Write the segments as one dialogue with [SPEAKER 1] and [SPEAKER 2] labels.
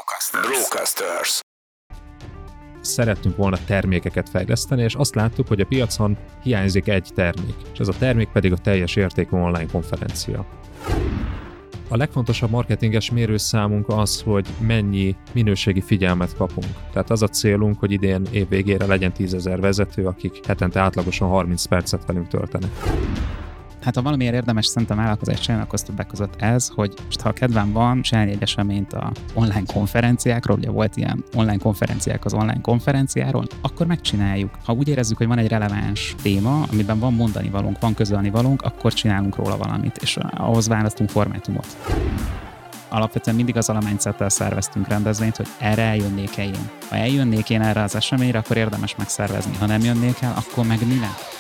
[SPEAKER 1] Brocasters.
[SPEAKER 2] Szerettünk volna termékeket fejleszteni, és azt láttuk, hogy a piacon hiányzik egy termék, és ez a termék pedig a teljes értékű online konferencia. A legfontosabb marketinges mérőszámunk az, hogy mennyi minőségi figyelmet kapunk. Tehát az a célunk, hogy idén év végére legyen 10 000 vezető, akik hetente átlagosan 30 percet velünk töltenek.
[SPEAKER 3] Hát ha valamiért érdemes szerintem vállalkozást csinálni, akkor többek között ez, hogy most ha kedvem van, csinálni egy eseményt a online konferenciákról, ugye volt ilyen online konferenciák az online konferenciáról, akkor megcsináljuk. Ha úgy érezzük, hogy van egy releváns téma, amiben van mondani valónk, van közölni valónk, akkor csinálunk róla valamit, és ahhoz választunk formátumot. Alapvetően mindig az mindsettel szerveztünk rendezvényt, hogy erre eljönnék-e én. Ha eljönnék én erre az eseményre, akkor érdemes megszervezni. Ha nem jönnék el, akkor meg mi lett?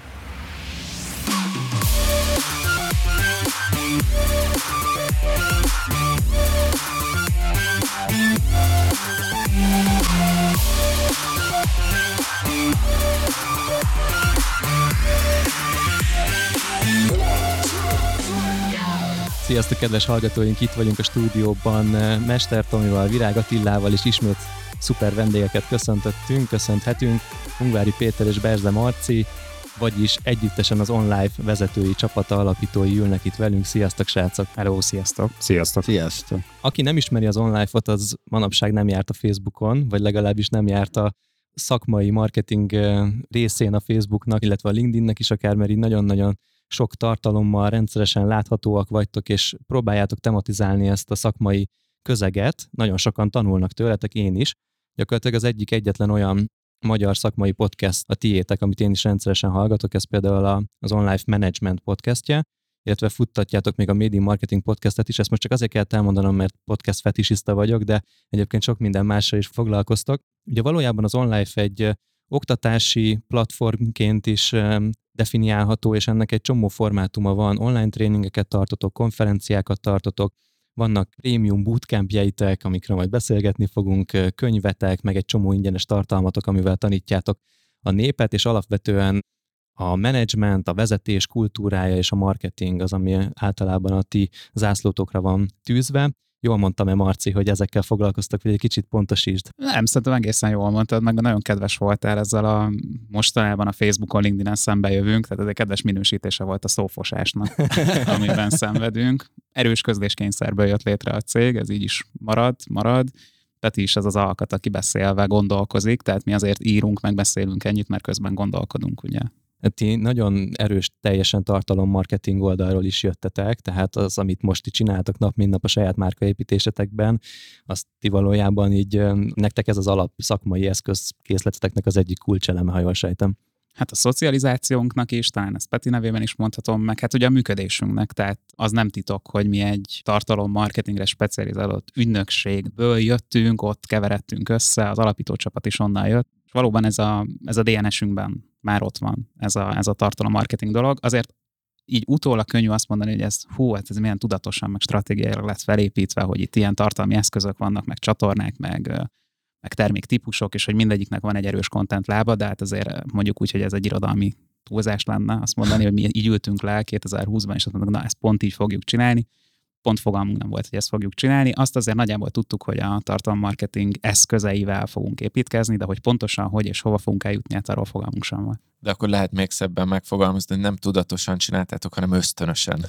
[SPEAKER 4] Sziasztok, kedves hallgatóink! Itt vagyunk a stúdióban Mester Tomival, Virág Attilával, és ismét szuper vendégeket köszönthetünk. Ungvári Péter és Berze Marci, vagyis együttesen az OnLive vezetői csapata alapítói ülnek itt velünk. Sziasztok, srácok!
[SPEAKER 3] Hello, sziasztok!
[SPEAKER 2] Sziasztok!
[SPEAKER 5] Sziasztok!
[SPEAKER 4] Aki nem ismeri az OnLive-ot, az manapság nem járt a Facebookon, vagy legalábbis nem járt a szakmai marketing részén a Facebooknak, illetve a LinkedInnek is akár, mert így nagyon-nagyon sok tartalommal rendszeresen láthatóak vagytok, és próbáljátok tematizálni ezt a szakmai közeget. Nagyon sokan tanulnak tőletek, én is. Gyakorlatilag az egyetlen olyan magyar szakmai podcast a tiétek, amit én is rendszeresen hallgatok, ez például az OnLive Management podcastja, illetve futtatjátok még a Made in Marketing podcastet is. Ezt most csak azért kell elmondanom, mert podcast fetisista vagyok, de egyébként sok minden mással is foglalkoztok. Ugye valójában az OnLive egy oktatási platformként is definiálható, és ennek egy csomó formátuma van. Online tréningeket tartotok, konferenciákat tartotok, vannak prémium bootcampjeitek, amikről majd beszélgetni fogunk, könyvetek, meg egy csomó ingyenes tartalmatok, amivel tanítjátok a népet, és alapvetően a menedzsment, a vezetés kultúrája és a marketing az, ami általában a ti zászlótokra van tűzve. Jól mondtam-e, Marci, hogy ezekkel foglalkoztak, vagy egy kicsit pontosítsd?
[SPEAKER 3] Nem, szerintem egészen jól mondtad, meg nagyon kedves voltál ezzel a mostanában a Facebookon, LinkedIn-en szembe jövünk, tehát ez egy kedves minősítése volt a szófosásnak, amiben szenvedünk. Erős közléskényszerből jött létre a cég, ez így is marad. Peti is az az alkat, aki beszélve gondolkozik, tehát mi azért írunk, meg beszélünk ennyit, mert közben gondolkodunk, ugye?
[SPEAKER 4] Ti nagyon erős, teljesen tartalommarketing oldalról is jöttetek, tehát az, amit most ti csináltok nap, mint nap a saját márkaépítésetekben, azt ti valójában így, nektek ez az alap szakmai eszközkészleteteknek az egyik kulcseleme, ha jól sejtem.
[SPEAKER 3] Hát a szocializációnknak is, talán ezt Peti nevében is mondhatom, meg hát ugye a működésünknek, tehát az nem titok, hogy mi egy tartalommarketingre specializálódott ügynökségből jöttünk, ott keveredtünk össze, az alapító csapat is onnan jött, és valóban ez a DNS-ünkben már ott van, ez a tartalommarketing dolog. Azért így utólag könnyű azt mondani, hogy ez milyen tudatosan, meg stratégiailag lett felépítve, hogy itt ilyen tartalmi eszközök vannak, meg csatornák, meg terméktípusok, és hogy mindegyiknek van egy erős content lába, de hát azért mondjuk úgy, hogy ez egy irodalmi túlzás lenne azt mondani, hogy mi így ültünk le 2020-ban, és azt mondjuk, na ezt pont így fogjuk csinálni. Pont fogalmunk nem volt, hogy ezt fogjuk csinálni. Azt azért nagyjából tudtuk, hogy a tartalommarketing eszközeivel fogunk építkezni, de hogy pontosan hogy és hova fogunk eljutni, hát arról fogalmunk sem volt.
[SPEAKER 5] De akkor lehet még szebben megfogalmazni, hogy nem tudatosan csináltátok, hanem ösztönösen.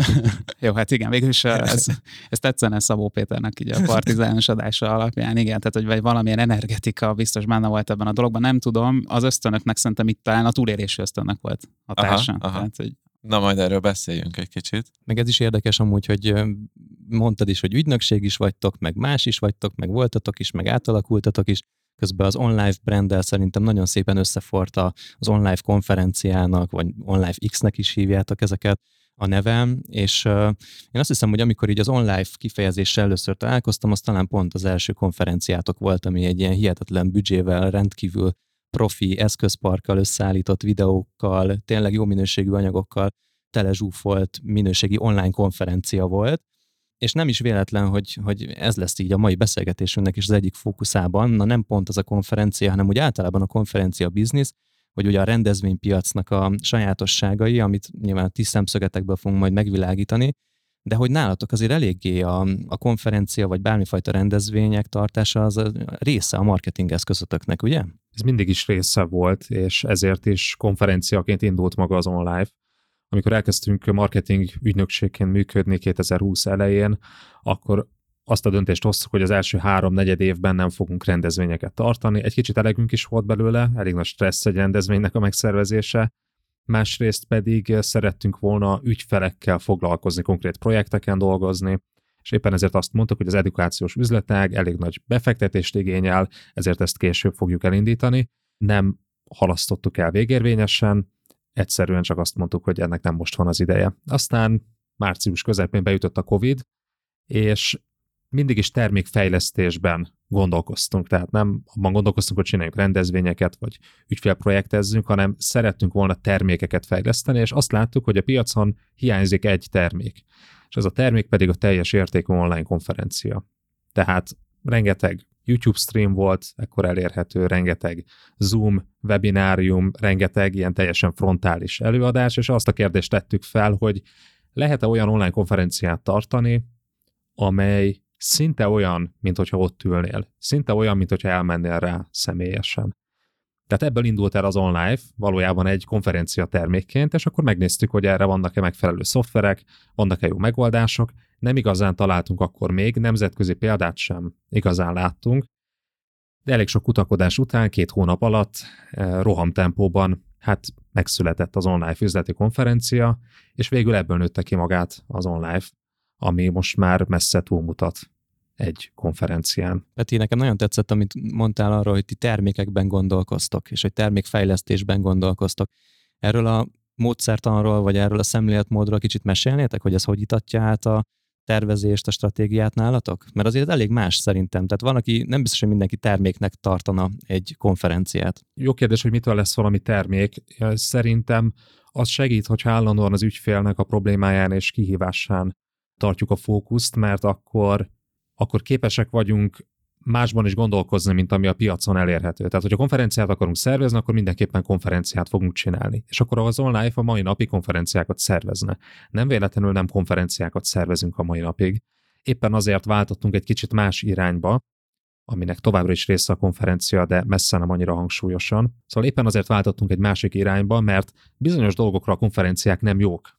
[SPEAKER 3] Jó, hát igen, végülis ez tetszene Szabó Péternek így a partizános adása alapján, igen, tehát hogy valamilyen energetika biztos benne volt ebben a dologban, nem tudom, az ösztönöknek szerintem itt talán a túlélési ösztönnek volt hatása.
[SPEAKER 5] Aha.
[SPEAKER 3] Tehát, hogy
[SPEAKER 5] Na, majd erről beszéljünk egy kicsit.
[SPEAKER 4] Meg ez is érdekes amúgy, hogy mondtad is, hogy ügynökség is vagytok, meg más is vagytok, meg voltatok is, meg átalakultatok is. Közben az OnLive branddel szerintem nagyon szépen összefort az OnLive konferenciának, vagy OnLive X-nek is hívjátok ezeket a nevem, és én azt hiszem, hogy amikor így az OnLive kifejezéssel először találkoztam, az talán pont az első konferenciátok volt, ami egy ilyen hihetetlen büdzsével, rendkívül profi eszközparkkal összeállított videókkal, tényleg jó minőségű anyagokkal telezsúfolt minőségi online konferencia volt, és nem is véletlen, hogy ez lesz így a mai beszélgetésünknek is az egyik fókuszában, na nem pont az a konferencia, hanem úgy általában a konferencia biznisz, vagy ugye a rendezvénypiacnak a sajátosságai, amit nyilván a ti szemszögetekből fogunk majd megvilágítani, de hogy nálatok azért eléggé a konferencia vagy bármifajta rendezvények tartása az a része a marketing eszközötöknek, ugye?
[SPEAKER 2] Ez mindig is része volt, és ezért is konferenciaként indult maga az OnLive. Amikor elkezdtünk marketing ügynökségként működni 2020 elején, akkor azt a döntést hoztuk, hogy az első 3-4 évben nem fogunk rendezvényeket tartani. Egy kicsit elegünk is volt belőle, elég nagy stressz egy rendezvénynek a megszervezése. Másrészt pedig szerettünk volna ügyfelekkel foglalkozni, konkrét projekteken dolgozni, és éppen ezért azt mondtuk, hogy az edukációs üzletág elég nagy befektetést igényel, ezért ezt később fogjuk elindítani. Nem halasztottuk el végérvényesen, egyszerűen csak azt mondtuk, hogy ennek nem most van az ideje. Aztán március közepén bejutott a Covid, és mindig is termékfejlesztésben gondolkoztunk, tehát nem abban gondolkoztunk, hogy csináljuk rendezvényeket, vagy ügyfélprojektezzünk, hanem szerettünk volna termékeket fejleszteni, és azt láttuk, hogy a piacon hiányzik egy termék, és ez a termék pedig a teljes értékű online konferencia. Tehát rengeteg YouTube stream volt, ekkor elérhető, rengeteg Zoom, webinárium, rengeteg ilyen teljesen frontális előadás, és azt a kérdést tettük fel, hogy lehet-e olyan online konferenciát tartani, amely szinte olyan, mint hogyha ott ülnél. Szinte olyan, mint hogyha elmennél rá személyesen. Tehát ebből indult el az OnLive, valójában egy konferencia termékként, és akkor megnéztük, hogy erre vannak-e megfelelő szoftverek, vannak-e jó megoldások. Nem igazán találtunk akkor még, nemzetközi példát sem igazán láttunk, de elég sok kutakodás után 2 hónap alatt rohamtempóban megszületett az OnLive üzleti konferencia, és végül ebből nőtte ki magát az OnLive, ami most már messze túlmutat egy konferencián.
[SPEAKER 4] Peti, nekem nagyon tetszett, amit mondtál arról, hogy ti termékekben gondolkoztok, és hogy termékfejlesztésben gondolkoztok. Erről a módszertanról, vagy erről a szemléletmódról kicsit mesélnétek, hogy ez hogy itatja át a tervezést, a stratégiát nálatok? Mert azért elég más szerintem. Tehát van, aki nem biztos, hogy mindenki terméknek tartana egy konferenciát.
[SPEAKER 2] Jó kérdés, hogy mitől lesz valami termék. Szerintem az segít, hogyha állandóan az ügyfélnek a problémáján és kihívásán tartjuk a fókuszt, mert akkor képesek vagyunk másban is gondolkozni, mint ami a piacon elérhető. Tehát, hogyha konferenciát akarunk szervezni, akkor mindenképpen konferenciát fogunk csinálni. És akkor az OnLive a mai napig konferenciákat szervezne. Nem véletlenül nem konferenciákat szervezünk a mai napig. Éppen azért váltottunk egy kicsit más irányba, aminek továbbra is része a konferencia, de messze nem annyira hangsúlyosan. Szóval éppen azért váltottunk egy másik irányba, mert bizonyos dolgokra a konferenciák nem jók.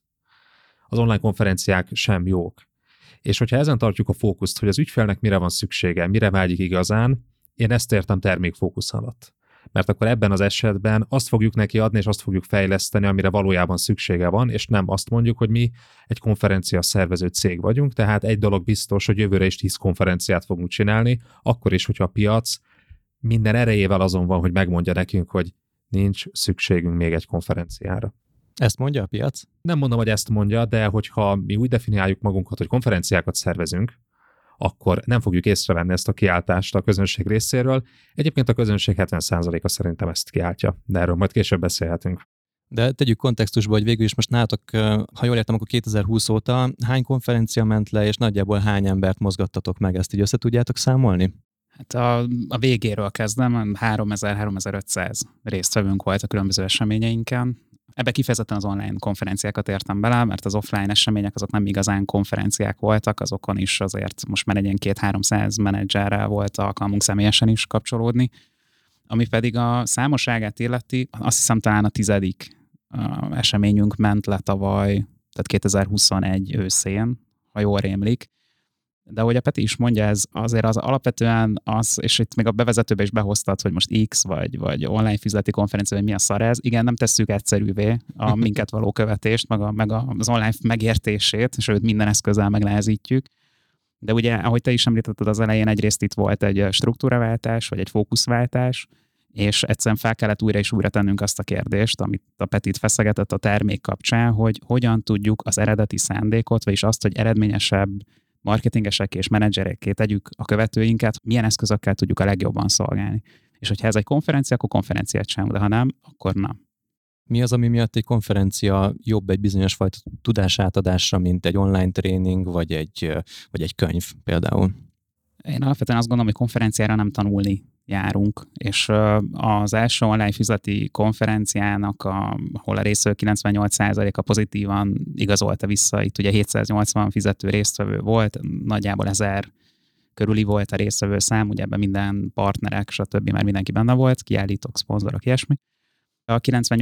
[SPEAKER 2] Az online konferenciák sem jók. És hogyha ezen tartjuk a fókuszt, hogy az ügyfélnek mire van szüksége, mire vágyik igazán, én ezt értem termékfókusz alatt. Mert akkor ebben az esetben azt fogjuk neki adni, és azt fogjuk fejleszteni, amire valójában szüksége van, és nem azt mondjuk, hogy mi egy konferencia szervező cég vagyunk, tehát egy dolog biztos, hogy jövőre is 10 konferenciát fogunk csinálni, akkor is, hogyha a piac minden erejével azon van, hogy megmondja nekünk, hogy nincs szükségünk még egy konferenciára.
[SPEAKER 4] Ezt mondja a piac?
[SPEAKER 2] Nem mondom, hogy ezt mondja, de hogyha mi úgy definiáljuk magunkat, hogy konferenciákat szervezünk, akkor nem fogjuk észrevenni ezt a kiáltást a közönség részéről. Egyébként a közönség 70%-a szerintem ezt kiáltja, de erről majd később beszélhetünk.
[SPEAKER 4] De tegyük kontextusba, hogy végül is most nálatok, ha jól értem, akkor 2020 óta hány konferencia ment le, és nagyjából hány embert mozgattatok meg, ezt így össze tudjátok számolni?
[SPEAKER 3] Hát a végéről kezdem, 3000-3500 résztvevőnk volt a különböző eseményeinken. Ebbe kifejezetten az online konferenciákat értem bele, mert az offline események azok nem igazán konferenciák voltak, azokon is azért most már egy ilyen 200-300 menedzserrel volt alkalmunk személyesen is kapcsolódni. Ami pedig a számosságát illeti, azt hiszem talán a 10. eseményünk ment le tavaly, tehát 2021 őszén, ha jól rémlik. De ahogy a Peti is mondja, ez azért az alapvetően az, és itt még a bevezetőbe is behoztad, hogy most X vagy online üzleti konferencia, vagy mi a szar ez. Igen, nem tesszük egyszerűvé a minket való követést, meg az online megértését, sőt minden eszközzel megnehezítjük. De ugye, ahogy te is említetted az elején, egyrészt itt volt egy struktúraváltás, vagy egy fókuszváltás, és egyszerűen fel kellett újra és újra tennünk azt a kérdést, amit a Petit feszegetett a termék kapcsán, hogy hogyan tudjuk az eredeti szándékot, vagyis azt, hogy eredményesebb marketingesek és menedzserekké tegyük a követőinket, milyen eszközökkel tudjuk a legjobban szolgálni. És hogyha ez egy konferencia, akkor konferenciát sem, de ha nem, akkor nem.
[SPEAKER 4] Mi az, ami miatt egy konferencia jobb egy bizonyos fajta tudásátadásra, mint egy online tréning, vagy egy könyv például?
[SPEAKER 3] Én alapvetően azt gondolom, hogy konferenciára nem tanulni járunk, és az első online üzleti konferenciának, ahol a résztvevő 98%-a pozitívan igazolta vissza, itt ugye 780 fizető résztvevő volt, nagyjából 1000 körüli volt a résztvevő szám, ugye ebben minden partnerek, stb. Már mindenki benne volt, kiállítók, szponzorok, ilyesmi. A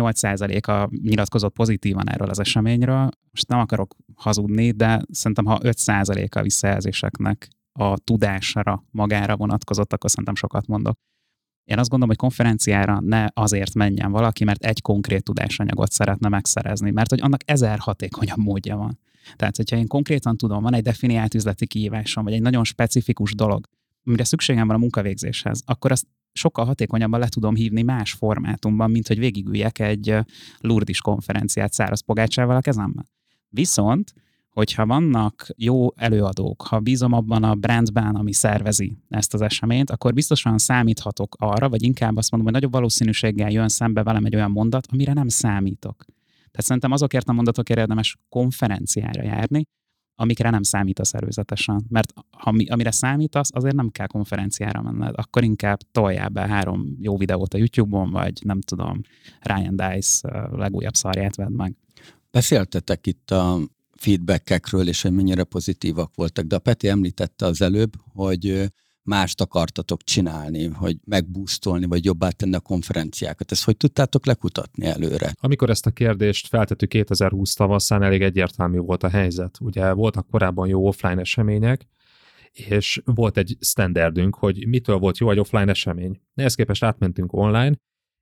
[SPEAKER 3] 98%-a nyilatkozott pozitívan erről az eseményről. Most nem akarok hazudni, de szerintem ha 5%-a visszajelzéseknek a tudásra, magára vonatkozott, akkor szerintem sokat mondok. Én azt gondolom, hogy konferenciára ne azért menjen valaki, mert egy konkrét tudásanyagot szeretne megszerezni, mert hogy annak 1000 hatékonyabb módja van. Tehát, hogyha én konkrétan tudom, van egy definiált üzleti kihívásom, vagy egy nagyon specifikus dolog, amire szükségem van a munkavégzéshez, akkor azt sokkal hatékonyabban le tudom hívni más formátumban, mint hogy végigüljek egy Lourdes konferenciát száraz pogácsával a kezemben. Viszont, hogyha vannak jó előadók, ha bízom abban a brandben, ami szervezi ezt az eseményt, akkor biztosan számíthatok arra, vagy inkább azt mondom, hogy nagyobb valószínűséggel jön szembe velem egy olyan mondat, amire nem számítok. Tehát szerintem azokért a mondatokért érdemes konferenciára járni, amikre nem számítasz előzetesen. Mert amire számítasz, azért nem kell konferenciára menned. Akkor inkább toljál be 3 jó videót a YouTube-on, vagy nem tudom, Ryan Dice legújabb szarját vedd meg.
[SPEAKER 1] Beszéltetek itt a feedbackekről, és hogy mennyire pozitívak voltak, de a Peti említette az előbb, hogy mást akartatok csinálni, hogy megboostolni, vagy jobbá tenni a konferenciákat. Ezt hogy tudtátok lekutatni előre?
[SPEAKER 2] Amikor ezt a kérdést feltettük 2020 tavaszán, elég egyértelmű volt a helyzet. Ugye voltak korábban jó offline események, és volt egy standardünk, hogy mitől volt jó egy offline esemény. Ehhez képest átmentünk online,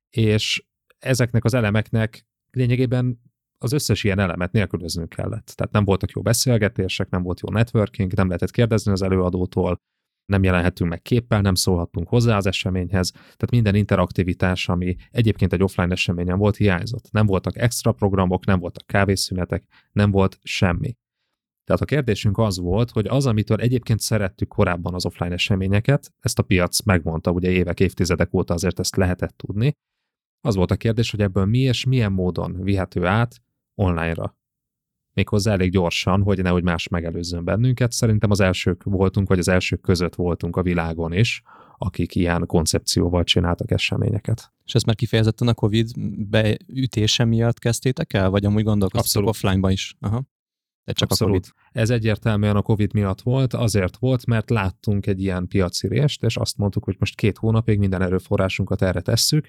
[SPEAKER 2] és ezeknek az elemeknek lényegében az összes ilyen elemet nélkülöznünk kellett. Tehát nem voltak jó beszélgetések, nem volt jó networking, nem lehetett kérdezni az előadótól, nem jelenhetünk meg képpel, nem szólhattunk hozzá az eseményhez, tehát minden interaktivitás, ami egyébként egy offline eseményen volt, hiányzott. Nem voltak extra programok, nem voltak kávészünetek, nem volt semmi. Tehát a kérdésünk az volt, hogy az, amitől egyébként szerettük korábban az offline eseményeket, ezt a piac megmondta, ugye évek, évtizedek óta azért ezt lehetett tudni, az volt a kérdés, hogy ebből mi és milyen módon vihető át online-ra. Méghozzá elég gyorsan, hogy nehogy más megelőzzön bennünket. Szerintem az elsők voltunk, vagy az elsők között voltunk a világon is, akik ilyen koncepcióval csináltak eseményeket.
[SPEAKER 4] És ezt már kifejezetten a Covid beütése miatt kezdtétek el? Vagy amúgy gondolkoztatok offline-ba is? Aha. De csak
[SPEAKER 2] Abszolút.
[SPEAKER 4] a Covid.
[SPEAKER 2] Ez egyértelműen a Covid miatt volt, azért volt, mert láttunk egy ilyen piaci rést, és azt mondtuk, hogy most 2 hónapig minden erőforrásunkat erre tesszük,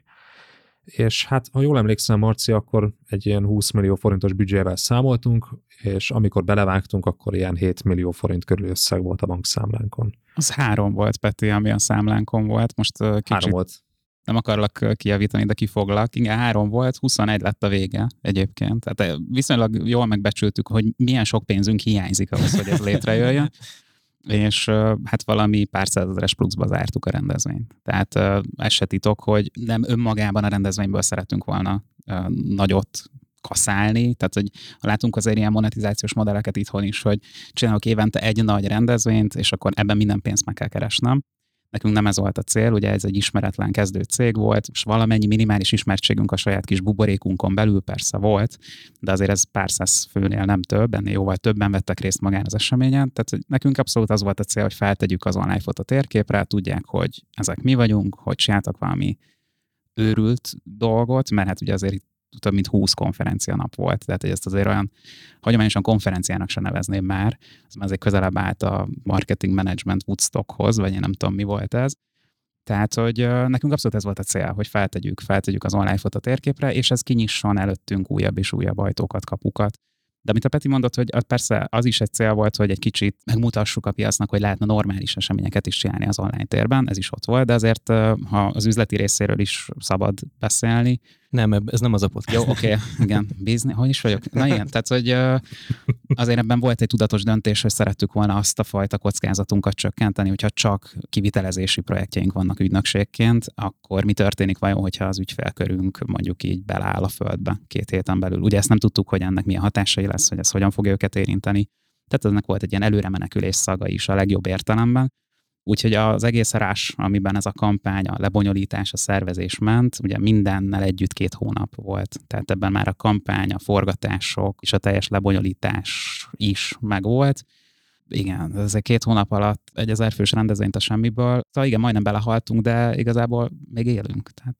[SPEAKER 2] és hát, ha jól emlékszem, Marci, akkor egy ilyen 20 millió forintos büdzsével számoltunk, és amikor belevágtunk, akkor ilyen 7 millió forint körül összeg volt a bankszámlánkon.
[SPEAKER 3] Az 3 volt, Peti, ami a számlánkon volt. Most kicsit
[SPEAKER 2] 3 volt.
[SPEAKER 3] Nem akarlak kijavítani, de kifoglak. Igen, 3 volt, 21 lett a vége egyébként. Tehát viszonylag jól megbecsültük, hogy milyen sok pénzünk hiányzik ahhoz, hogy ez létrejöjjön. És hát valami pár százezeres pluszba zártuk a rendezvényt. Tehát ez se titok, hogy nem önmagában a rendezvényből szeretünk volna nagyot kaszálni, tehát hogy látunk azért ilyen monetizációs modelleket itthon is, hogy csinálok évente egy nagy rendezvényt, és akkor ebben minden pénzt meg kell keresnem. Nekünk nem ez volt a cél, ugye ez egy ismeretlen kezdő cég volt, és valamennyi minimális ismertségünk a saját kis buborékunkon belül persze volt, de azért ez pár száz főnél nem több, ennél jóval többen vettek részt magán az eseményen, tehát nekünk abszolút az volt a cél, hogy feltegyük az OnLive-ot a térképre, tudják, hogy ezek mi vagyunk, hogy csináltak valami őrült dolgot, mert hát ugye azért itt több mint 20 konferencia nap volt, tehát hogy ezt azért olyan hagyományosan konferenciának se nevezném már, ez már azért közelebb állt a marketing management Woodstockhoz, vagy én nem tudom, mi volt ez. Tehát, hogy nekünk abszolút ez volt a cél, hogy feltegyük az OnLive-ot a térképre, és ez kinyisson előttünk újabb és újabb ajtókat, kapukat. De amit a Peti mondott, hogy persze az is egy cél volt, hogy egy kicsit megmutassuk a piacnak, hogy lehetne normális eseményeket is csinálni az online térben, ez is ott volt, de azért, ha az üzleti részéről is szabad beszélni.
[SPEAKER 4] Nem, ez nem az a podcast.
[SPEAKER 3] Jó, oké, igen, bízni, hogy is vagyok? Na igen, tehát, hogy azért ebben volt egy tudatos döntés, hogy szerettük volna azt a fajta kockázatunkat csökkenteni, hogyha csak kivitelezési projektjeink vannak ügynökségként, akkor mi történik vajon, hogyha az ügyfélkörünk mondjuk így beleáll a földbe 2 héten belül. Ugye ezt nem tudtuk, hogy ennek milyen hatásai lesz, hogy ez hogyan fogja őket érinteni. Tehát ennek volt egy ilyen előre menekülés szaga is a legjobb értelemben. Úgyhogy az egész rás, amiben ez a kampány, a lebonyolítás, a szervezés ment, ugye mindennel együtt 2 hónap volt. Tehát ebben már a kampány, a forgatások és a teljes lebonyolítás is megvolt. Igen, ez egy 2 hónap alatt egy 1000 fős rendezvényt a semmiből. Szóval igen, majdnem belehaltunk, de igazából még élünk. Tehát...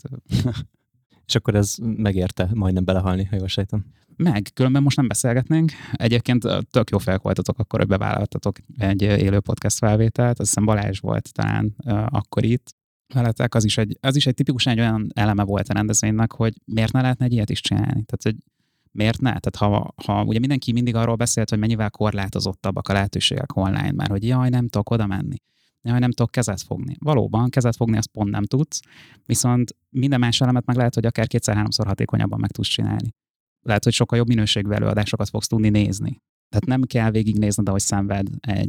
[SPEAKER 4] És akkor ez megérte majdnem belehalni, ha jól sejtem.
[SPEAKER 3] Meg, különben most nem beszélgetnénk. Egyébként tök jó fejek voltatok akkor, hogy bevállaltatok egy élő podcast felvételt. Azt hiszem Balázs volt talán akkor itt veletek. Az is egy tipikusan egy olyan eleme volt a rendezvénynek, hogy miért ne lehetne egy ilyet is csinálni. Tehát, hogy miért ne? Tehát ha ugye mindenki mindig arról beszélt, hogy mennyivel korlátozottabbak a lehetőségek online, mert hogy jaj, nem tudok oda menni. Jaj, nem tudok kezet fogni. Valóban, kezet fogni azt pont nem tudsz, viszont minden más elemet meg lehet, hogy akár 2-3-szor hatékonyabban meg tudsz csinálni. Lehet, hogy sokkal jobb minőségű előadásokat fogsz tudni nézni. Tehát nem kell végignézned, ahogy szenved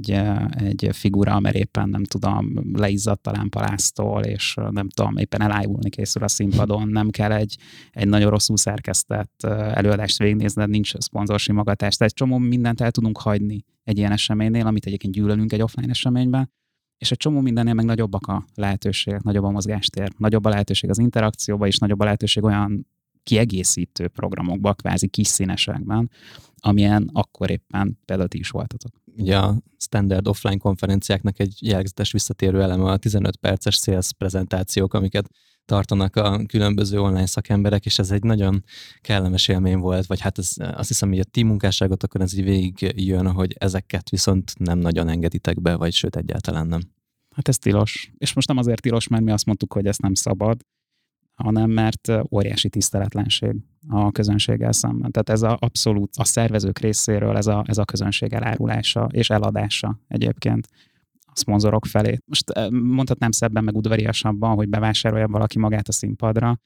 [SPEAKER 3] egy figura, mert éppen nem tudom, leizzadt a lámpaláztól, és nem tudom, éppen elájulni készül a színpadon, nem kell egy nagyon rosszul szerkesztett előadást végignézned, nincs szponzorsimogatás. Tehát egy csomó mindent el tudunk hagyni egy ilyen eseménynél, amit egyébként gyűlölünk egy offline eseményben, és egy csomó mindennél meg nagyobbak a lehetőségek, nagyobb a mozgástér, nagyobb a lehetőség az interakcióba, és nagyobb a lehetőség olyan kiegészítő programokba, kvázi kis színesekben, amilyen akkor éppen például ti is voltatok.
[SPEAKER 4] Ugye a standard offline konferenciáknak egy jellegzetes visszatérő eleme a 15 perces sales prezentációk, amiket tartanak a különböző online szakemberek, és ez egy nagyon kellemes élmény volt, vagy hát azt hiszem, hogy a ti munkásságotokon ez így végig jön, hogy ezeket viszont nem nagyon engeditek be, vagy sőt egyáltalán nem.
[SPEAKER 3] Hát ez tilos. És most nem azért tilos, mert mi azt mondtuk, hogy ezt nem szabad, hanem mert óriási tiszteletlenség a közönséggel szemben. Tehát ez abszolút a szervezők részéről ez a közönség elárulása és eladása egyébként a szponzorok felé. Most mondhatnám szebben meg udvariasabban, hogy bevásárolja valaki magát a színpadra,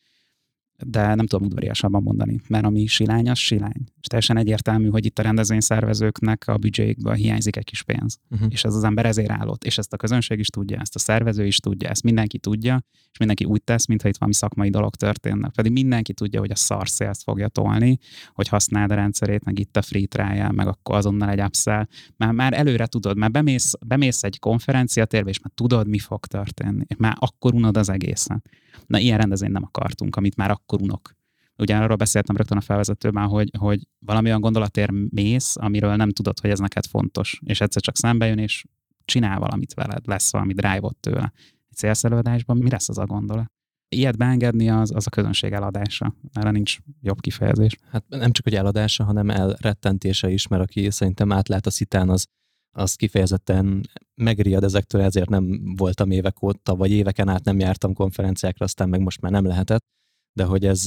[SPEAKER 3] de nem tudom udvariasabban mondani, mert ami silány, az silány. És teljesen egyértelmű, hogy itt a rendezvényszervezőknek a büdzséjükből hiányzik egy kis pénz. És ez az ember ezért állott. És ezt a közönség is tudja, ezt a szervező is tudja, ezt mindenki tudja, és mindenki úgy tesz, mintha itt valami szakmai dolog történne. Pedig mindenki tudja, hogy a szar sales fogja tolni, hogy használd a rendszerét, meg itt a free trial, meg akkor azonnal egy upsell. Már előre tudod, már bemész egy konferenciatérbe, és már tudod, mi fog történni. És már akkor unod az egészen. Na, ilyen rendezvényt nem akartunk, amit már akkor unok. Ugye arról beszéltem rögtön a felvezetőben, hogy valami olyan gondolatért mész, amiről nem tudod, hogy ez neked fontos. És egyszer csak szembe jön, és csinál valamit veled, lesz valami drive-ot tőle. Egy célszerelődésben mi lesz az a gondolat? Ilyet beengedni az a közönség eladása. Erre nincs jobb kifejezés.
[SPEAKER 4] Hát nem csak, hogy eladása, hanem elrettentése is, mert aki szerintem átlát a szitán, az kifejezetten megriad ezektől, ezért nem voltam évek óta, vagy éveken át nem jártam konferenciákra, aztán meg most már nem lehetett, de hogy ez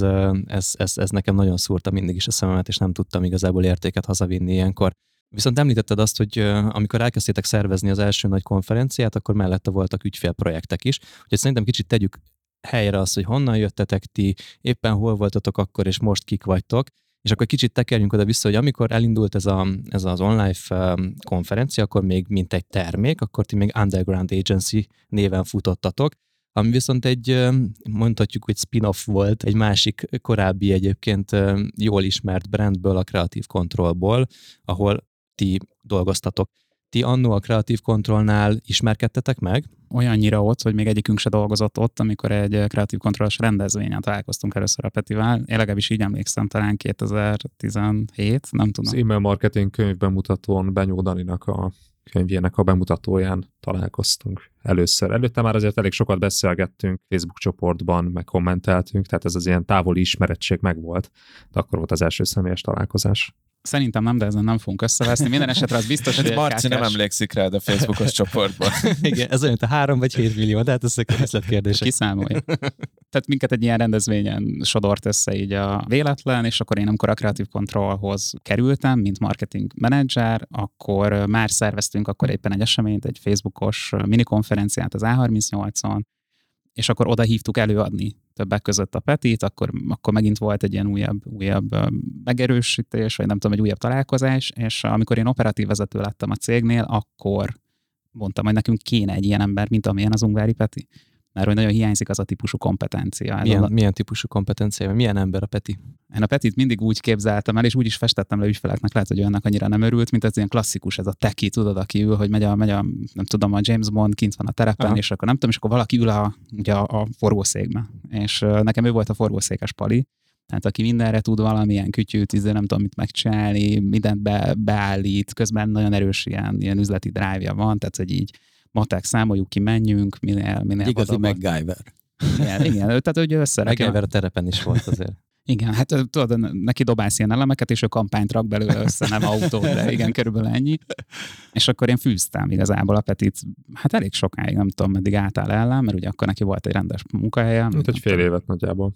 [SPEAKER 4] nekem nagyon szúrta mindig is a szememet, és nem tudtam igazából értéket hazavinni ilyenkor. Viszont említetted azt, hogy amikor elkezdtétek szervezni az első nagy konferenciát, akkor mellette voltak ügyfélprojektek is, úgyhogy szerintem kicsit tegyük helyre azt, hogy honnan jöttetek ti, éppen hol voltatok akkor, és most kik vagytok, és akkor kicsit tekerjünk oda-vissza, hogy amikor elindult ez az online konferencia, akkor még mint egy termék, akkor ti még Underground Agency néven futottatok, ami viszont egy, mondhatjuk, hogy spin-off volt egy másik korábbi egyébként jól ismert brandből, a Creative Controlból, ahol ti dolgoztatok. Ti annó a Creative Controlnál ismerkedtetek meg?
[SPEAKER 3] Olyannyira ott, hogy még egyikünk se dolgozott ott, amikor egy Creative Control-os rendezvényen találkoztunk először a Petivel. Én legalábbis így emlékszem, talán 2017, nem tudom.
[SPEAKER 2] Az email marketing könyvbemutatón Benyó Daninak a könyvének a bemutatóján találkoztunk először. Előtte már azért elég sokat beszélgettünk Facebook csoportban, meg kommenteltünk, tehát ez az ilyen távoli ismerettség megvolt, de akkor volt az első személyes találkozás.
[SPEAKER 3] Szerintem nem, de ezen nem fogunk összeveszni. Minden esetre az biztos, hogy
[SPEAKER 5] Marci nem emlékszik rád a Facebookos csoportban.
[SPEAKER 4] Igen, ez olyan, 3 vagy 7 millió, de hát ez a részletkérdése.
[SPEAKER 3] Kiszámolja. Tehát minket egy ilyen rendezvényen sodort össze így a véletlen, és akkor én amikor a Creative Controlhoz kerültem, mint marketing menedzser, akkor már szerveztünk akkor éppen egy eseményt, egy Facebookos minikonferenciát az A38-on, és akkor oda hívtuk előadni többek között a Petit, akkor megint volt egy ilyen újabb megerősítés, vagy nem tudom, egy újabb találkozás, és amikor én operatív vezető lettem a cégnél, akkor mondtam, hogy nekünk kéne egy ilyen ember, mint amilyen az Ungvári Peti. Mert hogy nagyon hiányzik az a típusú kompetencia.
[SPEAKER 4] Milyen típusú kompetencia? Milyen ember a Peti?
[SPEAKER 3] Én a Petit mindig úgy képzeltem el, és úgy is festettem le ügyfeleknek, lehet, hogy olyannak annyira nem örült, mint az ilyen klasszikus, ez a teki, tudod, aki ül, hogy megy a nem tudom, a James Bond kint van a terepen, aha, és akkor nem tudom, és akkor valaki ül ugye a forgószékbe. És nekem ő volt a forgószékes Pali. Tehát aki mindenre tud valamilyen kütyűt, nem tudom mit megcsinálni, mindent beállít, közben nagyon erős ilyen üzleti drive-ja van, tehát hogy így matek, számoljuk ki, menjünk, minél
[SPEAKER 1] igazi MacGyver.
[SPEAKER 3] Igen, tehát hogy összerakja.
[SPEAKER 4] MacGyver a terepen is volt azért.
[SPEAKER 3] Igen, hát tudod, neki dobálsz ilyen elemeket, és ő kampányt rak belőle össze, nem autót, de igen, körülbelül ennyi. És akkor én fűztem igazából a Petit, hát elég sokáig, nem tudom, meddig átáll ellen, mert ugye akkor neki volt egy rendes munkahelye.
[SPEAKER 2] Hát egy fél évet nagyjából.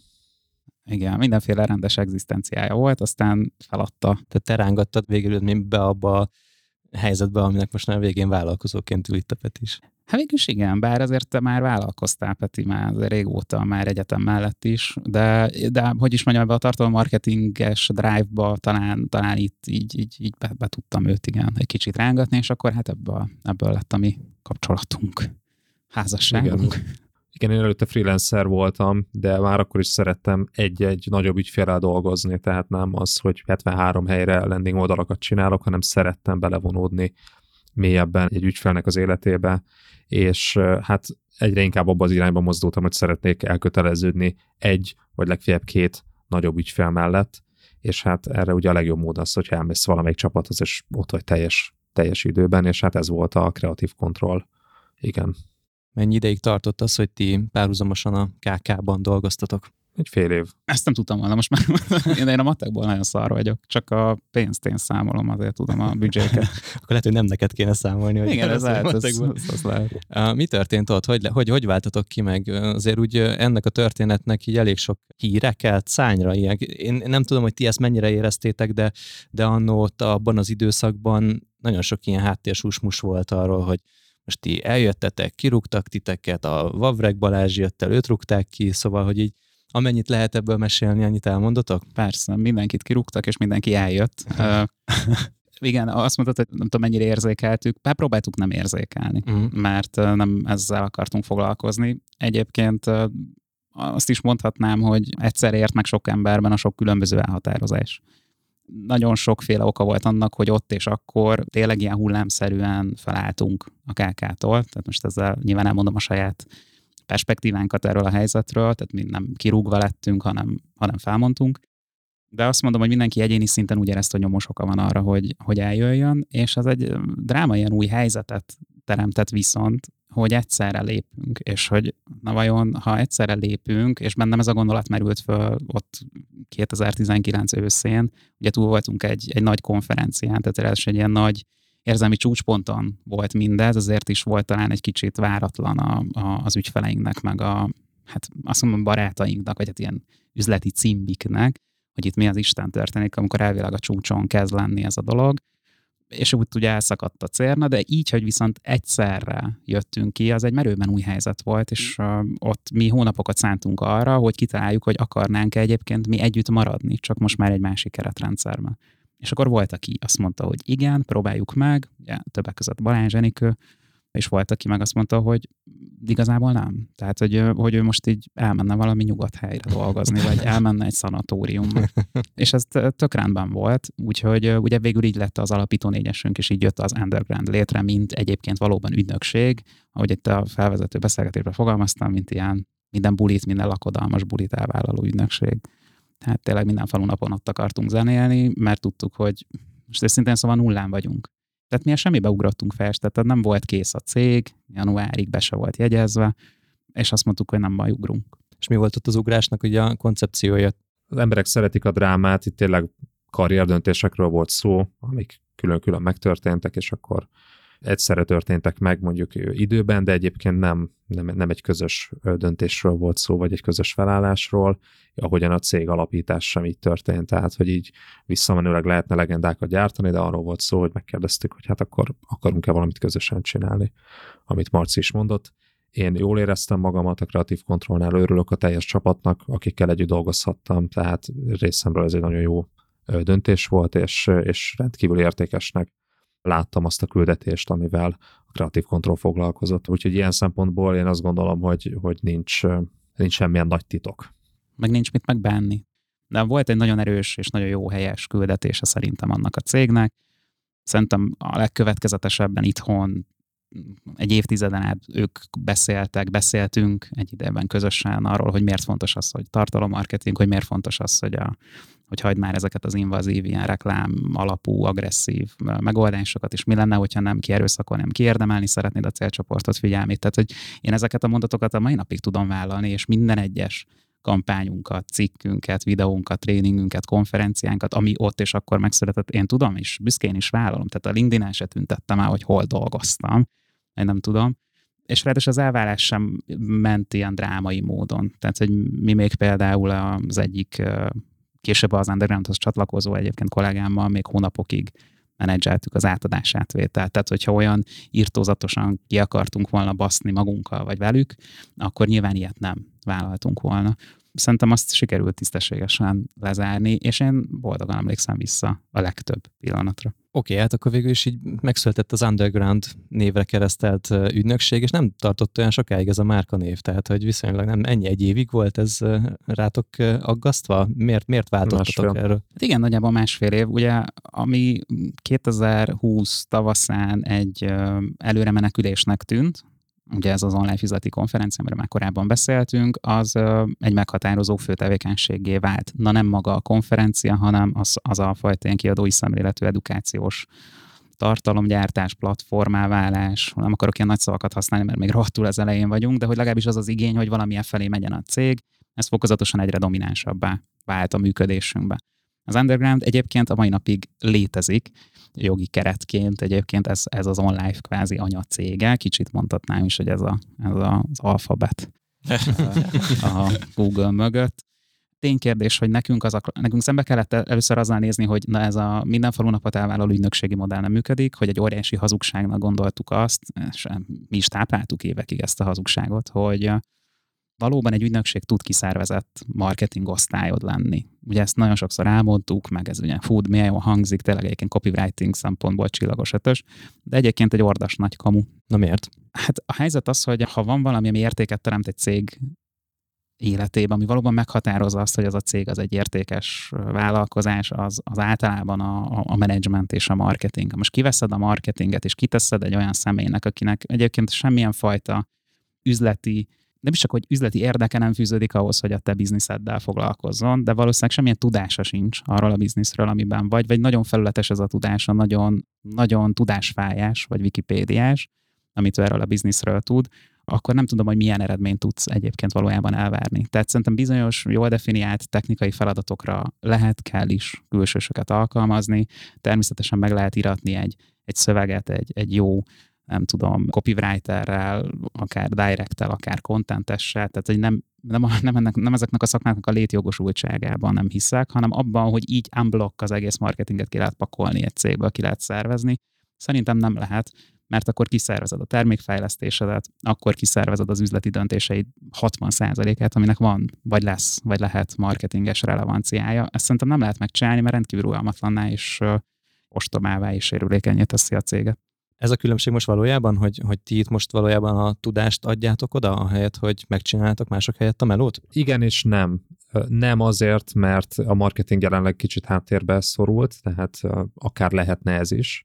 [SPEAKER 3] Igen, mindenféle rendes egzisztenciája volt, aztán feladta.
[SPEAKER 4] Tehát te rángattad végül be abba a helyzetbe, aminek most már végén vállalkozóként ül itt a Peti is.
[SPEAKER 3] Hát végülis igen, bár azért te már vállalkoztál, Peti, már régóta, már egyetem mellett is, de hogy is mondjam, ebbe a tartalommarketinges drive-ba talán itt így be tudtam őt, igen, egy kicsit rángatni, és akkor hát ebből lett a mi kapcsolatunk, házasságunk.
[SPEAKER 2] Igen, én előtte freelancer voltam, de már akkor is szerettem egy nagyobb ügyféllel dolgozni, tehát nem az, hogy 73 helyre landing oldalakat csinálok, hanem szerettem belevonódni mélyebben egy ügyfélnek az életébe, és hát egyre inkább abban az irányba mozdultam, hogy szeretnék elköteleződni egy, vagy legfeljebb 2 nagyobb ügyfél mellett, és hát erre ugye a legjobb mód az, hogyha elmész valamelyik csapathoz, és ott vagy teljes időben, és hát ez volt a Creative Control. Igen.
[SPEAKER 4] Mennyi ideig tartott az, hogy ti párhuzamosan a KK-ban dolgoztatok?
[SPEAKER 2] Egy fél év.
[SPEAKER 3] Ezt nem tudtam volna, most már én a matekból nagyon szar vagyok, csak a pénzt én számolom, azért tudom a büdzséket.
[SPEAKER 4] Akkor lehet, hogy nem neked kéne számolni. Hogy
[SPEAKER 3] igen, ez lehet.
[SPEAKER 4] Mi történt ott? Hogy váltatok ki meg? Azért úgy ennek a történetnek így elég sok híre kelt szányra. Ilyen. Én nem tudom, hogy ti ezt mennyire éreztétek, de annó ott abban az időszakban nagyon sok ilyen háttérsúsmus volt arról, hogy most ti eljöttetek, kirúgtak titeket, a Vavreg Balázs jött el, őt rúgták ki, szóval, hogy így amennyit lehet ebből mesélni, annyit elmondotok?
[SPEAKER 3] Persze, mindenkit kirúgtak, és mindenki eljött. Igen, azt mondtad, hogy nem tudom, mennyire érzékeltük, próbáltuk nem érzékelni, mert nem ezzel akartunk foglalkozni. Egyébként azt is mondhatnám, hogy egyszer ért meg sok emberben a sok különböző elhatározás. Nagyon sokféle oka volt annak, hogy ott és akkor tényleg ilyen hullámszerűen felálltunk a KK-tól, tehát most ezzel nyilván elmondom a saját perspektívánkat erről a helyzetről, tehát mi nem kirúgva lettünk, hanem felmondtunk. De azt mondom, hogy mindenki egyéni szinten úgy érezte, hogy nyomós oka van arra, hogy eljöjjön, és ez egy dráma ilyen új helyzetet teremtett viszont, hogy egyszerre lépünk, és hogy na vajon, ha egyszerre lépünk, és bennem ez a gondolat merült föl ott 2019 őszén, ugye túl voltunk egy nagy konferencián, tehát egy ilyen nagy érzelmi csúcsponton volt mindez, azért is volt talán egy kicsit váratlan az ügyfeleinknek, meg hát azt mondom barátainknak, vagy hát ilyen üzleti cimbiknek, hogy itt mi az Isten történik, amikor elvileg a csúcson kezd lenni ez a dolog, és úgy ugye elszakadt a cérna, de így, hogy viszont egyszerre jöttünk ki, az egy merőben új helyzet volt, és ott mi hónapokat szántunk arra, hogy kitaláljuk, hogy akarnánk egyébként mi együtt maradni, csak most már egy másik keretrendszerben. És akkor volt, aki azt mondta, hogy igen, próbáljuk meg, ugye, többek között Balázs Enikő, és volt, aki meg azt mondta, hogy igazából nem. Tehát, hogy ő most így elmenne valami nyugodt helyre dolgozni, vagy elmenne egy szanatóriumba. És ez tök rendben volt, úgyhogy ugye végül így lett az alapító négyesünk, és így jött az Underground létre, mint egyébként valóban ügynökség, ahogy itt a felvezető beszélgetésben fogalmaztam, mint ilyen minden bulit, minden lakodalmas bulit elvállaló ügynökség. Tehát tényleg minden falunapon ott akartunk zenélni, mert tudtuk, hogy most őszintén szóval nullán vagyunk. Tehát mi a semmibe ugrottunk fel, tehát nem volt kész a cég, januárig be se volt jegyezve, és azt mondtuk, hogy nem baj, ugrunk.
[SPEAKER 4] És mi volt ott az ugrásnak ugye a koncepciója?
[SPEAKER 2] Az emberek szeretik a drámát, itt tényleg karrierdöntésekről volt szó, amik külön-külön megtörténtek, és akkor egyszerre történtek meg mondjuk időben, de egyébként nem egy közös döntésről volt szó, vagy egy közös felállásról, ahogyan a cég alapítás sem így történt, tehát hogy így visszamenőleg lehetne legendákat gyártani, de arról volt szó, hogy megkérdeztük, hogy hát akkor akarunk-e valamit közösen csinálni, amit Marci is mondott. Én jól éreztem magamat a Creative Controlnál, örülök a teljes csapatnak, akikkel együtt dolgozhattam, tehát részemről ez egy nagyon jó döntés volt, és rendkívül értékesnek láttam azt a küldetést, amivel a Creative Control foglalkozott. Úgyhogy ilyen szempontból én azt gondolom, hogy nincs semmilyen nagy titok.
[SPEAKER 3] Meg nincs mit megbánni. De volt egy nagyon erős és nagyon jó helyes küldetése szerintem annak a cégnek. Szerintem a legkövetkezetesebben itthon egy évtizeden át ők beszéltünk egy időben közösen arról, hogy miért fontos az, hogy tartalommarketing, hogy miért fontos az, hogy hagyd már ezeket az invazív, ilyen reklám alapú, agresszív megoldásokat, és mi lenne, hogyha nem kierőszakolni, nem kiérdemelni szeretnéd a célcsoportot, figyelmét. Tehát, hogy én ezeket a mondatokat a mai napig tudom vállalni, és minden egyes kampányunkat, cikkünket, videónkat, tréningünket, konferenciánkat, ami ott és akkor megszületett, én tudom, és büszkén is vállalom. Tehát a LinkedIn-en se tüntettem el, hogy hol dolgoztam, én nem tudom. És ráadásul az elválás sem ment ilyen drámai módon. Tehát, hogy mi még például az egyik később az Undergroundhoz csatlakozó egyébként kollégámmal még hónapokig menedzseltük az átadásátvételt. Tehát, hogyha olyan irtózatosan ki akartunk volna baszni magunkkal vagy velük, akkor nyilván ilyet nem vállaltunk volna. Szerintem azt sikerült tisztességesen lezárni, és én boldogan emlékszem vissza a legtöbb pillanatra.
[SPEAKER 4] Oké, hát akkor végül is így megszületett az Underground névre keresztelt ügynökség, és nem tartott olyan sokáig ez a márkanév, tehát hogy viszonylag nem ennyi, egy évig volt ez rátok aggasztva? Miért váltottatok erről?
[SPEAKER 3] Hát igen, nagyjából másfél év. Ugye, ami 2020 tavaszán egy előre menekülésnek tűnt, ugye ez az online üzleti konferencia, amiről már korábban beszéltünk, az egy meghatározó főtevékenységgé vált. Na nem maga a konferencia, hanem az a fajta ilyen kiadói szemléletű edukációs tartalomgyártás, platformá válás, nem akarok ilyen nagy szavakat használni, mert még rohadtul az elején vagyunk, de hogy legalábbis az az igény, hogy valamilyen felé megyen a cég, ez fokozatosan egyre dominánsabbá vált a működésünkbe. Az Underground egyébként a mai napig létezik, jogi keretként egyébként ez az online kvázi anyacége, kicsit mondhatnám is, hogy ez az alfabet a Google mögött. Ténykérdés, hogy nekünk szembe kellett először azzal nézni, hogy na ez a minden falunapot elvállaló ügynökségi modell nem működik, hogy egy óriási hazugságnak gondoltuk azt, és mi is tápláltuk évekig ezt a hazugságot, hogy valóban egy ügynökség tud kiszervezett marketing osztályod lenni. Ugye ezt nagyon sokszor elmondtuk, meg ez ugye milyen jól hangzik, tényleg egyébként copywriting szempontból csillagos ötös, de egyébként egy ordas nagy kamu.
[SPEAKER 4] Na miért?
[SPEAKER 3] Hát a helyzet az, hogy ha van valami, ami értéket teremt egy cég életében, ami valóban meghatározza azt, hogy az a cég az egy értékes vállalkozás, az általában a menedzsment és a marketing. Most kiveszed a marketinget, és kiteszed egy olyan személynek, akinek egyébként semmilyen fajta üzleti, nem is csak, hogy üzleti érdeke nem fűződik ahhoz, hogy a te bizniszeddel foglalkozzon, de valószínűleg semmilyen tudása sincs arról a bizniszről, amiben vagy nagyon felületes ez a tudása, nagyon, nagyon tudásfájás, vagy wikipédiás, amit ő erről a bizniszről tud, akkor nem tudom, hogy milyen eredményt tudsz egyébként valójában elvárni. Tehát szerintem bizonyos, jól definiált technikai feladatokra kell is külsősöket alkalmazni, természetesen meg lehet íratni egy szöveget, egy jó, nem tudom, copywriterrel, akár direct-tel, akár contentessel, tehát hogy nem ezeknek a szakmáknak a létjogosultságában nem hiszek, hanem abban, hogy így unblock az egész marketinget ki lehet pakolni egy cégből, ki lehet szervezni. Szerintem nem lehet, mert akkor kiszervezed a termékfejlesztésedet, akkor kiszervezed az üzleti döntéseid 60%-át, aminek van, vagy lesz, vagy lehet marketinges relevanciája. Ezt szerintem nem lehet megcsinálni, mert rendkívül rugalmatlanná és ostobává és sérülékenyé teszi a céget.
[SPEAKER 4] Ez a különbség most valójában, hogy ti itt most valójában a tudást adjátok oda, ahelyett, hogy megcsináltok mások helyett a melót?
[SPEAKER 2] Igen és nem. Nem azért, mert a marketing jelenleg kicsit háttérbe szorult, tehát akár lehetne ez is.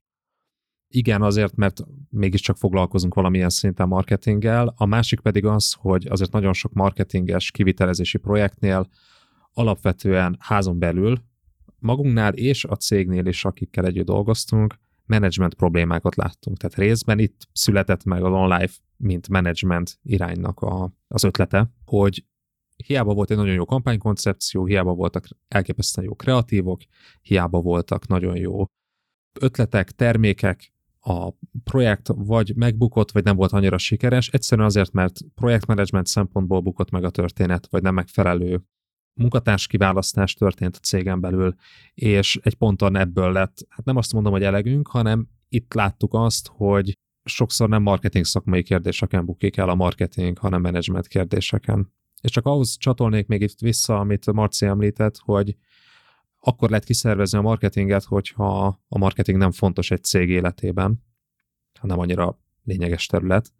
[SPEAKER 2] Igen, azért, mert mégiscsak foglalkozunk valamilyen szinten marketinggel. A másik pedig az, hogy azért nagyon sok marketinges kivitelezési projektnél alapvetően házon belül, magunknál és a cégnél is, akikkel együtt dolgoztunk, menedzsment problémákat láttunk. Tehát részben itt született meg az online, mint menedzsment iránynak az ötlete, hogy hiába volt egy nagyon jó kampánykoncepció, hiába voltak elképesztően jó kreatívok, hiába voltak nagyon jó ötletek, termékek, a projekt vagy megbukott, vagy nem volt annyira sikeres, egyszerűen azért, mert projektmenedzsment szempontból bukott meg a történet, vagy nem megfelelő munkatárs kiválasztás történt a cégen belül, és egy ponton ebből lett, hát nem azt mondom, hogy elegünk, hanem itt láttuk azt, hogy sokszor nem marketing szakmai kérdéseken bukik el a marketing, hanem menedzsment kérdéseken. És csak ahhoz csatolnék még itt vissza, amit Marci említett, hogy akkor lehet kiszervezni a marketinget, hogyha a marketing nem fontos egy cég életében, hanem annyira lényeges terület,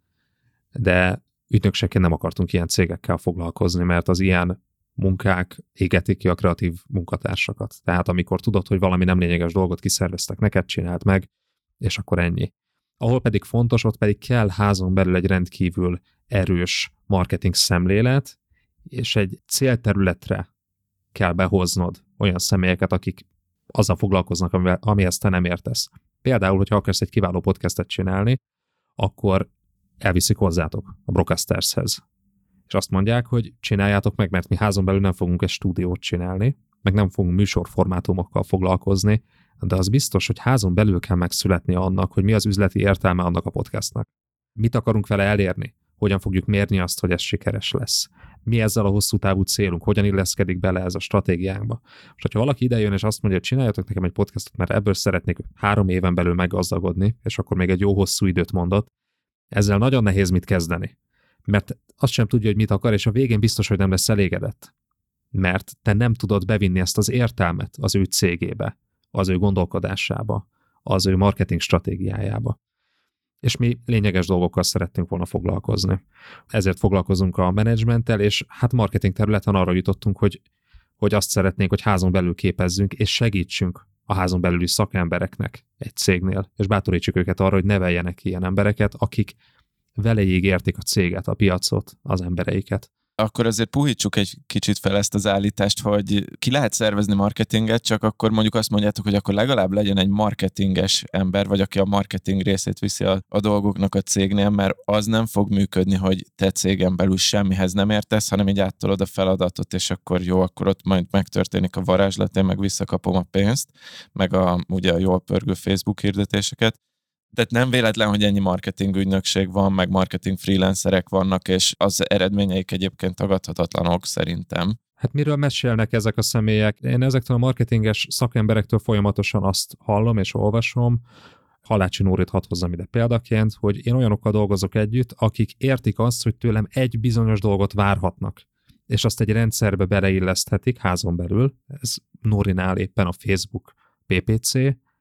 [SPEAKER 2] de ügynökségként nem akartunk ilyen cégekkel foglalkozni, mert az ilyen munkák égetik ki a kreatív munkatársakat. Tehát amikor tudod, hogy valami nem lényeges dolgot kiszerveztek, neked csináld meg, és akkor ennyi. Ahol pedig fontos, ott pedig kell házon belül egy rendkívül erős marketing szemlélet, és egy célterületre kell behoznod olyan személyeket, akik azzal foglalkoznak, amihez te nem értesz. Például, hogyha akarsz egy kiváló podcastet csinálni, akkor elviszik hozzátok a Broadcastershez. És azt mondják, hogy csináljátok meg, mert mi házon belül nem fogunk egy stúdiót csinálni, meg nem fogunk műsorformátumokkal foglalkozni, de az biztos, hogy házon belül kell megszületni annak, hogy mi az üzleti értelme annak a podcastnak. Mit akarunk vele elérni? Hogyan fogjuk mérni azt, hogy ez sikeres lesz? Mi ezzel a hosszú távú célunk? Hogyan illeszkedik bele ez a stratégiánkba? És hogyha valaki idejön és azt mondja, hogy csináljatok nekem egy podcastot, mert ebből szeretnék 3 éven belül meggazdagodni, és akkor még egy jó hosszú időt mondott, ezzel nagyon nehéz mit kezdeni. Mert azt sem tudja, hogy mit akar, és a végén biztos, hogy nem lesz elégedett. Mert te nem tudod bevinni ezt az értelmet az ő cégébe, az ő gondolkodásába, az ő marketing stratégiájába. És mi lényeges dolgokkal szerettünk volna foglalkozni. Ezért foglalkozunk a menedzsmenttel, és hát marketing területen arra jutottunk, hogy azt szeretnénk, hogy házon belül képezzünk, és segítsünk a házon belüli szakembereknek egy cégnél, és bátorítsuk őket arra, hogy neveljenek ilyen embereket, akik velejéig értik a céget, a piacot, az embereiket.
[SPEAKER 5] Akkor azért puhítsuk egy kicsit fel ezt az állítást, hogy ki lehet szervezni marketinget, csak akkor mondjuk azt mondjátok, hogy akkor legalább legyen egy marketinges ember, vagy aki a marketing részét viszi a dolgoknak a cégnél, mert az nem fog működni, hogy te cégen belül semmihez nem értesz, hanem így áttolod a feladatot, és akkor jó, akkor ott majd megtörténik a varázslat, én meg visszakapom a pénzt, meg ugye a jól pörgő Facebook hirdetéseket. Tehát nem véletlen, hogy ennyi marketing ügynökség van, meg marketing freelancerek vannak, és az eredményeik egyébként tagadhatatlanok szerintem.
[SPEAKER 2] Hát miről mesélnek ezek a személyek? Én ezektől a marketinges szakemberektől folyamatosan azt hallom és olvasom, Halácsi Nórit hadd hozzam ide példaként, hogy én olyanokkal dolgozok együtt, akik értik azt, hogy tőlem egy bizonyos dolgot várhatnak, és azt egy rendszerbe beleilleszthetik házon belül, ez Nórinál éppen a Facebook PPC,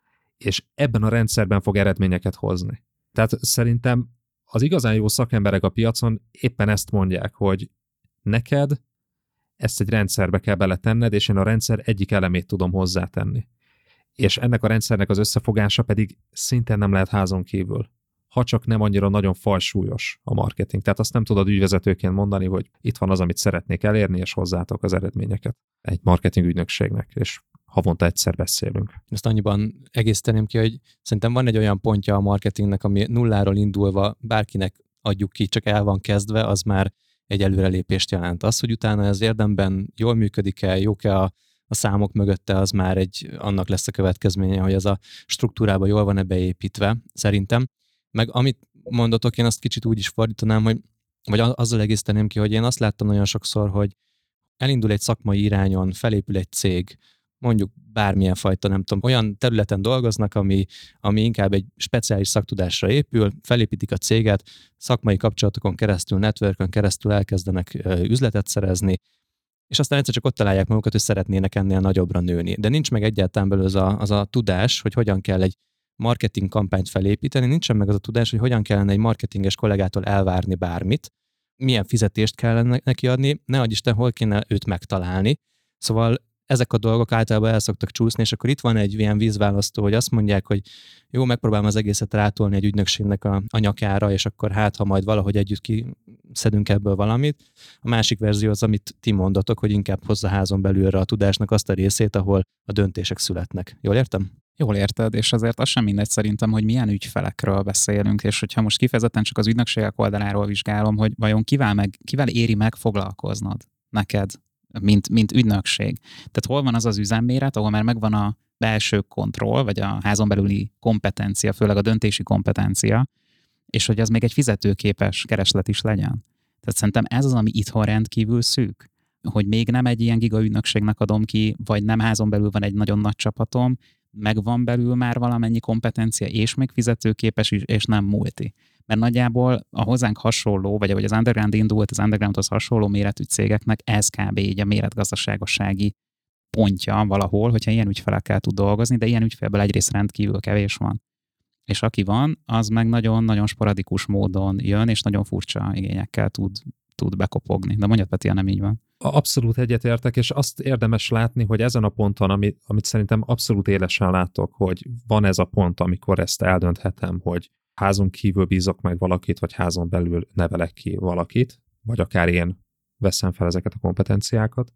[SPEAKER 2] és ebben a rendszerben fog eredményeket hozni. Tehát szerintem az igazán jó szakemberek a piacon éppen ezt mondják, hogy neked ezt egy rendszerbe kell beletenned, és én a rendszer egyik elemét tudom hozzátenni. És ennek a rendszernek az összefogása pedig szintén nem lehet házon kívül, ha csak nem annyira nagyon fajsúlyos a marketing. Tehát azt nem tudod ügyvezetőként mondani, hogy itt van az, amit szeretnék elérni, és hozzátok az eredményeket egy marketing ügynökségnek, és havonta egyszer beszélünk.
[SPEAKER 4] Ezt annyiban egészíteném ki, hogy szerintem van egy olyan pontja a marketingnek, ami nulláról indulva bárkinek adjuk ki, csak el van kezdve, az már egy előrelépést jelent. Az, hogy utána ez érdemben jól működik-e, jók-e a számok mögötte, az már annak lesz a következménye, hogy ez a struktúrába jól van-e beépítve, szerintem. Meg amit mondotok, én azt kicsit úgy is fordítanám, vagy azzal egészíteném ki, hogy én azt láttam nagyon sokszor, hogy elindul egy szakmai irányon, felépül egy cég, mondjuk bármilyen fajta, nem tudom, olyan területen dolgoznak, ami inkább egy speciális szaktudásra épül, felépítik a céget, szakmai kapcsolatokon keresztül, networkön keresztül elkezdenek üzletet szerezni, és aztán egyszer csak ott találják magukat, hogy szeretnének ennél nagyobbra nőni. De nincs meg egyáltalán belül az a tudás, hogy hogyan kell egy marketing kampányt felépíteni, nincsen meg az a tudás, hogy hogyan kellene egy marketinges kollégától elvárni bármit, milyen fizetést kellene neki adni, ne adj Isten, hol kéne őt megtalálni. Szóval ezek a dolgok általában el szoktak csúszni, és akkor itt van egy ilyen vízválasztó, hogy azt mondják, hogy jó, megpróbálom az egészet rátolni egy ügynökségnek a nyakára, és akkor hát, ha majd valahogy együtt kiszedünk ebből valamit. A másik verzió az, amit ti mondatok, hogy inkább hozza házon belülre a tudásnak azt a részét, ahol a döntések születnek. Jól értem?
[SPEAKER 3] Jól érted, és azért az sem mindegy szerintem, hogy milyen ügyfelekről beszélünk, és hogyha most kifejezetten csak az ügynökségek oldaláról vizsgálom, hogy vajon kivel éri meg foglalkoznod neked, mint ügynökség. Tehát hol van az az üzemméret, ahol már megvan a belső kontroll, vagy a házon belüli kompetencia, főleg a döntési kompetencia, és hogy az még egy fizetőképes kereslet is legyen. Tehát szerintem ez az, ami itthon rendkívül szűk, hogy még nem egy ilyen gigaügynökségnek adom ki, vagy nem házon belül van egy nagyon nagy csapatom, meg van belül már valamennyi kompetencia, és még fizetőképes is, és nem multi. Mert nagyjából a hozzánk hasonló, vagy ahogy az Underground indult, az Undergroundhoz hasonló méretű cégeknek ez kb. Így a méretgazdaságossági pontja valahol, hogyha ilyen ügyfelekkel tud dolgozni, de ilyen ügyfélből egyrészt rendkívül kevés van. És aki van, az meg nagyon-nagyon sporadikus módon jön, és nagyon furcsa igényekkel tud bekopogni. De mondjad, Peti, nem így van.
[SPEAKER 2] Abszolút egyetértek, és azt érdemes látni, hogy ezen a ponton, amit szerintem abszolút élesen látok, hogy van ez a pont, amikor ezt eldönthetem, hogy házon kívül bízok meg valakit, vagy házon belül nevelek ki valakit, vagy akár én veszem fel ezeket a kompetenciákat.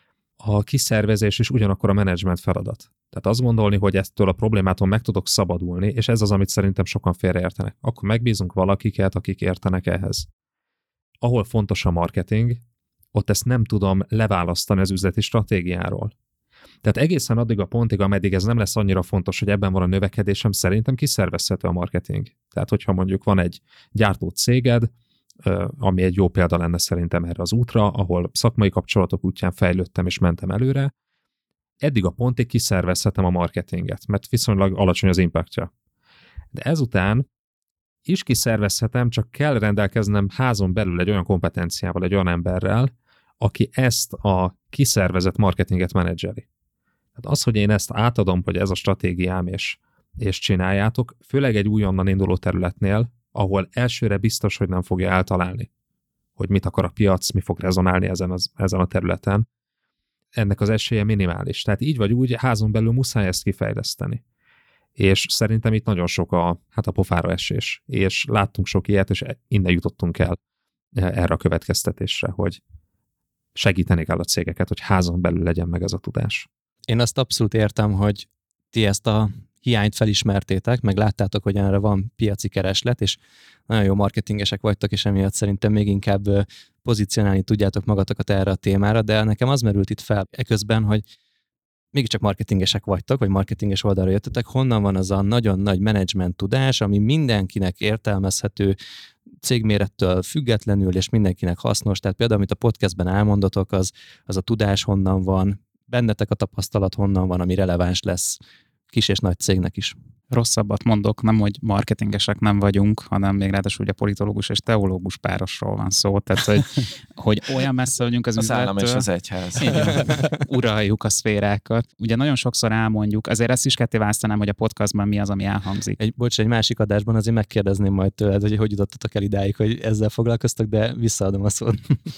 [SPEAKER 2] A kiszervezés is ugyanakkor a menedzsment feladat. Tehát azt gondolni, hogy ettől a problémától meg tudok szabadulni, és ez az, amit szerintem sokan félreértenek. Akkor megbízunk valakiket, akik értenek ehhez. Ahol fontos a marketing, ott ezt nem tudom leválasztani az üzleti stratégiáról. Tehát egészen addig a pontig, ameddig ez nem lesz annyira fontos, hogy ebben van a növekedésem, szerintem kiszervezhető a marketing. Tehát, hogyha mondjuk van egy gyártó céged, ami egy jó példa lenne szerintem erre az útra, ahol szakmai kapcsolatok útján fejlődtem és mentem előre, eddig a pontig kiszervezhetem a marketinget, mert viszonylag alacsony az impactja. De ezután is kiszervezhetem, csak kell rendelkeznem házon belül egy olyan kompetenciával, egy olyan emberrel, aki ezt a kiszervezett marketinget menedzseli. Tehát az, hogy én ezt átadom, hogy ez a stratégiám, és csináljátok, főleg egy újonnan induló területnél, ahol elsőre biztos, hogy nem fogja eltalálni, hogy mit akar a piac, mi fog rezonálni ezen a területen. Ennek az esélye minimális. Tehát így vagy úgy, házon belül muszáj ezt kifejleszteni. És szerintem itt nagyon sok a pofára esés. És láttunk sok ilyet, és innen jutottunk el erre a következtetésre, hogy segíteni kell a cégeket, hogy házon belül legyen meg ez a tudás.
[SPEAKER 4] Én azt abszolút értem, hogy ti ezt a hiányt felismertétek, meg láttátok, hogy erre van piaci kereslet, és nagyon jó marketingesek vagytok, és emiatt szerintem még inkább pozícionálni tudjátok magatokat erre a témára, de nekem az merült itt fel eközben, hogy mégiscsak marketingesek vagytok, vagy marketinges oldalra jöttetek, honnan van az a nagyon nagy menedzsment tudás, ami mindenkinek értelmezhető, cégmérettől függetlenül, és mindenkinek hasznos. Tehát például, amit a podcastben elmondotok, az a tudás honnan van, bennetek a tapasztalat honnan van, ami releváns lesz kis és nagy cégnek is.
[SPEAKER 3] Rosszabbat mondok, nem, hogy marketingesek nem vagyunk, hanem még ráadásul ugye politológus és teológus párosról van szó, tehát hogy olyan messze vagyunk az üzlettől.
[SPEAKER 5] Az állam és az egyház.
[SPEAKER 3] Igen, uraljuk a szférákat. Ugye nagyon sokszor elmondjuk, azért ezt is ketté választanám, hogy a podcastban mi az, ami elhangzik.
[SPEAKER 4] Egy másik adásban azért megkérdezném majd tőled, hogy jutottatok el idáig, hogy ezzel foglalkoztak, de visszaadom a szót.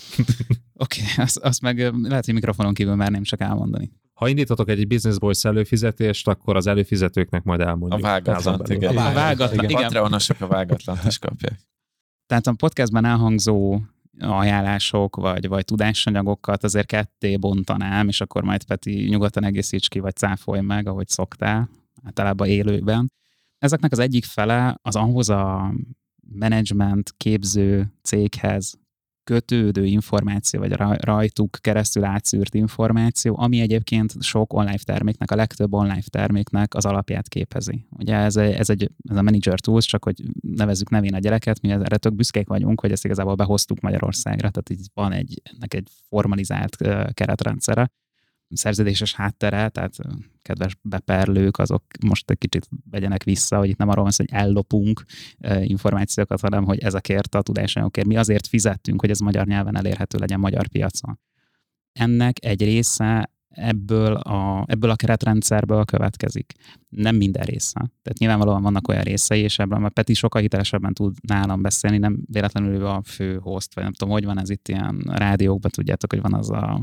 [SPEAKER 3] Oké, azt meg lehet, hogy mikrofonon kívül már nem csak elmondani.
[SPEAKER 2] Ha indítotok egy Business Boys előfizetést, akkor az előfizetőknek majd elmondjuk.
[SPEAKER 5] A vágatlant, igen.
[SPEAKER 3] A vágatlan, igen.
[SPEAKER 5] Patreonosok a vágatlant is kapják.
[SPEAKER 3] Tehát a podcastban elhangzó ajánlások, vagy tudásanyagokat azért ketté bontanám, és akkor majd Peti nyugodtan egészíts ki, vagy cáfolj meg, ahogy szoktál, általában élőben. Ezeknek az egyik fele az ahhoz a menedzsment képző céghez kötődő információ, vagy rajtuk keresztül átszűrt információ, ami egyébként sok online terméknek, a legtöbb online terméknek az alapját képezi. Ugye ez a Manager Tools, csak hogy nevezzük nevén a gyereket, mi erre tök büszkék vagyunk, hogy ezt igazából behoztuk Magyarországra, tehát így van ennek egy formalizált keretrendszere, szerződéses háttere, tehát kedves beperlők, azok most egy kicsit vegyenek vissza, hogy itt nem arról van szó, hogy ellopunk információkat, hanem hogy ezekért a tudásanyagokért mi azért fizettünk, hogy ez magyar nyelven elérhető legyen magyar piacon. Ennek egy része ebből a keretrendszerből következik. Nem minden része. Tehát nyilvánvalóan vannak olyan részei, és ebben mert Peti sokkal hitelesebben tud nálam beszélni, nem véletlenül ő a fő host, vagy nem tudom, hogy van ez itt ilyen rádiókban, tudjátok, hogy van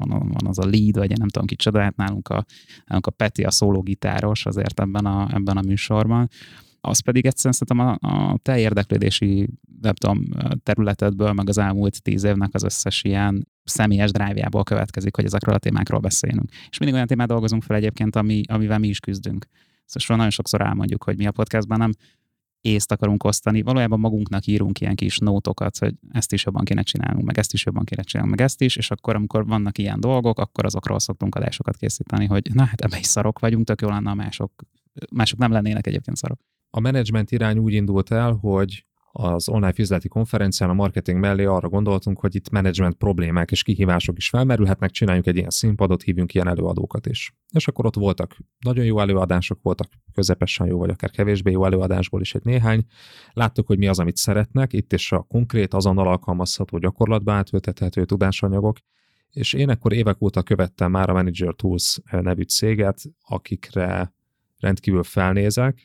[SPEAKER 3] az a lead, vagy én nem tudom kicsoda, hát nálunk a Peti a szólógitáros azért ebben a műsorban. Az pedig egyszerűen szerintem a te érdeklődési, nem tudom, területedből, meg az elmúlt 10 évnek az összes ilyen személyes drive-jából következik, hogy ezekről a témákról beszélünk. És mindig olyan témát dolgozunk fel egyébként, amivel mi is küzdünk. Szóval nagyon sokszor elmondjuk, hogy mi a podcastban nem észt akarunk osztani, valójában magunknak írunk ilyen kis nótokat, hogy ezt is jobban kéne csinálnunk, meg ezt is jobban kéne csinálnunk, meg ezt is, és akkor, amikor vannak ilyen dolgok, akkor azokról szoktunk adásokat készíteni, hogy na hát ebben is szarok vagyunk, tök jó lenne, a mások nem lennének egyébként szarok.
[SPEAKER 2] A menedzsment irány úgy indult el, hogy az online üzleti konferencián a marketing mellé arra gondoltunk, hogy itt menedzsment problémák és kihívások is felmerülhetnek, csináljunk egy ilyen színpadot, hívjunk ilyen előadókat is. És akkor ott voltak nagyon jó előadások, voltak közepesen jó, vagy akár kevésbé jó előadásból is egy néhány. Láttuk, hogy mi az, amit szeretnek, itt is a konkrét, azonnal alkalmazható, gyakorlatba átültethető tudásanyagok, és én akkor évek óta követtem már a Manager Tools nevű céget, akikre rendkívül felnézek,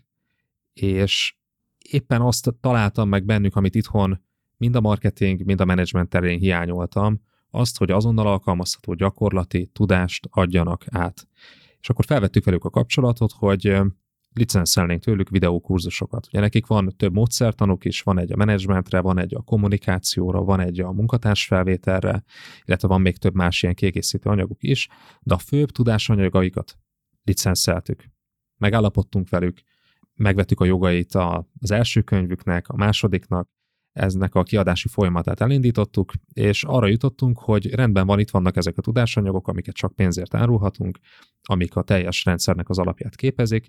[SPEAKER 2] és éppen azt találtam meg bennük, amit itthon mind a marketing, mind a menedzsment terén hiányoltam, azt, hogy azonnal alkalmazható gyakorlati tudást adjanak át. És akkor felvettük velük a kapcsolatot, hogy licenszelnénk tőlük videókurzusokat. Ugye nekik van több módszertanuk is, van egy a menedzsmentre, van egy a kommunikációra, van egy a munkatársfelvételre, illetve van még több más ilyen kiegészítő anyaguk is, de a főbb tudásanyagaikat licenszeltük. Megállapodtunk velük, megvettük a jogait az első könyvüknek, a másodiknak, eznek a kiadási folyamatát elindítottuk, és arra jutottunk, hogy rendben van, itt vannak ezek a tudásanyagok, amiket csak pénzért árulhatunk, amik a teljes rendszernek az alapját képezik,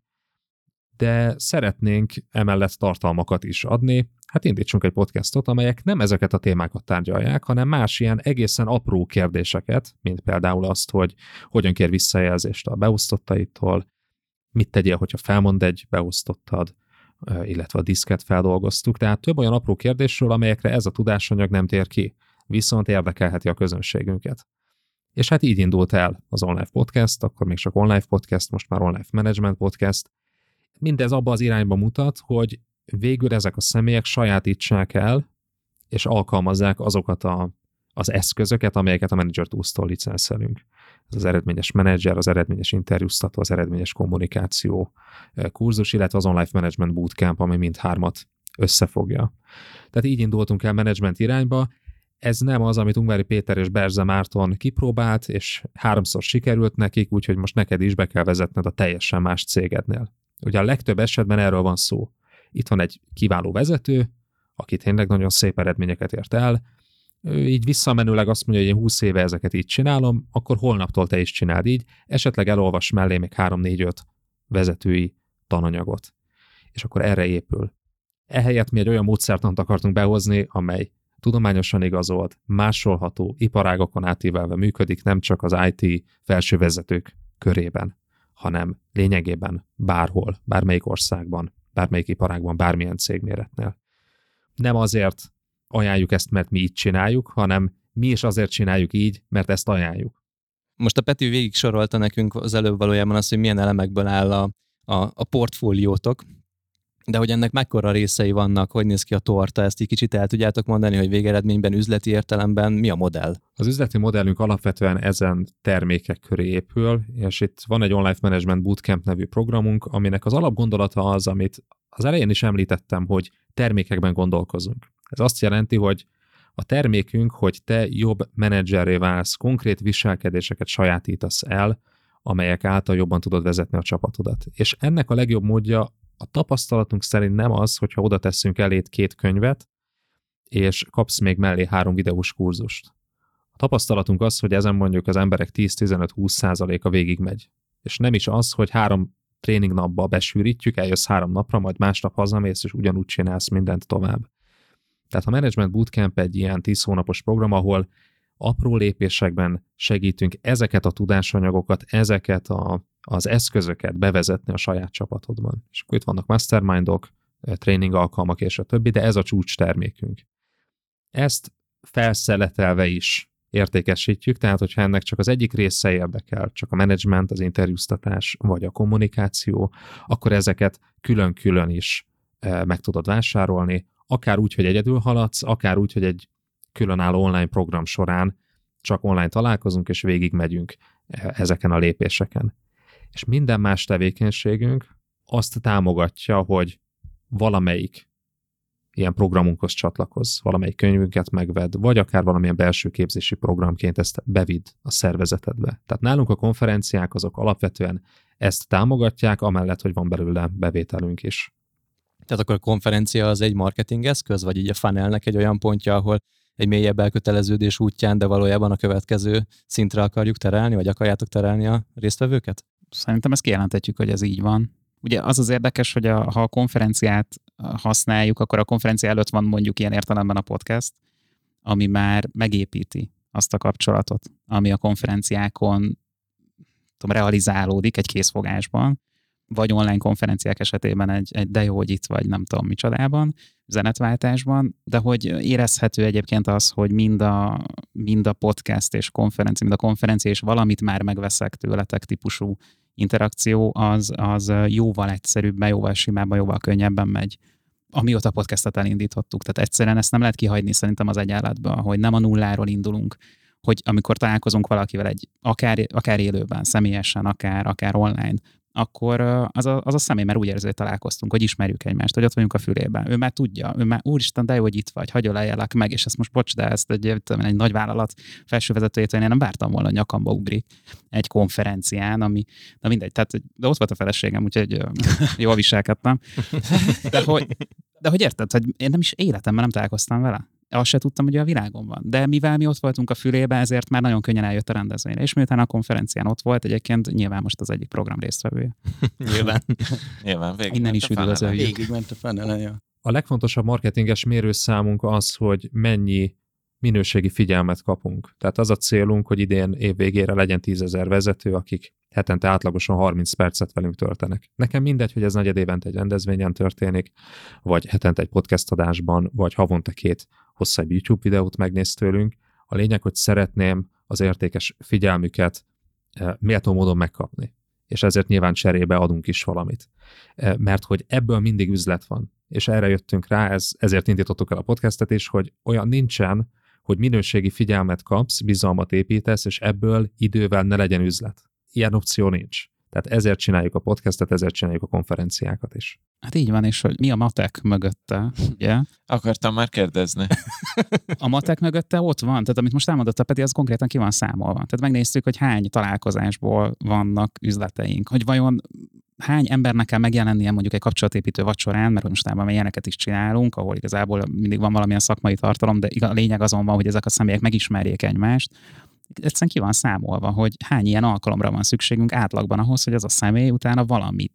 [SPEAKER 2] de szeretnénk emellett tartalmakat is adni. Hát indítsunk egy podcastot, amelyek nem ezeket a témákat tárgyalják, hanem más ilyen egészen apró kérdéseket, mint például azt, hogy hogyan kér visszajelzést a beosztottaitól, mit tegyél, hogyha felmond egy beosztottad, illetve a diszket feldolgoztuk. Tehát több olyan apró kérdésről, amelyekre ez a tudásanyag nem tér ki, viszont érdekelheti a közönségünket. És hát így indult el az OnLive Podcast, akkor még csak OnLive Podcast, most már OnLive Management Podcast. Mindez abba az irányba mutat, hogy végül ezek a személyek sajátítsák el, és alkalmazzák azokat az eszközöket, amelyeket a Manager Tools-tól licenszelünk. Ez az eredményes menedzser, az eredményes interjúztató, az eredményes kommunikáció kurzus, illetve az OnLive Management Bootcamp, ami mindhármat összefogja. Tehát így indultunk el menedzsment irányba. Ez nem az, amit Ungvári Péter és Berze Márton kipróbált, és 3-szor sikerült nekik, úgyhogy most neked is be kell vezetned a teljesen más cégednél. Ugye a legtöbb esetben erről van szó. Itt van egy kiváló vezető, aki tényleg nagyon szép eredményeket ért el, ő így visszamenőleg azt mondja, hogy én 20 éve ezeket így csinálom, akkor holnaptól te is csináld így, esetleg elolvas mellé még 3-4-5 vezetői tananyagot. És akkor erre épül. Ehelyett mi egy olyan módszertant akartunk behozni, amely tudományosan igazolt, másolható, iparágokon átívelve működik, nem csak az IT felső vezetők körében, hanem lényegében bárhol, bármelyik országban, bármelyik iparágban, bármilyen cégméretnél. Nem azért ajánljuk ezt, mert mi így csináljuk, hanem mi is azért csináljuk így, mert ezt ajánljuk.
[SPEAKER 4] Most a Peti végig sorolta nekünk az előbb valójában azt, hogy milyen elemekből áll a portfóliótok, de hogy ennek mekkora részei vannak, hogy néz ki a torta, ezt így kicsit el tudjátok mondani, hogy végeredményben, üzleti értelemben mi a modell?
[SPEAKER 2] Az üzleti modellünk alapvetően ezen termékek köré épül, és itt van egy OnLive Management Bootcamp nevű programunk, aminek az alapgondolata az, amit az elején is említettem, hogy termékekben gondolkozunk. Ez azt jelenti, hogy a termékünk, hogy te jobb menedzserré válsz, konkrét viselkedéseket sajátítasz el, amelyek által jobban tudod vezetni a csapatodat. És ennek a legjobb módja a tapasztalatunk szerint nem az, hogyha oda tesszünk eléd 2 könyvet, és kapsz még mellé 3 videós kurzust. A tapasztalatunk az, hogy ezen mondjuk az emberek 10-15-20%-a végigmegy. És nem is az, hogy 3 tréningnapba besűrítjük, eljössz 3 napra, majd másnap hazamész, és ugyanúgy csinálsz mindent tovább. Tehát a Management Bootcamp egy ilyen 10 hónapos program, ahol apró lépésekben segítünk ezeket a tudásanyagokat, ezeket az eszközöket bevezetni a saját csapatodban. És akkor itt vannak mastermindok, tréning alkalmak és a többi, de ez a csúcs termékünk. Ezt felszeletelve is értékesítjük, tehát hogyha ennek csak az egyik része érdekel, csak a menedzsment, az interjúztatás vagy a kommunikáció, akkor ezeket külön-külön is meg tudod vásárolni, akár úgy, hogy egyedül haladsz, akár úgy, hogy egy különálló online program során csak online találkozunk, és végigmegyünk ezeken a lépéseken. És minden más tevékenységünk azt támogatja, hogy valamelyik ilyen programunkhoz csatlakozz, valamelyik könyvünket megvedd, vagy akár valamilyen belső képzési programként ezt bevidd a szervezetedbe. Tehát nálunk a konferenciák azok alapvetően ezt támogatják, amellett, hogy van belőle bevételünk is.
[SPEAKER 4] Tehát akkor a konferencia az egy marketing eszköz, vagy így a funnelnek egy olyan pontja, ahol egy mélyebb elköteleződés útján, de valójában a következő szintre akarjuk terelni, vagy akarjátok terelni a résztvevőket?
[SPEAKER 3] Szerintem ezt kijelenthetjük, hogy ez így van. Ugye az az érdekes, hogy ha a konferenciát használjuk, akkor a konferencia előtt van mondjuk ilyen értelemben a podcast, ami már megépíti azt a kapcsolatot, ami a konferenciákon realizálódik egy készfogásban, vagy online konferenciák esetében egy de jó, hogy itt vagy nem tudom micsodában, üzenetváltásban, de hogy érezhető egyébként az, hogy mind a podcast és konferencia és valamit már megveszek tőletek típusú interakció, az jóval egyszerűbben, jóval simábban, jóval könnyebben megy. Amióta a podcastet elindítottuk. Tehát egyszerűen ezt nem lehet kihagyni szerintem az egyenletből, hogy nem a nulláról indulunk, hogy amikor találkozunk valakivel akár élőben, személyesen, akár online, akkor az a személy már úgy érzi, hogy találkoztunk, hogy ismerjük egymást, hogy ott vagyunk a fülében. Ő már tudja, ő már úristen, de jó, hogy itt vagy, hagyj olajjálak meg, és ezt most bocs, de ezt egy nagy vállalat felsővezetőjétől én nem vártam volna, hogy nyakamba ugrik egy konferencián, ami, na mindegy, tehát de ott volt a feleségem, úgyhogy jól viselkedtem. De hogy érted, hogy én nem is életemben nem találkoztam vele. Azt se tudtam, hogy a világon van. De mivel mi ott voltunk a fülében, ezért már nagyon könnyen eljött a rendezvényre. És miután a konferencián ott volt, egyébként nyilván most az egyik program résztvevője.
[SPEAKER 5] Nyilván végig.
[SPEAKER 3] Innen is üdvözöljük.
[SPEAKER 1] Végig ment a feneleje.
[SPEAKER 2] A legfontosabb marketinges mérőszámunk az, hogy mennyi minőségi figyelmet kapunk. Tehát az a célunk, hogy idén év végére legyen 10 000 vezető, akik hetente átlagosan 30 percet velünk töltenek. Nekem mindegy, hogy ez negyed évente egy rendezvényen történik, vagy hetente egy podcast adásban, vagy havonta 2 hosszabb YouTube videót megnéz tőlünk. A lényeg, hogy szeretném az értékes figyelmüket méltó módon megkapni. És ezért nyilván cserébe adunk is valamit. Mert hogy ebből mindig üzlet van. És erre jöttünk rá, ezért indítottuk el a podcastet is, hogy olyan nincsen, hogy minőségi figyelmet kapsz, bizalmat építesz, és ebből idővel ne legyen üzlet. Ilyen opció nincs. Tehát ezért csináljuk a podcastet, ezért csináljuk a konferenciákat is.
[SPEAKER 3] Hát így van, és hogy mi a matek mögötte, ugye?
[SPEAKER 5] Akartam már kérdezni.
[SPEAKER 3] A matek mögötte ott van, tehát amit most elmondott a Peti, az konkrétan ki van számolva. Tehát megnéztük, hogy hány találkozásból vannak üzleteink, hogy vajon hány embernek kell megjelennie mondjuk egy kapcsolatépítő vacsorán, mert mostában ilyeneket is csinálunk, ahol igazából mindig van valamilyen szakmai tartalom, de a lényeg azon van, hogy ezek a személyek megismerjék egymást. Egyszerűen ki van számolva, hogy hány ilyen alkalomra van szükségünk átlagban ahhoz, hogy az a személy utána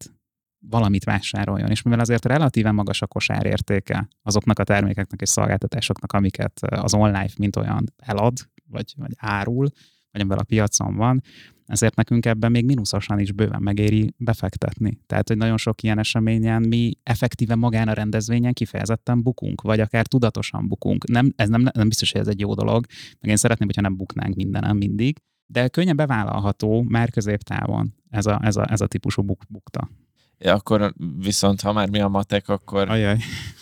[SPEAKER 3] valamit vásároljon. És mivel azért relatíven magas a kosárértéke azoknak a termékeknek és szolgáltatásoknak, amiket az online mint olyan elad, vagy árul, vagy amivel a piacon van, ezért nekünk ebben még mínuszosan is bőven megéri befektetni. Tehát, hogy nagyon sok ilyen eseményen mi effektíven magán a rendezvényen kifejezetten bukunk, vagy akár tudatosan bukunk. Ez nem biztos, hogy ez egy jó dolog, meg én szeretném, hogyha nem buknánk mindenem mindig, de könnyen bevállalható már középtávon ez a típusú bukta.
[SPEAKER 5] Ja, akkor viszont, ha már mi a matek, akkor...
[SPEAKER 3] Ajaj.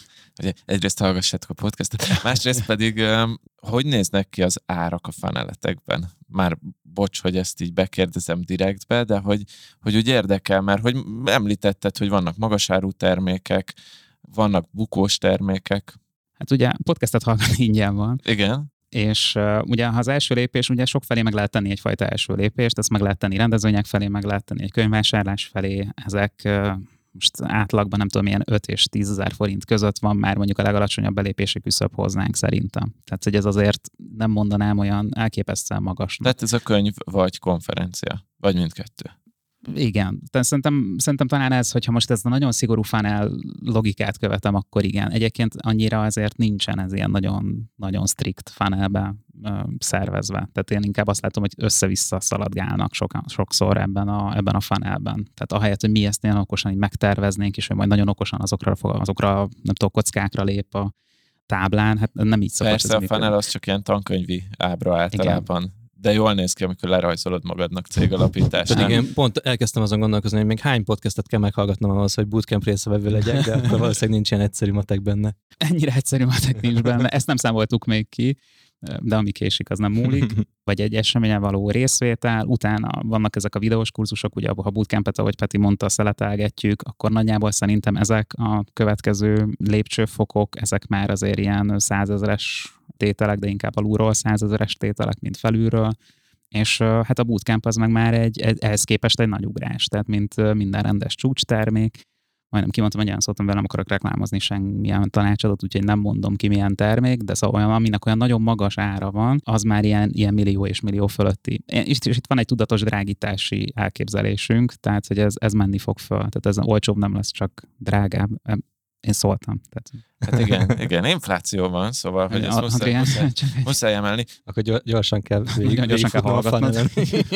[SPEAKER 5] Egyrészt hallgassátok a podcastot, másrészt pedig hogy néznek ki az árak a funneletekben? Már bocs, hogy ezt így bekérdezem direktbe, de hogy úgy érdekel, mert hogy említetted, hogy vannak magasárú termékek, vannak bukós termékek.
[SPEAKER 3] Hát ugye podcastet hallgatni ingyen van.
[SPEAKER 5] Igen.
[SPEAKER 3] És ugye ha az első lépés, ugye sok felé meg lehet tenni egyfajta első lépést, ezt meg lehet tenni rendezvények felé, meg lehet tenni egy könyvvásárlás felé, ezek most átlagban nem tudom, milyen 5 és 10 000 forint között van már mondjuk a legalacsonyabb belépési küszöb hoznánk szerintem. Tehát, hogy ez azért nem mondanám olyan elképesztően magas.
[SPEAKER 5] Tehát ez a könyv vagy konferencia, vagy mindkettő.
[SPEAKER 3] Igen. Tehát szerintem talán ez, hogyha most ezt a nagyon szigorú funnel logikát követem, akkor igen. Egyébként annyira azért nincsen ez ilyen nagyon, nagyon strikt funnelbe szervezve. Tehát én inkább azt látom, hogy össze-vissza szaladgálnak sokszor ebben a funnelben. Tehát ahelyett, hogy mi ezt ilyen okosan így megterveznénk, és hogy majd nagyon okosan azokra nem tudom, kockákra lép a táblán, hát nem így szokott.
[SPEAKER 5] Persze a funnel az csak ilyen tankönyvi ábra általában. Igen. De jól néz ki, amikor lerajzolod magadnak cégalapításnál.
[SPEAKER 4] Igen, pont elkezdtem azon gondolkozni, hogy még hány podcastet kell meghallgatnom ahhoz, hogy bootcamp résztvevő legyek, de akkor valószínűleg nincs ilyen egyszerű matek benne.
[SPEAKER 3] Ennyire egyszerű matek nincs benne. Ezt nem számoltuk még ki, de ami késik, az nem múlik. Vagy egy eseményen való részvétel, utána vannak ezek a videós kurzusok, ugye ha bootcampet, ahogy Peti mondta, szeletelgetjük, akkor nagyjából szerintem ezek a következő lépcsőfokok, ezek már azért ilyen 100 000-es tételek, de inkább alulról 100 000-es tételek, mint felülről, és hát a bootcamp az meg már ehhez képest egy nagy ugrás, tehát mint minden rendes csúcstermék. Majdnem kimondtam, hogy olyan szóltam vele, nem akarok reklámozni semmilyen tanácsadót, úgyhogy nem mondom ki milyen termék, de szóval olyan, aminek olyan nagyon magas ára van, az már ilyen millió és millió fölötti. És itt van egy tudatos drágítási elképzelésünk, tehát hogy ez menni fog föl. Tehát ez olcsóbb nem lesz, csak drágább. Én szóltam. Tehát...
[SPEAKER 5] Hát igen, infláció van, szóval, hogy ezt muszáj emelni.
[SPEAKER 4] Akkor gyorsan kell
[SPEAKER 3] hallgatnod.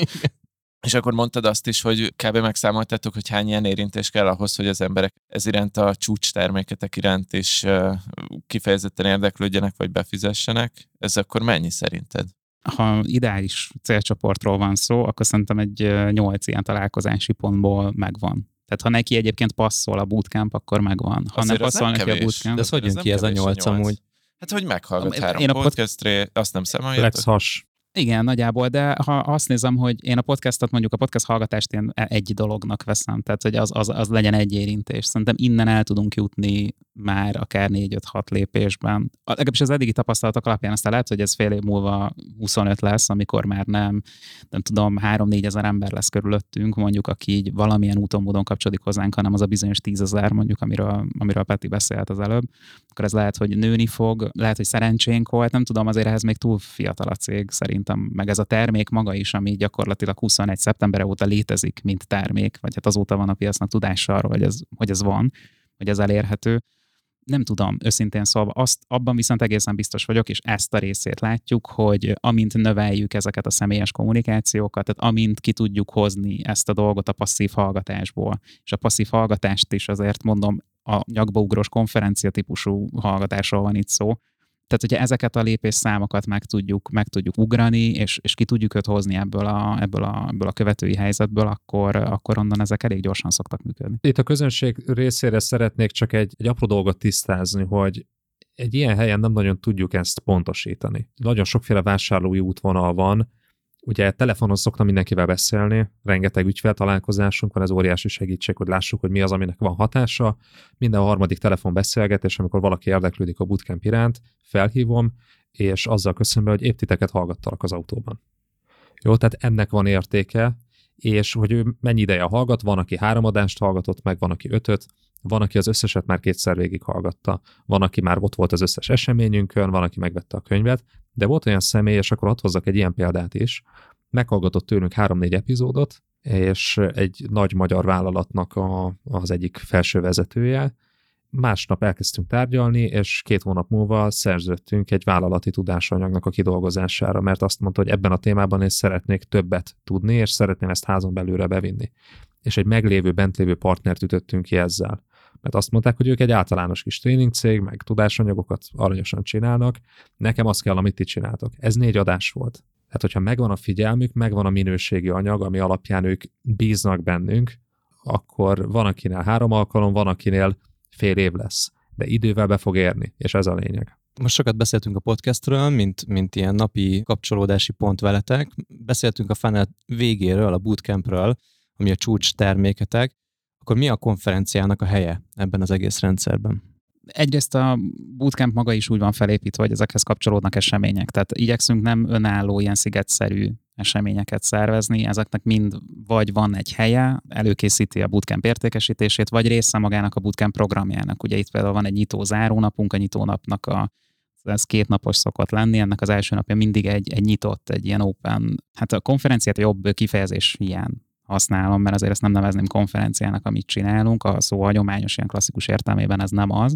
[SPEAKER 5] És akkor mondtad azt is, hogy kb. Megszámoltátok, hogy hány ilyen érintés kell ahhoz, hogy az emberek ez iránt a csúcs terméketek iránt is kifejezetten érdeklődjenek, vagy befizessenek. Ez akkor mennyi szerinted?
[SPEAKER 3] Ha ideális célcsoportról van szó, akkor szerintem egy 8 ilyen találkozási pontból megvan. Tehát ha neki egyébként passzol a bootcamp, akkor megvan. Ha
[SPEAKER 5] azért
[SPEAKER 3] nem passzol neki a bootcamp...
[SPEAKER 4] De ez hogy jön ki ez a 8 amúgy?
[SPEAKER 5] Hát, hogy meghallgat 3 podcastre, azt nem számoljátok.
[SPEAKER 2] Flex has.
[SPEAKER 3] Igen, nagyjából, de ha azt nézem, hogy én a podcastot, mondjuk a podcast hallgatást én egy dolognak veszem, tehát hogy az legyen egy érintés. Szerintem innen el tudunk jutni már akár 4-5-6 lépésben. Legalábbis az eddigi tapasztalatok alapján aztán lehet, hogy ez fél év múlva 25 lesz, amikor már nem tudom, 3-4 ezer ember lesz körülöttünk, mondjuk, aki így valamilyen úton, módon kapcsolódik hozzánk, hanem az a bizonyos 10 000 mondjuk, amiről Peti beszélt az előbb. Akkor ez lehet, hogy nőni fog, lehet, hogy szerencsénk volt, nem tudom, azért ehhez még túl fiatal a cég szerintem, meg ez a termék maga is, ami gyakorlatilag 21. szeptember óta létezik, mint termék, vagy hát azóta van a piacnak tudása arról, hogy ez van, hogy ez elérhető. Nem tudom, őszintén szólva, abban viszont egészen biztos vagyok, és ezt a részét látjuk, hogy amint növeljük ezeket a személyes kommunikációkat, tehát amint ki tudjuk hozni ezt a dolgot a passzív hallgatásból, és a passzív hallgatást is azért mondom, a nyakbaugrós konferencia típusú hallgatásról van itt szó. Tehát, hogyha ezeket a lépésszámokat meg tudjuk ugrani, és ki tudjuk őt hozni ebből a követői helyzetből, akkor onnan ezek elég gyorsan szoktak működni.
[SPEAKER 2] Itt a közönség részére szeretnék csak egy apró dolgot tisztázni, hogy egy ilyen helyen nem nagyon tudjuk ezt pontosítani. Nagyon sokféle vásárlói útvonal van. Ugye telefonon szoktam mindenkivel beszélni, rengeteg ügyféltalálkozásunk van, ez óriási segítség, hogy lássuk, hogy mi az, aminek van hatása. Minden harmadik telefonbeszélgetés, amikor valaki érdeklődik a bootcamp iránt, felhívom, és azzal köszönöm be, hogy épp titeket hallgattalak az autóban. Jó, tehát ennek van értéke, és hogy ő mennyi ideje hallgat, van, aki 3 adást hallgatott meg, van, aki 5-öt, van, aki az összeset már 2-szer végig hallgatta, van, aki már ott volt az összes eseményünkön, van, aki megvette a könyvet, de volt olyan személy, és akkor hadd hozzak egy ilyen példát is, meghallgatott tőlünk 3-4 epizódot, és egy nagy magyar vállalatnak az egyik felső vezetője, másnap elkezdtünk tárgyalni, és 2 hónap múlva szerződtünk egy vállalati tudásanyagnak a kidolgozására, mert azt mondta, hogy ebben a témában én szeretnék többet tudni, és szeretném ezt házon belőle bevinni. És egy meglévő, bent lévő partnert ütöttünk ki ezzel. Mert azt mondták, hogy ők egy általános kis tréningcég, meg tudásanyagokat aranyosan csinálnak, nekem az kell, amit ti csináltok. Ez 4 adás volt. Tehát, hogyha megvan a figyelmük, megvan a minőségi anyag, ami alapján ők bíznak bennünk, akkor van, akinél 3 alkalom, van, akinél fél év lesz. De idővel be fog érni, és ez a lényeg.
[SPEAKER 4] Most sokat beszéltünk a podcastről, mint ilyen napi kapcsolódási pont veletek. Beszéltünk a funnel végéről, a bootcampről, ami a csúcs terméketek. Akkor mi a konferenciának a helye ebben az egész rendszerben?
[SPEAKER 3] Egyrészt a bootcamp maga is úgy van felépítve, hogy ezekhez kapcsolódnak események. Tehát igyekszünk nem önálló, ilyen szigetszerű eseményeket szervezni. Ezeknek mind vagy van egy helye, előkészíti a bootcamp értékesítését, vagy része magának a bootcamp programjának. Ugye itt például van egy nyitó zárónapunk, a nyitónapnak ez 2 napos szokott lenni, ennek az első napja mindig egy nyitott, egy ilyen open. Hát a konferenciát jobb kifejezés hiány használom, mert azért ezt nem nevezném konferenciának, amit csinálunk, a szó hagyományos, ilyen klasszikus értelmében ez nem az,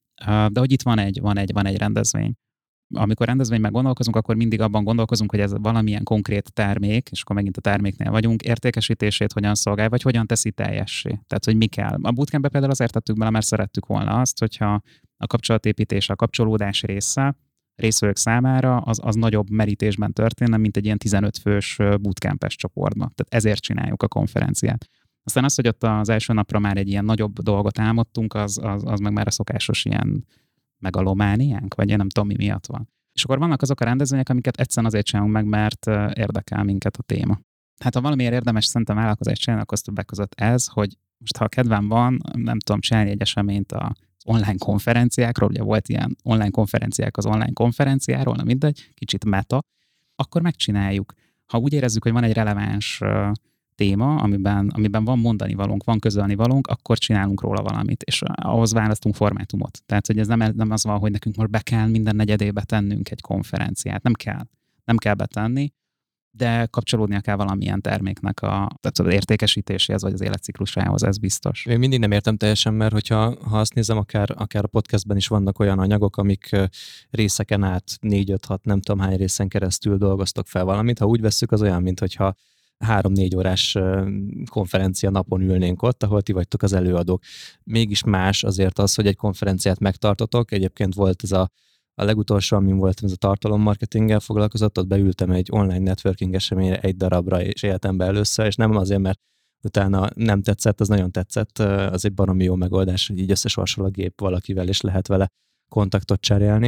[SPEAKER 3] de hogy itt van egy rendezvény. Amikor rendezvényben gondolkozunk, akkor mindig abban gondolkozunk, hogy ez valamilyen konkrét termék, és akkor megint a terméknél vagyunk, értékesítését hogyan szolgál, vagy hogyan teszi teljessé. Tehát, hogy mi kell. A bootcampbe például azért tettük bele, mert szerettük volna azt, hogyha a kapcsolatépítés, a kapcsolódás részvevők számára az nagyobb merítésben történne, mint egy ilyen 15 fős bootcampes csoportban. Tehát ezért csináljuk a konferenciát. Aztán az, hogy ott az első napra már egy ilyen nagyobb dolgot álmodtunk, az meg már a szokásos ilyen megalomániánk, vagy én nem tudom, mi miatt van. És akkor vannak azok a rendezvények, amiket egyszerűen azért csinálunk meg, mert érdekel minket a téma. Hát ha valamiért érdemes szerintem vállalkozást csinálni, akkor többek között ez, hogy most ha kedvem van, nem tudom csinálni egy eseményt az online konferenciákról, ugye volt ilyen online konferenciák az online konferenciáról, na mindegy, kicsit meta, akkor megcsináljuk. Ha úgy érezzük, hogy van egy releváns téma, amiben van mondani valónk, van közölni valónk, akkor csinálunk róla valamit, és ahhoz választunk formátumot. Tehát, hogy ez nem az van, hogy nekünk most be kell minden negyedébe tennünk egy konferenciát. Nem kell betenni, de kapcsolódnia kell valamilyen terméknek tehát az értékesítéséhez, vagy az életciklusához, ez biztos.
[SPEAKER 4] Én mindig nem értem teljesen, mert ha azt nézem, akár a podcastben is vannak olyan anyagok, amik részeken át 4-5-6, nem tudom hány részen keresztül dolgoztok fel valamit. Ha úgy vesszük, az olyan, mint hogyha 3-4 órás konferencia napon ülnénk ott, ahol ti vagytok az előadók. Mégis más azért az, hogy egy konferenciát megtartotok. Egyébként volt ez a legutolsó, amin voltam, ez a tartalommarketinggel foglalkozott, ott beültem egy online networking eseményre 1 darabra, és életemben először, és nem azért, mert utána nem tetszett, az nagyon tetszett, az egy baromi jó megoldás, hogy így összesorsol a gép valakivel, és lehet vele kontaktot cserélni.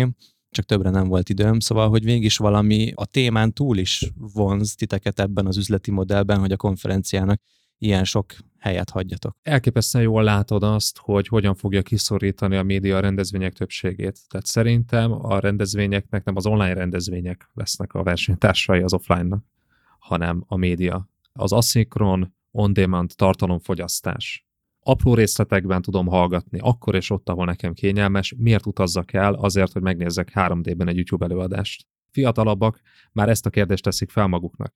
[SPEAKER 4] csak többre nem volt időm, szóval, hogy mégis valami a témán túl is vonz titeket ebben az üzleti modellben, hogy a konferenciának ilyen sok helyet hagyjatok.
[SPEAKER 2] Elképesztően jól látod azt, hogy hogyan fogja kiszorítani a média a rendezvények többségét. Tehát szerintem a rendezvényeknek nem az online rendezvények lesznek a versenytársai az offline-nak, hanem a média. Az aszinkron, on-demand tartalomfogyasztás. Apró részletekben tudom hallgatni, akkor és ott, ahol nekem kényelmes, miért utazzak el azért, hogy megnézzek 3D-ben egy YouTube előadást. Fiatalabbak már ezt a kérdést teszik fel maguknak.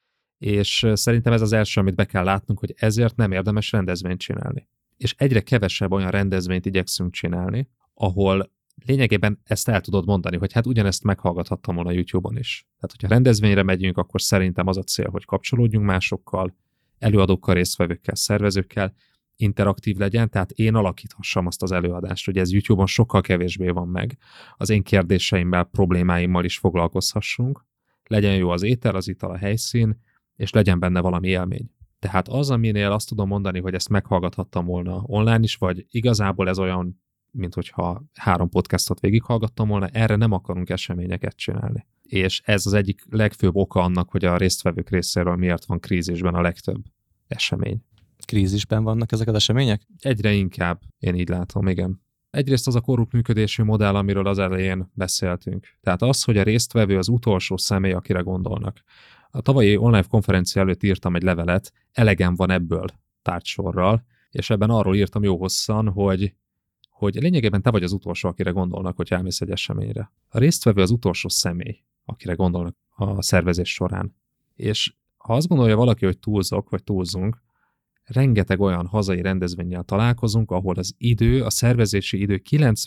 [SPEAKER 2] És szerintem ez az első, amit be kell látnunk, hogy ezért nem érdemes rendezvényt csinálni. És egyre kevesebb olyan rendezvényt igyekszünk csinálni, ahol lényegében ezt el tudod mondani, hogy hát ugyanezt meghallgathattam volna a YouTube-on is. Tehát, hogyha rendezvényre megyünk, akkor szerintem az a cél, hogy kapcsolódjunk másokkal, előadókkal, résztvevőkkel, szervezőkkel, interaktív legyen, tehát én alakíthassam azt az előadást, hogy ez YouTube-on sokkal kevésbé van meg. Az én kérdéseimmel, problémáimmal is foglalkozhassunk, legyen jó az étel, az ital, a helyszín, és legyen benne valami élmény. Tehát az, aminél azt tudom mondani, hogy ezt meghallgathattam volna online is, vagy igazából ez olyan, mint hogyha 3 podcastot végighallgattam volna, erre nem akarunk eseményeket csinálni. És ez az egyik legfőbb oka annak, hogy a résztvevők részéről miért van krízisben a legtöbb esemény.
[SPEAKER 4] Krízisben vannak ezek az események?
[SPEAKER 2] Egyre inkább, én így látom, igen. Egyrészt az a korrupt működésű modell, amiről az elején beszéltünk. Tehát az, hogy a résztvevő az utolsó személy, akire gondolnak. A tavalyi online konferencia előtt írtam egy levelet, elegem van ebből tárgysorral, és ebben arról írtam jó hosszan, hogy lényegében te vagy az utolsó, akire gondolnak, hogy elmész egy eseményre. A résztvevő az utolsó személy, akire gondolnak a szervezés során. És ha azt gondolja valaki, hogy túlzok, vagy túlzunk, rengeteg olyan hazai rendezvénnyel találkozunk, ahol az idő, a szervezési idő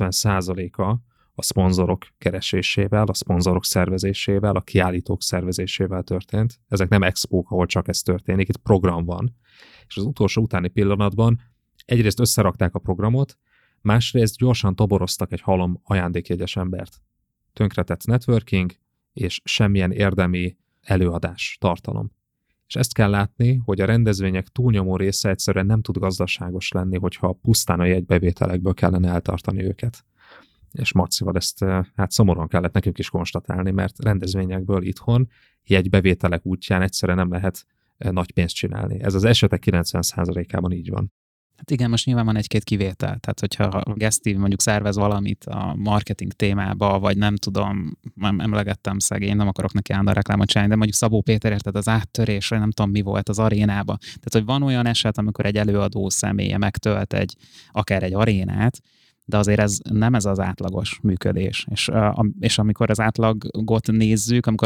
[SPEAKER 2] 90%-a a szponzorok keresésével, a szponzorok szervezésével, a kiállítók szervezésével történt. Ezek nem expók, ahol csak ez történik, itt program van. És az utolsó utáni pillanatban egyrészt összerakták a programot, másrészt gyorsan toboroztak egy halom ajándékjegyes embert. Tönkretett networking, és semmilyen érdemi előadás, tartalom. És ezt kell látni, hogy a rendezvények túlnyomó része egyszerűen nem tud gazdaságos lenni, hogyha pusztán a jegybevételekből kellene eltartani őket. És Marcival ezt hát szomorúan kellett nekünk is konstatálni, mert rendezvényekből itthon jegybevételek útján egyszerűen nem lehet nagy pénzt csinálni. Ez az esetek 90%-ában így van.
[SPEAKER 3] Hát igen, most nyilván van egy-két kivétel. Tehát, hogyha a Geszti mondjuk szervez valamit a marketing témába, vagy nem tudom, nem emlegettem szegény, nem akarok neki állandóan reklámot csinálni, de mondjuk Szabó Péter érted az áttörés, vagy nem tudom mi volt az arénába. Tehát, hogy van olyan eset, amikor egy előadó személye megtölt akár egy arénát, de azért ez nem ez az átlagos működés. És amikor az átlagot nézzük, amikor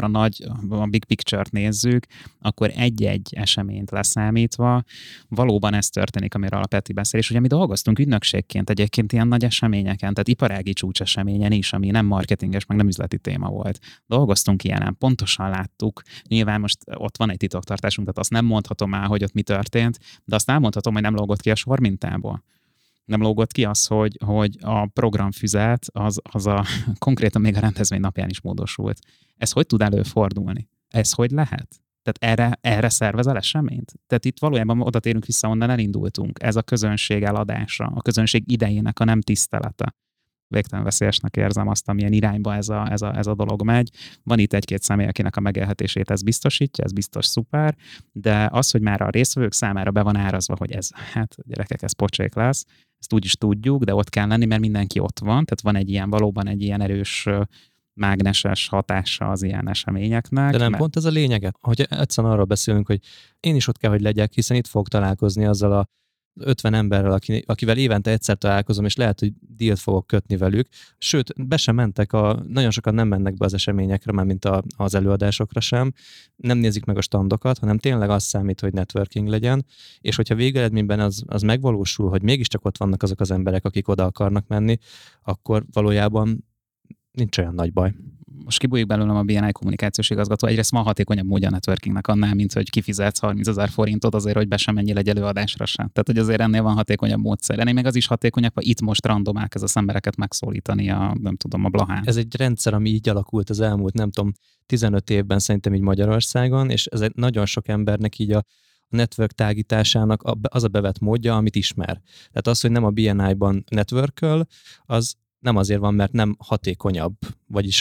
[SPEAKER 3] a big picture-t nézzük, akkor egy-egy eseményt leszámítva valóban ez történik, amiről a Peti beszél. És ugye mi dolgoztunk ügynökségként egyébként ilyen nagy eseményeken, tehát iparági csúcseseményen is, ami nem marketinges, meg nem üzleti téma volt. Dolgoztunk ilyenen, pontosan láttuk. Nyilván most ott van egy titoktartásunk, tehát azt nem mondhatom el, hogy ott mi történt, de azt elmondhatom, hogy nem lógott ki a sormintából. Nem lógott ki az, hogy a programfüzet az konkrétan még a rendezvény napján is módosult. Ez hogy tud előfordulni? Ez hogy lehet? Tehát erre szervezel eseményt? Tehát itt valójában oda térünk vissza, onnan elindultunk. Ez a közönség eladása, a közönség idejének a nem tisztelete. Végtelen veszélyesnek érzem azt, amilyen irányba ez a dolog megy. Van itt egy-két személy, akinek a megélhetését ez biztosítja, ez biztos szuper, de az, hogy már a résztvevők számára be van árazva, hogy ez, hát gyerekek, ez pocsék lesz, ezt úgy is tudjuk, de ott kell lenni, mert mindenki ott van, tehát van valóban egy ilyen erős mágneses hatása az ilyen eseményeknek.
[SPEAKER 4] De nem pont ez a lényege, hogy egyszerűen arról beszélünk, hogy én is ott kell, hogy legyek, hiszen itt fog találkozni azzal a 50 emberrel, akivel évente egyszer találkozom, és lehet, hogy dílt fogok kötni velük. Sőt, be sem mentek, nagyon sokan nem mennek be az eseményekre, már mint az előadásokra sem. Nem nézik meg a standokat, hanem tényleg az számít, hogy networking legyen, és hogyha végeredményben az megvalósul, hogy mégiscsak ott vannak azok az emberek, akik oda akarnak menni, akkor valójában nincs olyan nagy baj.
[SPEAKER 3] Most kibújik belőlem a BNI kommunikációs igazgató, egyrészt ma hatékonyabb módja a networkingnek annál, mint hogy kifizetsz 30 000 forintot azért, hogy be sem menjél egy előadásra sem. Tehát, hogy azért ennél van hatékonyabb módszer. Ennél meg az is hatékonyabb, ha itt most random elkezdesz embereket megszólítani a Blahán. Ez
[SPEAKER 4] egy rendszer, ami így alakult az elmúlt, nem tudom, 15 évben szerintem így Magyarországon, és ez egy nagyon sok embernek így a network tágításának az a bevett módja, amit ismer. Tehát az, hogy nem a BNI-ban networköl, az nem azért van, mert nem hatékonyabb, vagyis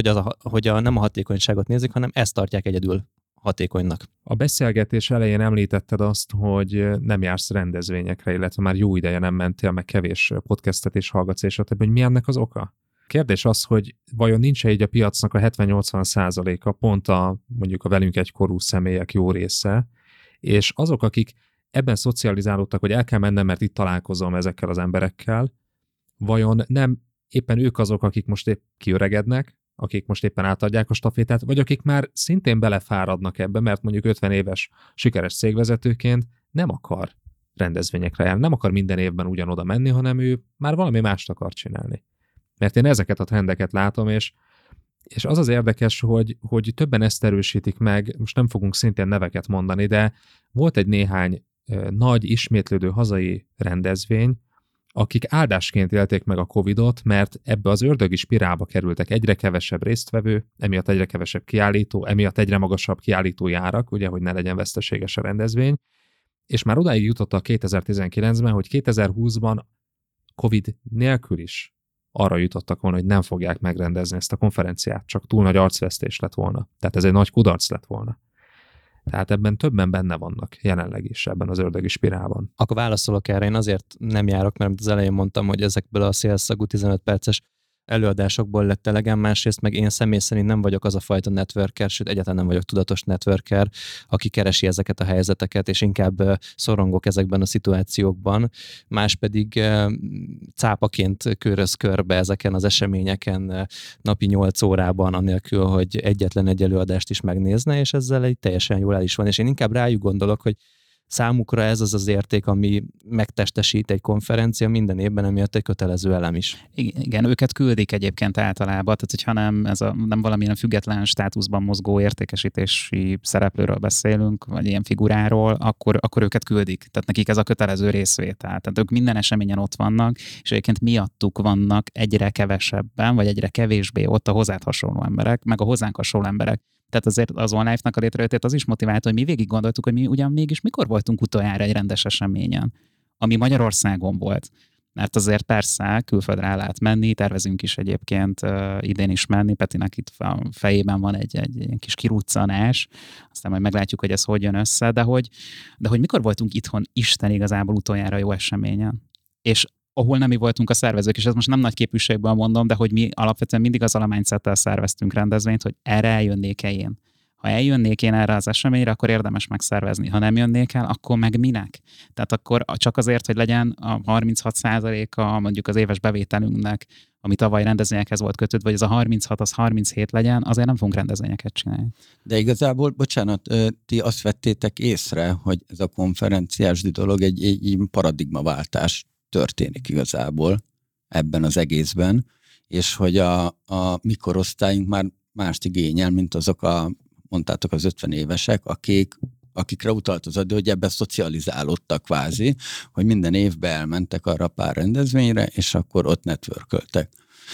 [SPEAKER 4] nem a hatékonyságot nézik, hanem ezt tartják egyedül hatékonynak.
[SPEAKER 2] A beszélgetés elején említetted azt, hogy nem jársz rendezvényekre, illetve már jó ideje nem mentél, meg kevés podcastet is hallgatsz, és hogy mi ennek az oka? Kérdés az, hogy vajon nincs-e így a piacnak a 70-80%-a pont mondjuk a velünk egykorú személyek jó része, és azok, akik ebben szocializálódtak, hogy el kell mennem, mert itt találkozom ezekkel az emberekkel, vajon nem éppen ők azok, akik most épp kiöregednek, akik most éppen átadják a stafétát, vagy akik már szintén belefáradnak ebbe, mert mondjuk 50 éves sikeres cégvezetőként nem akar rendezvényekre járni, nem akar minden évben ugyanoda menni, hanem ő már valami mást akar csinálni. Mert én ezeket a trendeket látom, és az az érdekes, hogy többen ezt erősítik meg, most nem fogunk szintén neveket mondani, de volt egy néhány nagy, ismétlődő hazai rendezvény, akik áldásként élték meg a Covidot, mert ebbe az ördögi spirálba kerültek, egyre kevesebb résztvevő, emiatt egyre kevesebb kiállító, emiatt egyre magasabb kiállítói árak, ugye, hogy ne legyen veszteséges a rendezvény, és már odáig jutottak 2019-ben, hogy 2020-ban Covid nélkül is arra jutottak volna, hogy nem fogják megrendezni ezt a konferenciát, csak túl nagy arcvesztés lett volna. Tehát ez egy nagy kudarc lett volna. Tehát ebben többen benne vannak jelenleg is ebben az ördögi spirálban.
[SPEAKER 4] Akkor válaszolok erre, én azért nem járok, mert az elején mondtam, hogy ezekből a szélszagú 15 perces előadásokból lett elegem, másrészt meg én személy szerint nem vagyok az a fajta networker, sőt egyáltalán nem vagyok tudatos networker, aki keresi ezeket a helyzeteket, és inkább szorongok ezekben a szituációkban, más pedig cápaként köröz körbe ezeken az eseményeken napi 8 órában, anélkül, hogy egyetlen egy előadást is megnézne, és ezzel egy teljesen jól el is van, és én inkább rájuk gondolok, hogy számukra ez az az érték, ami megtestesít egy konferencia minden évben, emiatt egy kötelező elem is.
[SPEAKER 3] Igen, őket küldik egyébként általában, tehát hogyha nem valamilyen független státuszban mozgó értékesítési szereplőről beszélünk, vagy ilyen figuráról, akkor őket küldik. Tehát nekik ez a kötelező részvétel. Tehát ők minden eseményen ott vannak, és egyébként miattuk vannak egyre kevesebben, vagy egyre kevésbé ott a hozzád hasonló emberek, meg a hozzánk hasonló emberek. Tehát azért az OneLife-nak a létrejöttét az is motivált, hogy mi végig gondoltuk, hogy mi ugyan mégis mikor voltunk utoljára egy rendes eseményen, ami Magyarországon volt. Mert azért persze külföldre el lehet menni, tervezünk is egyébként idén is menni, Petinek itt a fejében van egy ilyen kis kiruccanás, aztán majd meglátjuk, hogy ez hogy jön össze, de hogy mikor voltunk itthon Isten igazából utoljára jó eseményen. És ahol nem mi voltunk a szervezők, és ez most nem nagy képűségből mondom, de hogy mi alapvetően mindig azzal a mindsettel szerveztünk rendezvényt, hogy erre eljönnék-e én. Ha eljönnék én erre az eseményre, akkor érdemes megszervezni. Ha nem jönnék el, akkor meg minek? Tehát akkor csak azért, hogy legyen a 36%-a mondjuk az éves bevételünknek, ami tavaly rendezvényekhez volt kötődve, vagy ez a 36, az 37 legyen, azért nem fogunk rendezvényeket csinálni.
[SPEAKER 1] De igazából, bocsánat, ti azt vettétek észre, hogy ez a konferenciás dolog egy paradigmaváltás történik igazából ebben az egészben, és hogy a mi korosztályunk már mást igényel, mint azok mondtátok az 50 évesek, akikre utalt az adó, hogy ebben szocializálódtak kvázi, hogy minden évben elmentek arra pár rendezvényre, és akkor ott networköltek.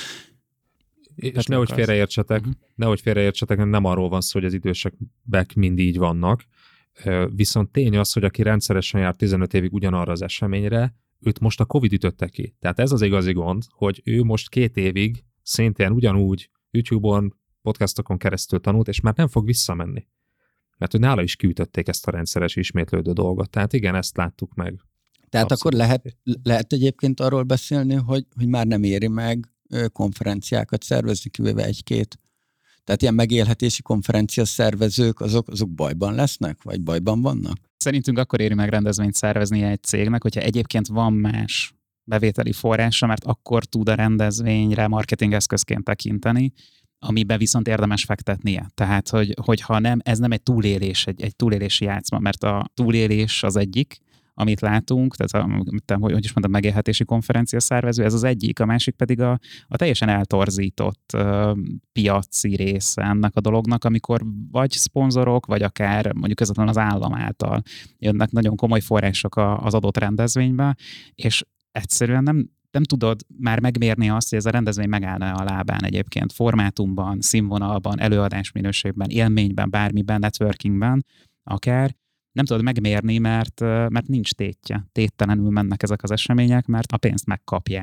[SPEAKER 2] És nehogy félreértsetek, nem arról van szó, hogy az idősebbek mind így vannak, viszont tény az, hogy aki rendszeresen jár 15 évig ugyanarra az eseményre, őt most a Covid ütötte ki. Tehát ez az igazi gond, hogy ő most 2 évig szintén ugyanúgy YouTube-on, podcastokon keresztül tanult, és már nem fog visszamenni. Mert hogy nála is kiütötték ezt a rendszeres ismétlődő dolgot. Tehát igen, ezt láttuk meg.
[SPEAKER 1] Tehát abszolút. Akkor lehet egyébként arról beszélni, hogy már nem éri meg konferenciákat szervezni, kivéve 1-2. Tehát ilyen megélhetési konferencia szervezők, azok bajban lesznek, vagy bajban vannak?
[SPEAKER 3] Szerintünk akkor éri meg rendezvényt szervezni egy cégnek, hogyha egyébként van más bevételi forrása, mert akkor tud a rendezvényre marketingeszközként tekinteni, amiben viszont érdemes fektetnie. Tehát, hogyha nem, ez nem egy túlélés, egy túlélési játszma, mert a túlélés az egyik, amit látunk, tehát hogy is mondtam, megélhetési konferencia szervező, ez az egyik, a másik pedig a teljesen eltorzított piaci része ennek a dolognak, amikor vagy szponzorok, vagy akár mondjuk közvetlenül az állam által jönnek nagyon komoly források az adott rendezvénybe, és egyszerűen nem tudod már megmérni azt, hogy ez a rendezvény megállna a lábán egyébként formátumban, színvonalban, előadásminőségben, élményben, bármiben, networkingben, akár. Nem tudod megmérni, mert nincs tétje. Téttelenül mennek ezek az események, mert a pénzt megkapják.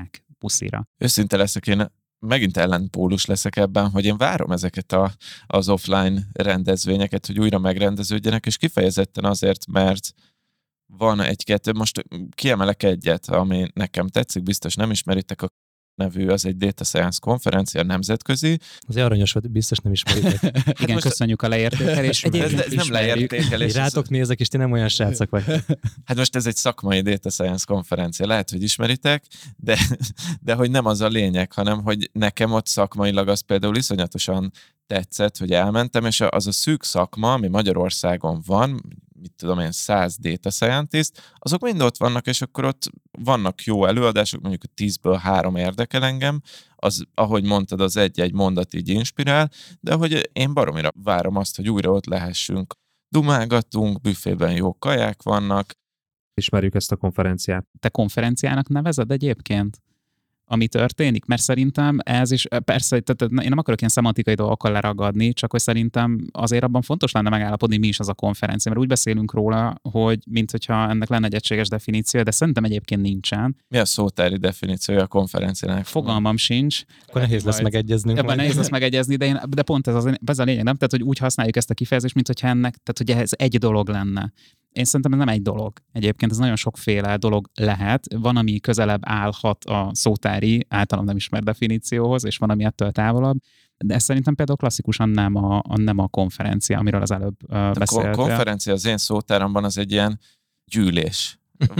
[SPEAKER 3] puszira.
[SPEAKER 5] Őszinte leszek, én megint ellenpólus leszek ebben, hogy én várom ezeket az offline rendezvényeket, hogy újra megrendeződjenek, és kifejezetten azért, mert van egy-kettő, most kiemelek egyet, ami nekem tetszik, biztos nem ismeritek, a nevű, az egy Data Science konferencia, nemzetközi.
[SPEAKER 4] Az aranyos, hogy biztos nem ismeritek.
[SPEAKER 3] Igen,
[SPEAKER 5] most
[SPEAKER 3] köszönjük a leértékelést.
[SPEAKER 5] Ez nem leértékelés.
[SPEAKER 4] Rátok nézek, és ti nem olyan srácok vagy.
[SPEAKER 5] Hát most ez egy szakmai Data Science konferencia, lehet, hogy ismeritek, de hogy nem az a lényeg, hanem hogy nekem ott szakmailag az például iszonyatosan tetszett, hogy elmentem, és az a szűk szakma, ami Magyarországon van, mit tudom én, 100 data scientist, azok mind ott vannak, és akkor ott vannak jó előadások, mondjuk 10-ből 3 érdekel engem, az, ahogy mondtad, az egy-egy mondat így inspirál, de hogy én baromira várom azt, hogy újra ott lehessünk. Dumálgatunk, büfében jó kaják vannak.
[SPEAKER 2] Ismerjük ezt a konferenciát.
[SPEAKER 3] Te konferenciának nevezed egyébként? Ami történik, mert szerintem ez is, persze, tehát én nem akarok ilyen szemantikai dolgokkal leragadni, csak hogy szerintem azért abban fontos lenne megállapodni, mi is az a konferencia, mert úgy beszélünk róla, hogy mint hogyha ennek lenne egy egységes definíció, de szerintem egyébként nincsen.
[SPEAKER 5] Mi a szótári definíciója a konferenciának?
[SPEAKER 3] Fogalmam sincs.
[SPEAKER 4] Akkor nehéz lesz megegyeznünk.
[SPEAKER 3] Ebben nehéz lesz megegyezni, de pont ez a lényeg, nem? Tehát, hogy úgy használjuk ezt a kifejezést, mint hogyha ennek, tehát hogy ez egy dolog lenne. Én szerintem ez nem egy dolog. Egyébként ez nagyon sokféle dolog lehet. Van, ami közelebb állhat a szótári, általam nem ismert definícióhoz, és van, ami ettől távolabb. De ez szerintem például klasszikusan nem a konferencia, amiről az előbb beszéltél.
[SPEAKER 5] A konferencia az én szótáramban az egy ilyen gyűlés.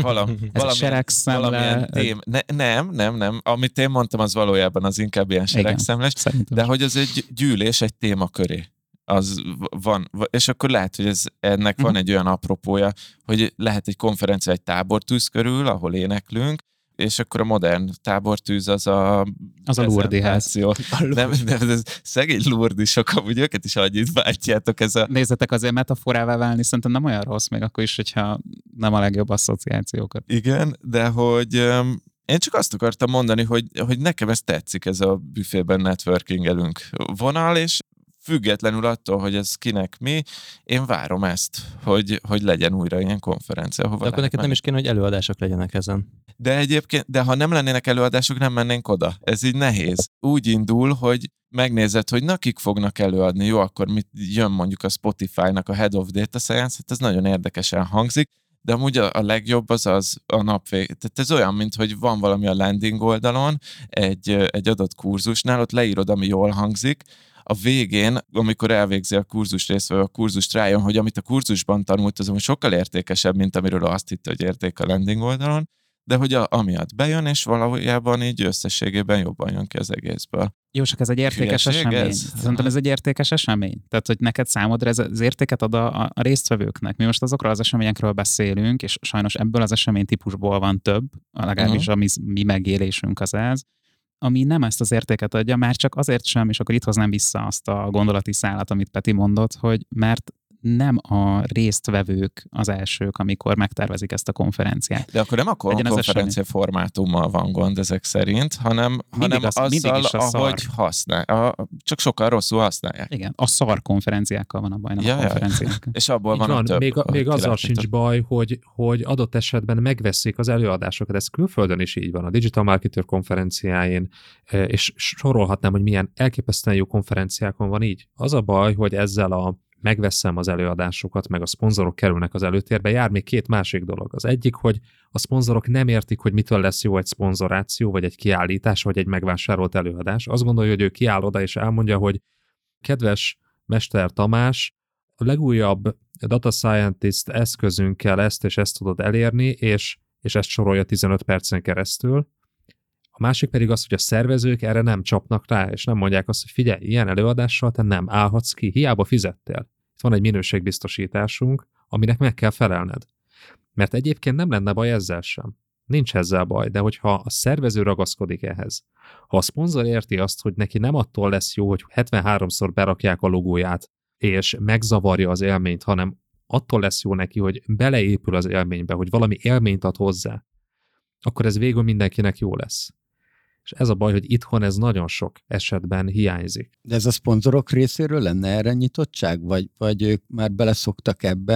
[SPEAKER 3] Seregszemle.
[SPEAKER 5] Nem. Amit én mondtam, az valójában az inkább ilyen seregszemles. De hogy az egy gyűlés egy téma köré. Az van, és akkor lehet, hogy ennek van egy olyan apropója, hogy lehet egy konferencia egy tábortűz körül, ahol éneklünk, és akkor a modern tábortűz az a
[SPEAKER 3] Lourdes-ház.
[SPEAKER 5] Nem, ez szegény Lourdesok, amúgy őket is annyit bántjátok ez a...
[SPEAKER 3] Nézzetek, azért metaforává válni szerintem nem olyan rossz, még akkor is, hogyha nem a legjobb asszociációkat.
[SPEAKER 5] Igen, de hogy én csak azt akartam mondani, hogy nekem ez tetszik, ez a büfében networkingelünk vonal, és függetlenül attól, hogy ez kinek mi, én várom ezt, hogy legyen újra ilyen konferencia.
[SPEAKER 4] De akkor neked nem is kéne, hogy előadások legyenek ezen.
[SPEAKER 5] De egyébként, ha nem lennének előadások, nem mennénk oda. Ez így nehéz. Úgy indul, hogy megnézed, hogy kik fognak előadni, jó, akkor mit jön mondjuk a Spotify-nak a Head of Data Science, hát ez nagyon érdekesen hangzik, de amúgy a legjobb az a napvég. Tehát ez olyan, mint hogy van valami a landing oldalon, egy adott kurzusnál, ott leírod, ami jól hangzik, a végén, amikor elvégzi a kurzus résztvevő, a kurzust rájön, hogy amit a kurzusban tanult, az sokkal értékesebb, mint amiről azt hitte, hogy érték a landing oldalon, de hogy amiatt bejön, és valójában így összességében jobban jön ki az egészből.
[SPEAKER 3] Jó, csak ez egy értékes esemény. Szerintem ez egy értékes esemény. Tehát, hogy neked számodra ez az értéket ad a résztvevőknek. Mi most azokról az eseményekről beszélünk, és sajnos ebből az eseménytípusból van több, legalábbis a mi megélésünk az ez, ami nem ezt az értéket adja, már csak azért sem, és akkor itt hoznám vissza azt a gondolati szálat, amit Peti mondott, hogy mert nem a résztvevők az elsők, amikor megtervezik ezt a konferenciát.
[SPEAKER 5] De akkor nem a konferencia formátummal van gond ezek szerint, hanem azzal, ahogy használ. Csak sokkal rosszul használják.
[SPEAKER 3] Igen, a szar konferenciákkal van a baj, nem a konferenciákkal.
[SPEAKER 5] És abból van a több.
[SPEAKER 2] Még azzal sincs baj, hogy adott esetben megveszik az előadásokat. Ez külföldön is így van. A Digital Marketer konferenciáin, és sorolhatnám, hogy milyen elképesztően jó konferenciákon van így. Az a baj, hogy ezzel megveszem az előadásokat, meg a szponzorok kerülnek az előtérbe, jár még 2 másik dolog. Az egyik, hogy a szponzorok nem értik, hogy mitől lesz jó egy szponzoráció, vagy egy kiállítás, vagy egy megvásárolt előadás. Azt gondolja, hogy ő kiáll oda, és elmondja, hogy kedves Mester Tamás, a legújabb data scientist eszközünkkel ezt és ezt tudod elérni, és ezt sorolja 15 percen keresztül. A másik pedig az, hogy a szervezők erre nem csapnak rá, és nem mondják azt, hogy figyelj, ilyen előadással te nem állhatsz ki, hiába fizettél. Itt van egy minőségbiztosításunk, aminek meg kell felelned. Mert egyébként nem lenne baj ezzel sem. Nincs ezzel baj, de hogyha a szervező ragaszkodik ehhez, ha a szponzor érti azt, hogy neki nem attól lesz jó, hogy 73-szor berakják a logóját, és megzavarja az élményt, hanem attól lesz jó neki, hogy beleépül az élménybe, hogy valami élményt ad hozzá, akkor ez végül mindenkinek jó lesz. És ez a baj, hogy itthon ez nagyon sok esetben hiányzik.
[SPEAKER 1] De ez a szponzorok részéről lenne erre nyitottság? Vagy ők már beleszoktak ebben,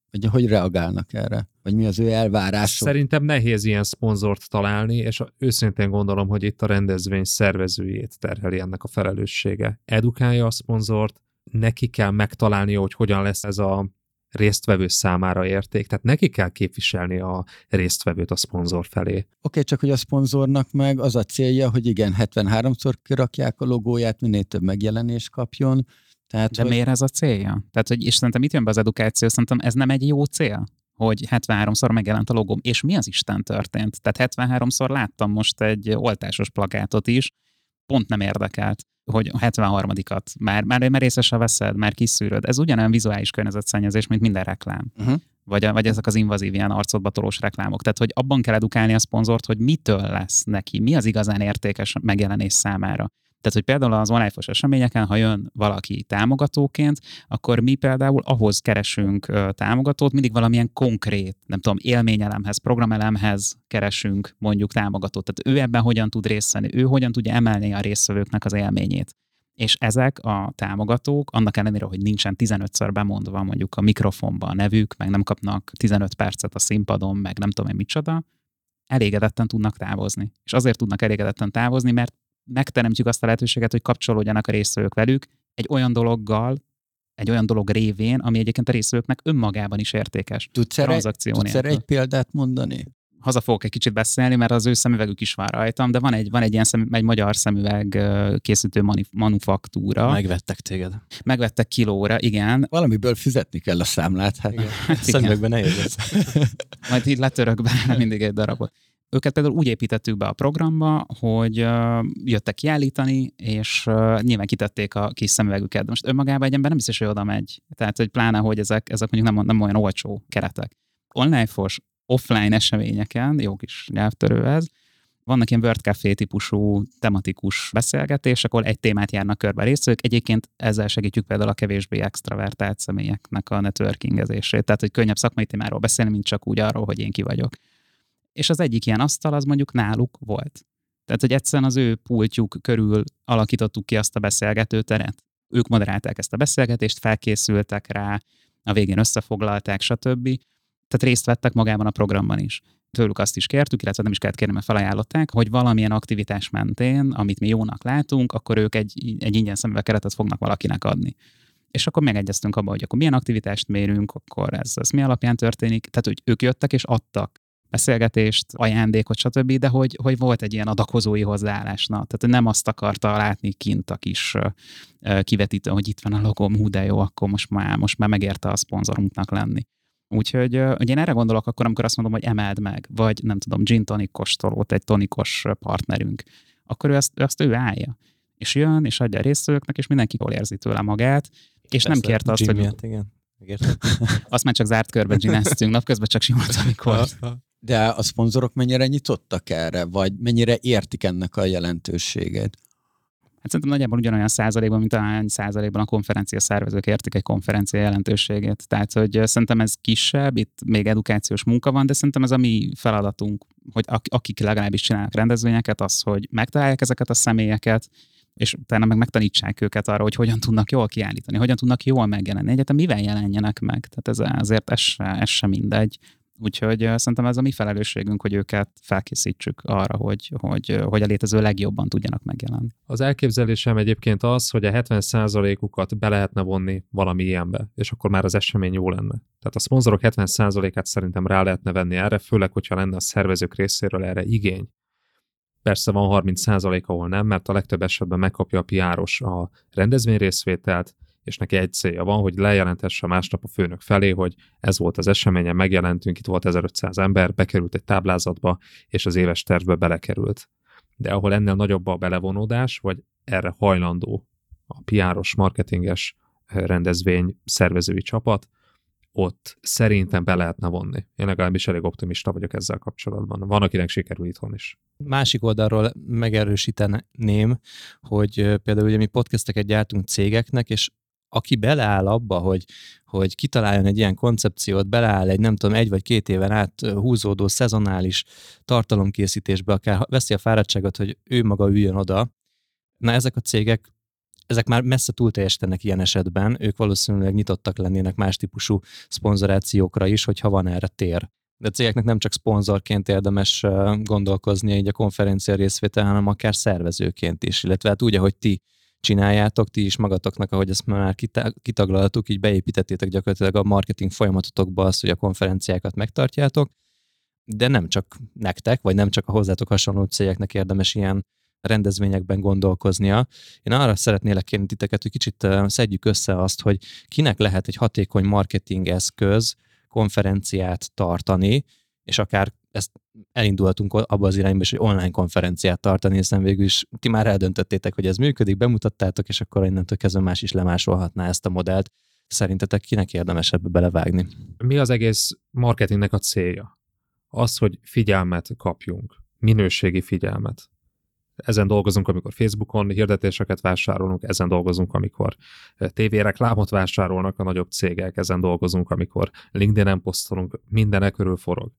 [SPEAKER 1] Vagy hogy reagálnak erre? Vagy mi az ő elvárásuk?
[SPEAKER 2] Szerintem nehéz ilyen szponzort találni, és őszintén gondolom, hogy itt a rendezvény szervezőjét terheli ennek a felelőssége. Edukálja a szponzort, neki kell megtalálnia, hogy hogyan lesz ez a résztvevő számára érték. Tehát neki kell képviselni a résztvevőt a szponzor felé.
[SPEAKER 1] Oké, csak hogy a szponzornak meg az a célja, hogy igen, 73-szor kirakják a logóját, minél több megjelenést kapjon. Tehát,
[SPEAKER 3] de miért ez a célja? Tehát, hogy, és szerintem itt jön be az edukáció, szerintem ez nem egy jó cél, hogy 73-szor megjelent a logóm. És mi az Isten történt? Tehát 73-szor láttam most egy oltásos plakátot is, pont nem érdekelt, hogy a 73-at már részesen veszed, már kiszűröd. Ez ugyanolyan vizuális környezetszennyezés, mint minden reklám. Vagy ezek az invazív ilyen arcodba tolós reklámok. Tehát, hogy abban kell edukálni a szponzort, hogy mitől lesz neki, mi az igazán értékes megjelenés számára. Tehát, hogy például az online-fos eseményeken, ha jön valaki támogatóként, akkor mi például ahhoz keresünk támogatót, mindig valamilyen konkrét, nem tudom, élményelemhez, programelemhez keresünk mondjuk támogatót. Tehát ő ebben hogyan tud részt venni, ő hogyan tudja emelni a résztvevőknek az élményét. És ezek a támogatók, annak ellenére, hogy nincsen 15-ször bemondva mondjuk a mikrofonba a nevük, meg nem kapnak 15 percet a színpadon, meg nem tudom én micsoda, elégedetten tudnak távozni. És azért tudnak elégedetten távozni, mert megteremtjük azt a lehetőséget, hogy kapcsolódjanak a résztvevők velük egy olyan dologgal, egy olyan dolog révén, ami egyébként a résztvevőknek önmagában is értékes.
[SPEAKER 1] Tudsz erre egy példát mondani?
[SPEAKER 3] Haza fogok egy kicsit beszélni, mert az ő szemüvegük is van rajtam, de van egy ilyen egy magyar szemüveg készítő manufaktúra.
[SPEAKER 4] Megvettek téged.
[SPEAKER 3] Megvettek kilóra, igen.
[SPEAKER 1] Valamiből fizetni kell a számlát. Hát.
[SPEAKER 4] Szemüvegben nehéz ez.
[SPEAKER 3] Majd így letörök be mindig egy darabot. Őket például úgy építettük be a programba, hogy jöttek kiállítani, és nyilván kitették a kis szemüvegüket. De most önmagában egy ember nem biztos, hogy oda megy. Tehát, hogy pláne, hogy ezek mondjuk nem olyan olcsó keretek. Online-fos, offline eseményeken, jó kis nyelvtörő ez, vannak ilyen World Café típusú tematikus beszélgetések, ahol egy témát járnak körbe résztvevők. Egyébként ezzel segítjük például a kevésbé extravertált személyeknek a networkingezését. Tehát, hogy könnyebb szakmai témáról beszélni, mint csak úgy arról, hogy én ki vagyok. És az egyik ilyen asztal az mondjuk náluk volt. Tehát, hogy egyszerűen az ő pultjuk körül alakítottuk ki azt a beszélgetőteret. Ők moderálták ezt a beszélgetést, felkészültek rá, a végén összefoglalták, stb. Tehát részt vettek magában a programban is. Tőlük azt is kértük, illetve nem is kellett kérni, mert felajánlották, hogy valamilyen aktivitás mentén, amit mi jónak látunk, akkor ők egy ingyen szemüveg keretet fognak valakinek adni. És akkor megegyeztünk abban, hogy akkor milyen aktivitást mérünk, akkor ez mi alapján történik. Tehát, hogy ők jöttek és adtak beszélgetést, ajándékot, stb., de hogy volt egy ilyen adakozói hozzáállásnak. Tehát nem azt akarta látni kint a kis kivetítő, hogy itt van a logóm, hú de jó, akkor most már megérte a szponzorunknak lenni. Úgyhogy én erre gondolok akkor, amikor azt mondom, hogy emeld meg, vagy nem tudom, gin tonic kóstolót, egy tonikos partnerünk, akkor azt ő állja. És jön, és adja a résztvevőknek, és mindenki jól érzi tőle magát, és persze, nem kérte azt, hogy...
[SPEAKER 4] Miatt, igen.
[SPEAKER 3] Azt már csak zárt körben gináztunk, napközben csak sima tonikot.
[SPEAKER 1] De a szponzorok mennyire nyitottak erre, vagy mennyire értik ennek a jelentőségét?
[SPEAKER 3] Hát szerintem nagyjából ugyanolyan százalékban, mint ahány százalékban a konferencia szervezők értik egy konferencia jelentőségét. Tehát, hogy szerintem ez kisebb, itt még edukációs munka van, de szerintem ez a mi feladatunk, hogy akik legalábbis csinálnak rendezvényeket, az, hogy megtalálják ezeket a személyeket, és utána meg megtanítsák őket arra, hogy hogyan tudnak jól kiállítani, hogyan tudnak jól megjelenni. Egyáltalán mivel jelenjenek meg. Tehát azért ez sem mindegy. Úgyhogy szerintem ez a mi felelősségünk, hogy őket felkészítsük arra, hogy a létező legjobban tudjanak megjelenni.
[SPEAKER 2] Az elképzelésem egyébként az, hogy a 70%-ukat be lehetne vonni valami ilyenbe, és akkor már az esemény jó lenne. Tehát a szponzorok 70%-át szerintem rá lehetne venni erre, főleg, hogyha lenne a szervezők részéről erre igény. Persze van 30%, ahol nem, mert a legtöbb esetben megkapja a PR-os a rendezvény részvételt, és neki egy célja van, hogy lejelentesse másnap a főnök felé, hogy ez volt az eseményen, megjelentünk, itt volt 1500 ember, bekerült egy táblázatba, és az éves tervbe belekerült. De ahol ennél nagyobb a belevonódás, vagy erre hajlandó a PR-os, marketinges rendezvény szervezői csapat, ott szerintem be lehetne vonni. Én legalábbis elég optimista vagyok ezzel kapcsolatban. Van, akinek sikerül itthon is.
[SPEAKER 4] Másik oldalról megerősíteném, hogy például ugye mi podcasteket gyártunk cégeknek, és aki beleáll abba, hogy kitaláljon egy ilyen koncepciót, beleáll egy nem tudom, 1 vagy 2 éven át húzódó szezonális tartalomkészítésbe, akár veszi a fáradtságot, hogy ő maga üljön oda, na ezek a cégek ezek már messze túlteljesítenek ilyen esetben, ők valószínűleg nyitottak lennének más típusú szponzorációkra is, hogyha van erre tér. De a cégeknek nem csak szponzorként érdemes gondolkozni így a konferencia részvétel, hanem akár szervezőként is, illetve hát úgy, ahogy ti csináljátok, ti is magatoknak, ahogy ezt már kitaglaltuk, így beépítettétek gyakorlatilag a marketing folyamatotokba azt, hogy a konferenciákat megtartjátok, de nem csak nektek, vagy nem csak a hozzátok hasonló cégeknek érdemes ilyen rendezvényekben gondolkoznia. Én arra szeretnélek kérni titeket, hogy kicsit szedjük össze azt, hogy kinek lehet egy hatékony marketing eszköz konferenciát tartani, és akár ezt elindultunk abba az irányba is, hogy online konferenciát tartani, hiszen végül is ti már eldöntöttétek, hogy ez működik, bemutattátok, és akkor innentől kezdve más is lemásolhatná ezt a modellt. Szerintetek kinek érdemes ebbe belevágni?
[SPEAKER 2] Mi az egész marketingnek a célja? Az, hogy figyelmet kapjunk, minőségi figyelmet. Ezen dolgozunk, amikor Facebookon hirdetéseket vásárolunk, ezen dolgozunk, amikor tévéreklámot vásárolnak a nagyobb cégek, ezen dolgozunk, amikor LinkedIn-en posztolunk, mindenek körül forog.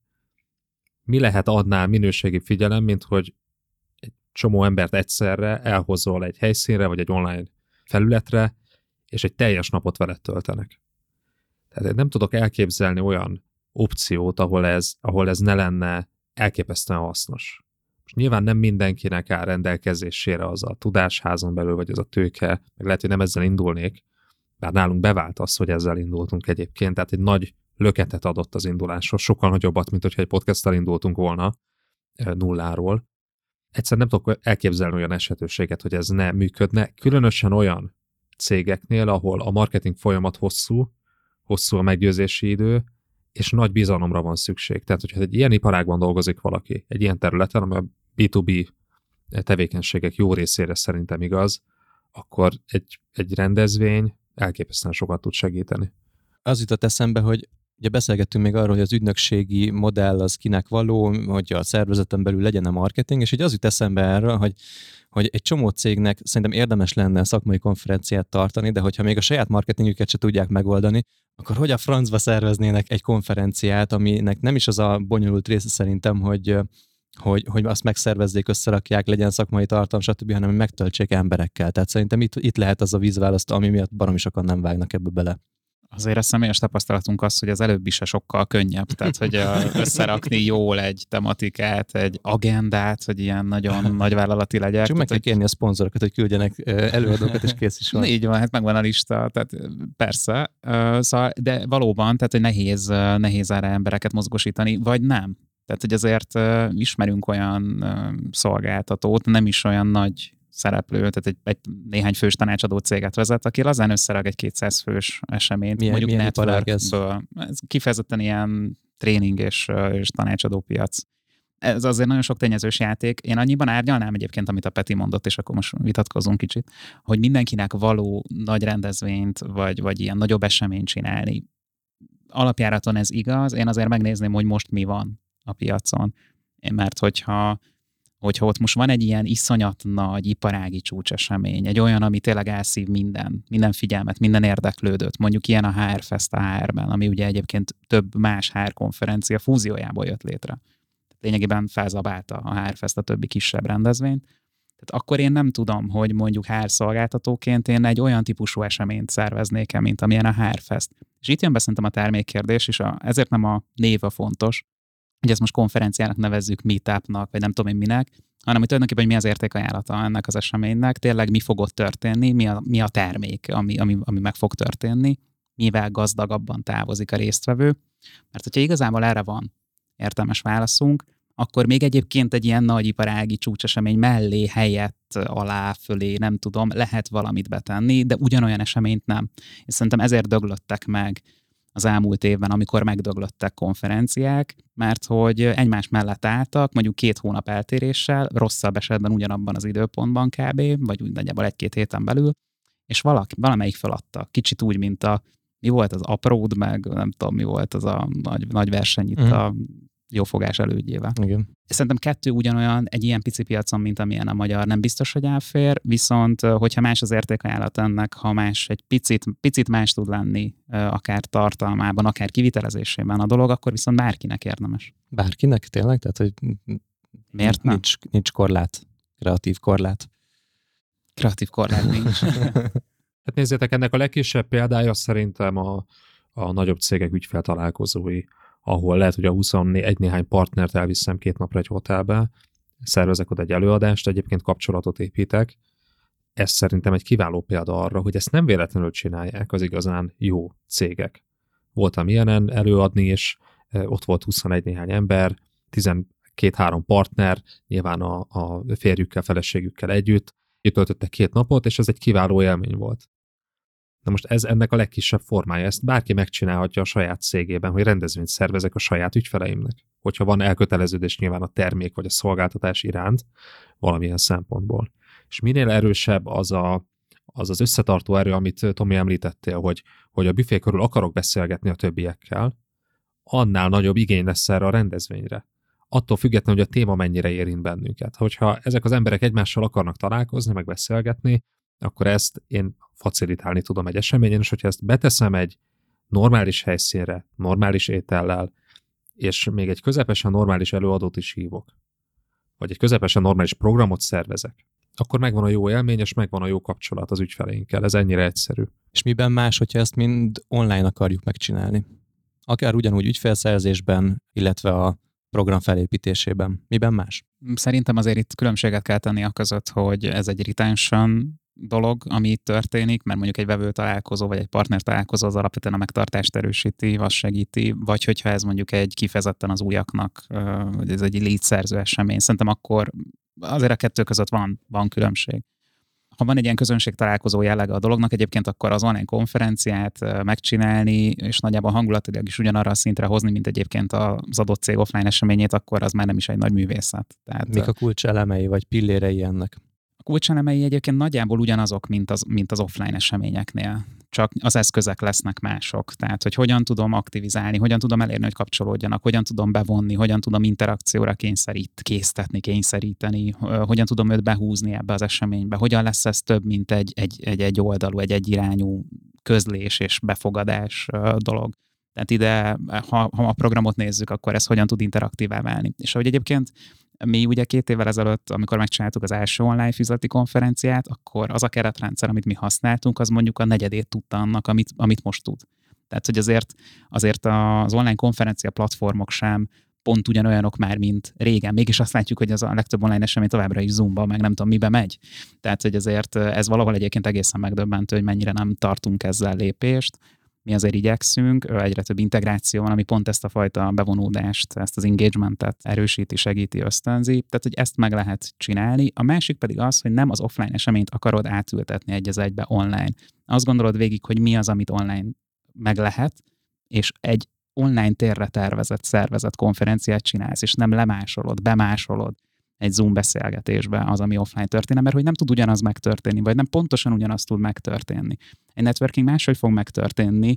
[SPEAKER 2] Mi lehet annál minőségi figyelem, mint hogy egy csomó embert egyszerre elhozol egy helyszínre, vagy egy online felületre, és egy teljes napot veled töltenek. Tehát én nem tudok elképzelni olyan opciót, ahol ez ne lenne elképesztően hasznos. Most nyilván nem mindenkinek áll rendelkezésére az a tudásházon belül, vagy az a tőke, meg lehet, hogy nem ezzel indulnék, bár nálunk bevált az, hogy ezzel indultunk egyébként, tehát egy nagy löketet adott az induláshoz, sokkal nagyobbat, mint hogyha egy podcasttal indultunk volna nulláról. Egyszerűen nem tudok elképzelni olyan esetőséget, hogy ez ne működne, különösen olyan cégeknél, ahol a marketing folyamat hosszú a meggyőzési idő, és nagy bizalomra van szükség. Tehát, hogyha egy ilyen iparágban dolgozik valaki, egy ilyen területen, ami a B2B tevékenységek jó részére szerintem igaz, akkor egy rendezvény elképesztően sokat tud segíteni.
[SPEAKER 4] Az jutott eszembe, hogy ugye beszélgettünk még arról, hogy az ügynökségi modell az kinek való, hogy a szervezeten belül legyen a marketing, és így az jut eszembe erről, hogy egy csomó cégnek szerintem érdemes lenne szakmai konferenciát tartani, de hogyha még a saját marketingüket se tudják megoldani, akkor hogy a francba szerveznének egy konferenciát, aminek nem is az a bonyolult része szerintem, hogy azt megszervezzék, összerakják, legyen szakmai tartalom, stb., hanem megtöltsék emberekkel. Tehát szerintem itt lehet az a vízválaszt, ami miatt baromi sokan nem vágnak ebbe bele.
[SPEAKER 3] Azért a személyes tapasztalatunk az, hogy az előbb is sokkal könnyebb. Tehát, hogy összerakni jól egy tematikát, egy agendát, hogy ilyen nagyon nagyvállalati legyek.
[SPEAKER 4] Csak meg kell kérni a szponzorokat, hogy küldjenek előadókat, és kész is van.
[SPEAKER 3] Így van, hát megvan a lista, tehát persze. Szóval, de valóban, tehát, hogy nehéz erre embereket mozgosítani, vagy nem. Tehát, hogy azért ismerünk olyan szolgáltatót, nem is olyan nagy szereplő, tehát egy néhány fős tanácsadó céget vezet, aki lazán összerag egy 200 fős eseményt, mondjuk networkből. Ez kifejezetten ilyen tréning és tanácsadó piac. Ez azért nagyon sok tényezős játék. Én annyiban árnyalnám egyébként, amit a Peti mondott, és akkor most vitatkozunk kicsit, hogy mindenkinek való nagy rendezvényt, vagy ilyen nagyobb eseményt csinálni. Alapjáraton ez igaz, én azért megnézném, hogy most mi van a piacon. Mert hogyha ott most van egy ilyen iszonyat nagy iparági csúcsesemény, egy olyan, ami tényleg elszív minden figyelmet, minden érdeklődőt, mondjuk ilyen a HR Fest a HR-ben, ami ugye egyébként több más HR konferencia fúziójából jött létre. Lényegében felzabálta a HR Fest a többi kisebb rendezvényt. Tehát akkor én nem tudom, hogy mondjuk HR szolgáltatóként én egy olyan típusú eseményt szerveznék-e, mint amilyen a HR Fest. És itt jön be szerintem a termékkérdés, és ezért nem a név a fontos, hogy ezt most konferenciának nevezzük, meetupnak, vagy nem tudom én minek, hanem hogy tulajdonképpen, hogy mi az értékajánlata ennek az eseménynek, tényleg mi fog ott történni, mi a termék, ami meg fog történni, mivel gazdagabban távozik a résztvevő. Mert hogyha igazából erre van értelmes válaszunk, akkor még egyébként egy ilyen nagy iparági csúcsesemény mellé, helyett, alá, fölé, nem tudom, lehet valamit betenni, de ugyanolyan eseményt nem. És szerintem ezért döglöttek meg az elmúlt évben, amikor megdöglöttek konferenciák, mert hogy egymás mellett álltak, mondjuk 2 hónap eltéréssel, rosszabb esetben ugyanabban az időpontban kb., vagy úgy nagyjából 1-2 héten belül, és valamelyik feladta. Kicsit úgy, mint mi volt az Upload, meg nem tudom, mi volt az a nagy verseny itt a jófogás elődjével.
[SPEAKER 4] Igen.
[SPEAKER 3] Szerintem 2 ugyanolyan egy ilyen pici piacon, mint amilyen a magyar, nem biztos, hogy elfér, viszont hogyha más az értékajánlat ennek, ha más egy picit más tud lenni, akár tartalmában, akár kivitelezésében a dolog, akkor viszont bárkinek érdemes.
[SPEAKER 4] Bárkinek tényleg? Tehát, hogy
[SPEAKER 3] miért nem?
[SPEAKER 4] Nincs korlát, kreatív korlát.
[SPEAKER 3] Kreatív korlát nincs.
[SPEAKER 2] Hát nézzétek, ennek a legkisebb példája szerintem a nagyobb cégek ügyfeltalálkozói, ahol lehet, hogy a 21 néhány partnert elviszem 2 napra egy hotelbe, szervezek oda egy előadást, egyébként kapcsolatot építek. Ez szerintem egy kiváló példa arra, hogy ezt nem véletlenül csinálják az igazán jó cégek. Voltam ilyenen előadni, és ott volt 21 néhány ember, 12-3 partner, nyilván a férjükkel, feleségükkel együtt, itt töltöttek 2 napot, és ez egy kiváló élmény volt. Na most ez ennek a legkisebb formája, ezt bárki megcsinálhatja a saját cégében, hogy rendezvényt szervezek a saját ügyfeleimnek. Hogyha van elköteleződés nyilván a termék vagy a szolgáltatás iránt valamilyen szempontból. És minél erősebb az összetartó erő, amit Tomi említettél, hogy a büfé körül akarok beszélgetni a többiekkel, annál nagyobb igény lesz erre a rendezvényre. Attól függetlenül, hogy a téma mennyire érint bennünket. Hogyha ezek az emberek egymással akarnak találkozni, meg beszélgetni, akkor ezt én facilitálni tudom egy eseményen, és hogyha ezt beteszem egy normális helyszínre, normális étellel, és még egy közepesen normális előadót is hívok, vagy egy közepesen normális programot szervezek, akkor megvan a jó élmény, és megvan a jó kapcsolat az ügyfeleinkkel. Ez ennyire egyszerű.
[SPEAKER 4] És miben más, hogyha ezt mind online akarjuk megcsinálni? Akár ugyanúgy ügyfélszerzésben, illetve a program felépítésében. Miben más?
[SPEAKER 3] Szerintem azért itt különbséget kell tenni a között, hogy ez egy retention dolog, ami itt történik, mert mondjuk egy vevő találkozó, vagy egy partner találkozó az alapvetően a megtartást erősíti, azt segíti, vagy hogyha ez mondjuk egy kifejezetten az újaknak, vagy ez egy lead szerző esemény. Szerintem akkor azért a kettő között van különbség. Ha van egy ilyen közönség találkozó jellege a dolognak, egyébként akkor az online konferenciát megcsinálni, és nagyjából hangulatilag is ugyanarra a szintre hozni, mint egyébként az adott cég offline eseményét, akkor az már nem is egy nagy művészet. Tehát,
[SPEAKER 4] mik a kulcselemei vagy pillérei ennek?
[SPEAKER 3] A kulcselemei egyébként nagyjából ugyanazok, mint az offline eseményeknél. Csak az eszközek lesznek mások. Tehát, hogy hogyan tudom aktivizálni, hogyan tudom elérni, hogy kapcsolódjanak, hogyan tudom bevonni, hogyan tudom interakcióra kényszeríteni, hogyan tudom őt behúzni ebbe az eseménybe, hogyan lesz ez több, mint egy oldalú, egy egyirányú közlés és befogadás dolog. Tehát ide, ha a programot nézzük, akkor ez hogyan tud interaktívá válni. És ahogy egyébként mi ugye 2 évvel ezelőtt, amikor megcsináltuk az első online fizeti konferenciát, akkor az a keretrendszer, amit mi használtunk, az mondjuk a 4/4 tudta annak, amit most tud. Tehát, hogy azért az online konferencia platformok sem pont ugyanolyanok már, mint régen. Mégis azt látjuk, hogy az a legtöbb online esemény továbbra is Zoomba, meg nem tudom, mibe megy. Tehát, hogy azért ez valahol egyébként egészen megdöbbentő, hogy mennyire nem tartunk ezzel lépést. Mi azért igyekszünk, egyre több integráció van, ami pont ezt a fajta bevonódást, ezt az engagementet erősíti, segíti, ösztönzi. Tehát, hogy ezt meg lehet csinálni. A másik pedig az, hogy nem az offline eseményt akarod átültetni egy az egybe online. Azt gondolod végig, hogy mi az, amit online meg lehet, és egy online térre tervezett, szervezett konferenciát csinálsz, és nem lemásolod, bemásolod egy Zoom beszélgetésbe az, ami offline történne, mert hogy nem tud ugyanaz megtörténni, vagy nem pontosan ugyanaz tud megtörténni. Egy networking máshogy fog megtörténni,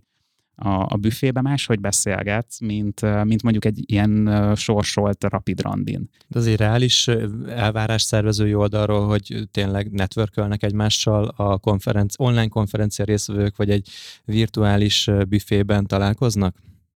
[SPEAKER 3] a büfébe máshogy beszélgetsz, mint mondjuk egy ilyen sorsolt rapid randin.
[SPEAKER 4] De azért reális elvárás szervezői oldalról, hogy tényleg networkölnek egymással a online konferencia résztvevők, vagy egy virtuális büfében találkoznak?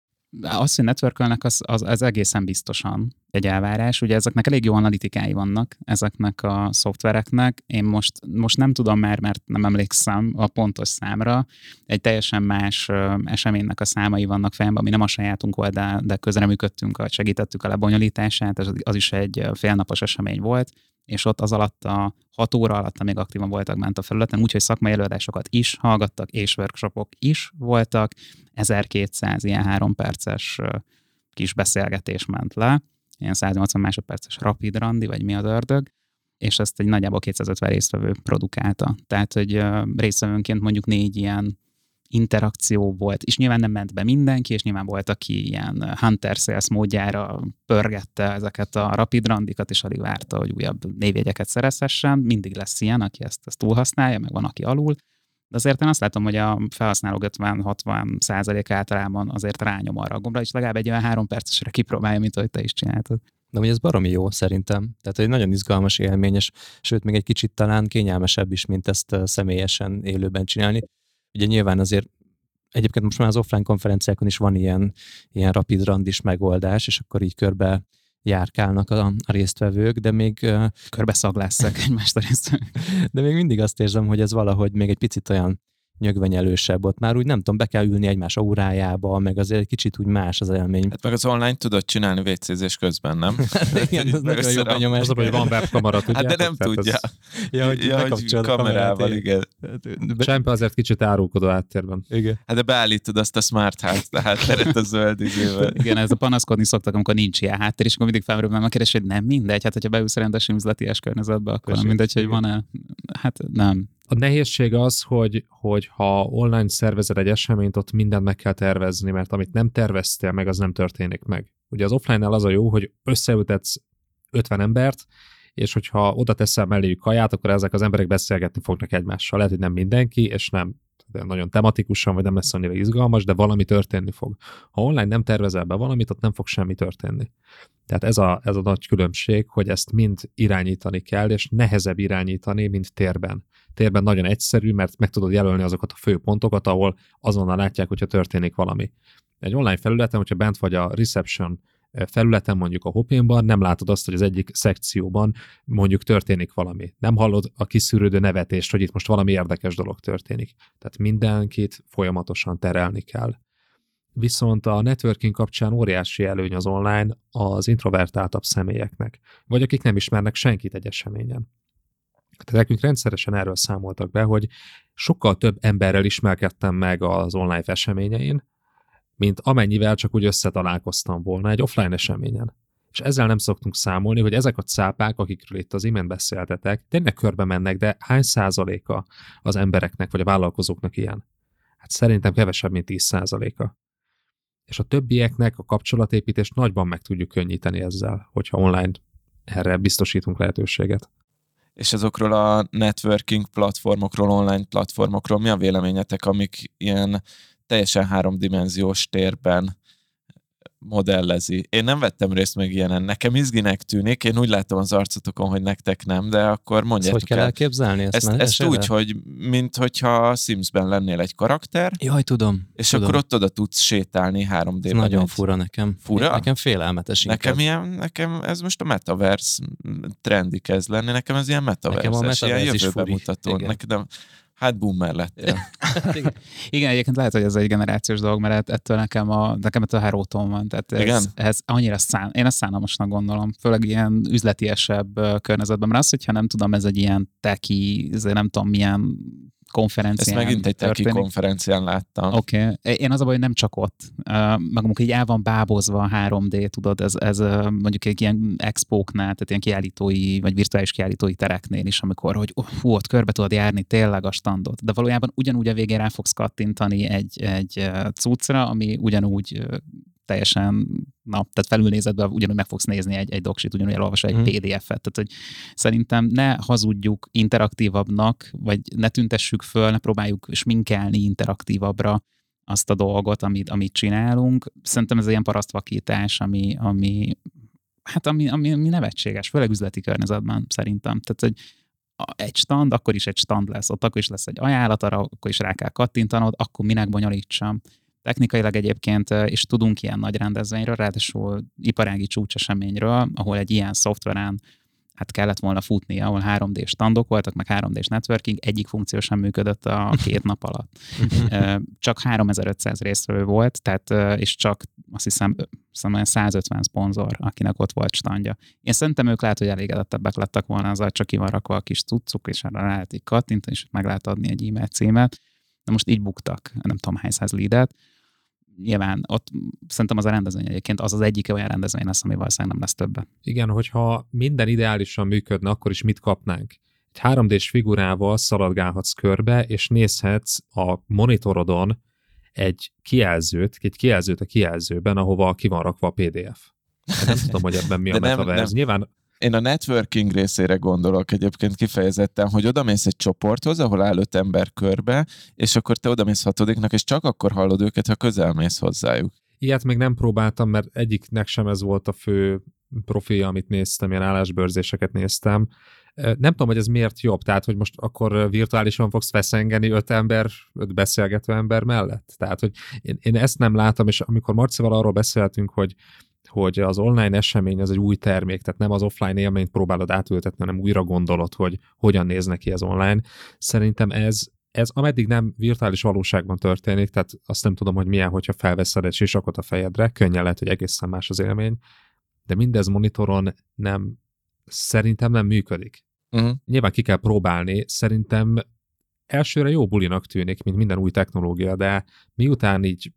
[SPEAKER 3] Az, hogy networkölnek, az egészen biztosan egy elvárás. Ugye ezeknek elég jó analitikái vannak, ezeknek a szoftvereknek. Én most nem tudom már, mert nem emlékszem a pontos számra. Egy teljesen más eseménynek a számai vannak fejemben, ami nem a sajátunk volt, de közreműködtünk, segítettük a lebonyolítását. Az is egy félnapos esemény volt, és ott az alatt a 6 óra alatt még aktívan voltak bent a felületen, úgyhogy szakmai előadásokat is hallgattak, és workshopok is voltak. 1200 ilyen 3 perces kis beszélgetés ment le, ilyen 180 másodperces rapid randi, vagy mi az ördög, és ezt egy nagyjából 250 résztvevő produkálta. Tehát, hogy résztvevőnként mondjuk 4 ilyen interakció volt, és nyilván nem ment be mindenki, és nyilván volt, aki ilyen hunter sales módjára pörgette ezeket a rapid randikat, és alig várta, hogy újabb névjegyeket szerezhessen. Mindig lesz ilyen, aki ezt túlhasználja, meg van, aki alul. De azért én azt látom, hogy a felhasználók 50-60% általában azért rányom arra a gombra, és legalább egy olyan 3 percesre kipróbálja, mint ahogy te is csináltad.
[SPEAKER 4] De hogy ez baromi jó szerintem. Tehát egy nagyon izgalmas élmény, sőt még egy kicsit talán kényelmesebb is, mint ezt személyesen élőben csinálni. Ugye nyilván azért egyébként most már az offline konferenciákon is van ilyen rapid randis megoldás, és akkor így körbe járkálnak a résztvevők, de még
[SPEAKER 3] Körbeszaglásszák egymást a résztvevők.
[SPEAKER 4] de még mindig azt érzem, hogy ez valahogy még egy picit olyan nyögvenyelősebb ott. Már úgy nem tudom, be kell ülni egymás órájába, meg azért egy kicsit úgy más az élmény.
[SPEAKER 5] Hát meg az online tudod csinálni WC-zés közben, nem?
[SPEAKER 4] Igen, az nagyon jó benyomás.
[SPEAKER 2] Az, hogy van webkamera, tudjátok?
[SPEAKER 5] Hát de nem tudja.
[SPEAKER 4] hogy
[SPEAKER 5] kamerával, igen.
[SPEAKER 2] Csempe azért kicsit árulkodó áttérben.
[SPEAKER 4] Igen.
[SPEAKER 5] Hát de beállítod azt a smart hátteret a zöld izével.
[SPEAKER 3] Igen, ez a panaszkodni szoktak, amikor nincs ilyen háttér, és akkor mindig felmerül a kérdés, hogy nem mindegy. Hát, hogyha beülsz rendes üzleties környezetbe, akkor nem mindegy, hogy van-e. Hát nem.
[SPEAKER 2] A nehézség az, hogy ha online szervezed egy eseményt, ott mindent meg kell tervezni, mert amit nem terveztél meg, az nem történik meg. Ugye az offline-nál az a jó, hogy összeültetsz 50 embert, és hogyha oda teszel melléjük kaját, akkor ezek az emberek beszélgetni fognak egymással. Lehet, hogy nem mindenki, és nem nagyon tematikusan, vagy nem lesz annyira izgalmas, de valami történni fog. Ha online nem tervezel be valamit, ott nem fog semmi történni. Tehát ez a nagy különbség, hogy ezt mind irányítani kell, és nehezebb irányítani, mint térben. Térben nagyon egyszerű, mert meg tudod jelölni azokat a fő pontokat, ahol azonnal látják, hogyha történik valami. Egy online felületen, hogyha bent vagy a reception felületen, mondjuk a Hopinban, nem látod azt, hogy az egyik szekcióban mondjuk történik valami. Nem hallod a kiszűrődő nevetést, hogy itt most valami érdekes dolog történik. Tehát mindenkit folyamatosan terelni kell. Viszont a networking kapcsán óriási előny az online az introvertáltabb személyeknek, vagy akik nem ismernek senkit egy eseményen. Tehát nekünk rendszeresen erről számoltak be, hogy sokkal több emberrel ismerkedtem meg az online eseményein, mint amennyivel csak úgy összetalálkoztam volna egy offline eseményen. És ezzel nem szoktunk számolni, hogy ezek a cápák, akikről itt az imént beszéltetek, tényleg körbe mennek, de hány százaléka az embereknek vagy a vállalkozóknak ilyen? Hát szerintem kevesebb, mint 10%. És a többieknek a kapcsolatépítést nagyban meg tudjuk könnyíteni ezzel, hogyha online erre biztosítunk lehetőséget.
[SPEAKER 5] És azokról a networking platformokról, online platformokról mi a véleményetek, amik ilyen teljesen háromdimenziós térben modellezi. Én nem vettem részt meg ilyenen. Nekem izginek tűnik, én úgy látom az arcotokon, hogy nektek nem, de akkor mondjátok
[SPEAKER 4] hogy kell elképzelni
[SPEAKER 5] ezt úgy, hogy mint hogyha a Simsben lennél egy karakter.
[SPEAKER 4] Jaj, tudom.
[SPEAKER 5] És akkor ott oda tudsz sétálni 3D-ben.
[SPEAKER 4] Nagyon fura nekem.
[SPEAKER 5] Fura?
[SPEAKER 4] Nekem félelmetes
[SPEAKER 5] Nekem ez most a metaverse trendi kezd lenni, nekem ez ilyen metaverse-es, ilyen jövőbe mutató. Hát boomer lettél.
[SPEAKER 3] Igen, egyébként lehet, hogy ez egy generációs dolog, mert ettől nekem ettől heróton van. Tehát ez annyira én ezt szánalmasnak gondolom, főleg ilyen üzletiesebb környezetben, mert az, hogyha nem tudom, ez egy ilyen teki, nem tudom milyen konferencián.
[SPEAKER 5] Ezt megint egy teki konferencián láttam.
[SPEAKER 3] Oké. Én az a baj, hogy nem csak ott. Meg amikor így el van bábozva a 3D, tudod, ez mondjuk egy ilyen expóknál, tehát ilyen kiállítói, vagy virtuális kiállítói tereknél is, amikor, hogy ott körbe tudod járni tényleg a standot. De valójában ugyanúgy a végén rá fogsz kattintani egy cuccra, ami ugyanúgy teljesen, tehát felülnézetben ugyanúgy meg fogsz nézni egy doksit, ugyanúgy elolvasol egy PDF-et. Tehát, hogy szerintem ne hazudjuk interaktívabbnak, vagy ne tüntessük föl, ne próbáljuk sminkelni interaktívabbra azt a dolgot, amit csinálunk. Szerintem ez ilyen parasztvakítás, ami nevetséges, főleg üzleti környezetben szerintem. Tehát, hogy egy stand, akkor is egy stand lesz, ott akkor is lesz egy ajánlat, arra akkor is rá kell kattintanod, akkor minek bonyolítsam. Technikailag egyébként is tudunk ilyen nagy rendezvényről, ráadásul iparági csúcseseményről, ahol egy ilyen szoftveren kellett volna futni, ahol 3D standok voltak, meg 3D networking, egyik funkció sem működött a 2 nap alatt. Csak 3500 résztvevő volt, tehát, és csak azt hiszem 150 szponzor, akinek ott volt standja. Én szerintem ők lehet, hogy elégedettebbek lettek volna, azzal csak ki van rakva a kis cuccuk, és erre lehet így kattintani, és meg lehet adni egy e-mail címet. De most így buktak, nem tudom hány száz leadet. Nyilván ott szerintem az a rendezvény egyébként az egyik olyan rendezvény lesz, ami valószínűleg nem lesz többe.
[SPEAKER 2] Igen, hogyha minden ideálisan működne, akkor is mit kapnánk? Egy 3D-s figurával szaladgálhatsz körbe, és nézhetsz a monitorodon egy kijelzőt a kijelzőben, ahova ki van rakva a PDF. Nem tudom, hogy ebben mi a metaverse. Nyilván
[SPEAKER 5] én a networking részére gondolok egyébként kifejezetten, hogy odamész egy csoporthoz, ahol áll 5 ember körbe, és akkor te odamész 6-nak, és csak akkor hallod őket, ha közelmész hozzájuk.
[SPEAKER 2] Ilyet még nem próbáltam, mert egyiknek sem ez volt a fő profilja, amit néztem, ilyen állásbörzéseket néztem. Nem tudom, hogy ez miért jobb, tehát, hogy most akkor virtuálisan fogsz feszengeni 5 beszélgető ember mellett. Tehát, hogy én ezt nem látom, és amikor Marcival arról beszéltünk, hogy hogy az online esemény az egy új termék, tehát nem az offline élményt próbálod átültetni, hanem újra gondolod, hogy hogyan néz neki az online. Szerintem ez ameddig nem virtuális valóságban történik, tehát azt nem tudom, hogy milyen, hogyha felveszed egy sisakot a fejedre, könnyen lehet, hogy egészen más az élmény, de mindez monitoron szerintem nem működik. Nyilván ki kell próbálni, szerintem elsőre jó bulinak tűnik, mint minden új technológia, de miután így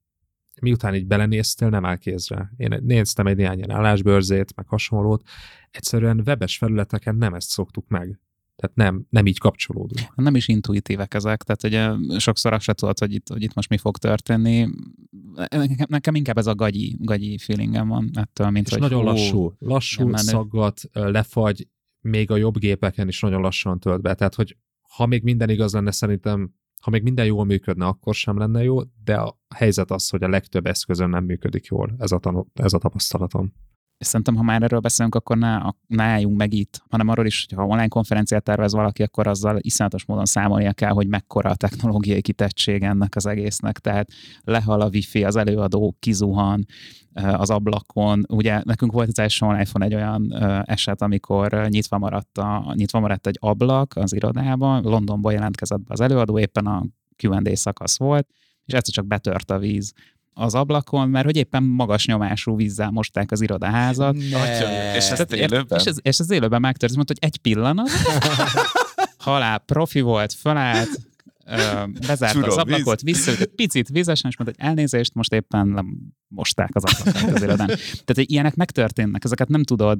[SPEAKER 2] belenéztél, nem áll kézre. Én néztem egy néhány ilyen állásbörzét, meg hasonlót, egyszerűen webes felületeken nem ezt szoktuk meg. Tehát nem így kapcsolódunk.
[SPEAKER 3] Nem is intuitívek ezek, tehát ugye sokszor azt se tudod, hogy itt most mi fog történni. Nekem inkább ez a gagyi feelingem van ettől, mint
[SPEAKER 2] és
[SPEAKER 3] hogy
[SPEAKER 2] nagyon lassú, szaggat, lefagy, még a jobb gépeken is nagyon lassan tölt be. Tehát, hogy ha még minden igaz lenne, szerintem, ha még minden jól működne, akkor sem lenne jó, de a helyzet az, hogy a legtöbb eszközön nem működik jól. Ez a tapasztalatom.
[SPEAKER 3] És szerintem, ha már erről beszélünk, akkor ne álljunk meg itt, hanem arról is, hogy ha online konferenciát tervez valaki, akkor azzal iszonyatos módon számolnia kell, hogy mekkora a technológiai kitettség ennek az egésznek. Tehát lehal a wifi, az előadó kizuhan az ablakon. Ugye nekünk volt az első online-on egy olyan eset, amikor nyitva maradt egy ablak az irodában, Londonból jelentkezett be az előadó, éppen a Q&A szakasz volt, és egyszer csak betört a víz az ablakon, mert hogy éppen magas nyomású vízzel mosták az irodaházat.
[SPEAKER 5] És ezt élőben?
[SPEAKER 3] És ez élőben megtört, mondta, hogy egy pillanat, halál profi volt, fölállt, bezárta az ablakot, visszajött egy picit vízesen, és mondta, hogy elnézést, most éppen nem mosták az ablakot az irodán. Tehát, hogy ilyenek megtörténnek, ezeket nem tudod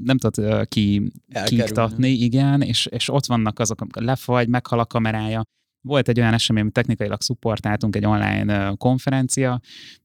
[SPEAKER 3] kiiktatni, igen, és ott vannak azok, amikor lefagy, meghal a kamerája. Volt egy olyan esemény, amit technikailag szupportáltunk, egy online konferencia,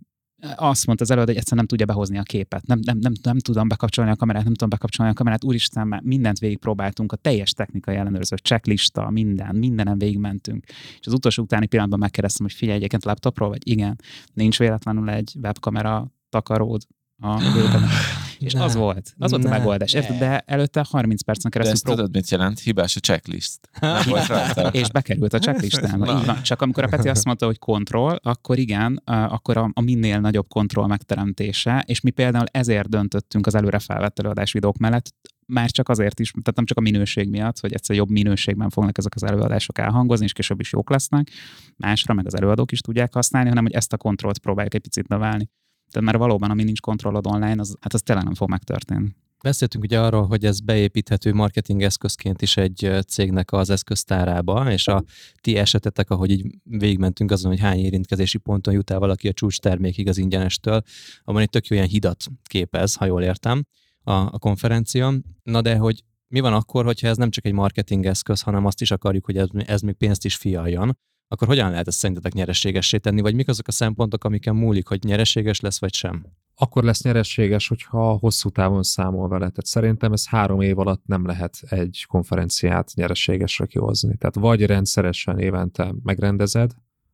[SPEAKER 3] azt mondta az előadó, hogy egyszerűen nem tudja behozni a képet. Nem tudom bekapcsolni a kamerát, úristen, már mindent végigpróbáltunk, a teljes technikai ellenőrző, checklista, mindenen végigmentünk. És az utolsó utáni pillanatban megkérdeztem, hogy figyelj, egyébként laptopról, vagy igen, nincs véletlenül egy webkamera takaród a gépeden. És az volt a megoldás. De előtte 30 percen keresztül...
[SPEAKER 5] De ezt tudod, mit jelent? Hibás a checklist. Nem volt rajta.
[SPEAKER 3] És bekerült a checklistába. Így van. Csak amikor a Peti azt mondta, hogy kontroll, akkor igen, akkor a minél nagyobb kontroll megteremtése, és mi például ezért döntöttünk az előre felvett előadás videók mellett, már csak azért is, tehát nem csak a minőség miatt, hogy egyszer jobb minőségben fognak ezek az előadások elhangozni, és később is jók lesznek, másra meg az előadók is tudják használni, hanem hogy ezt a kontrollt próbáljuk egy picit növelni. Tehát már valóban, ami nincs kontrollod online, az tényleg nem fog megtörténni.
[SPEAKER 4] Beszéltünk ugye arról, hogy ez beépíthető marketing eszközként is egy cégnek az eszköztárába, és a ti esetetek, ahogy így végigmentünk azon, hogy hány érintkezési ponton jut el valaki a csúcs termékig az ingyenestől, abban egy tök jó ilyen hidat képez, ha jól értem, a konferencia. Na de hogy mi van akkor, hogyha ez nem csak egy marketing eszköz, hanem azt is akarjuk, hogy ez még pénzt is fialjon, akkor hogyan lehet ezt szerintetek nyereségessé tenni, vagy mik azok a szempontok, amiken múlik, hogy nyereséges lesz, vagy sem?
[SPEAKER 2] Akkor lesz nyereséges, hogyha hosszú távon számol vele. Tehát szerintem ez 3 év alatt nem lehet egy konferenciát nyereségesre kihozni. Tehát vagy rendszeresen évente megrendezed,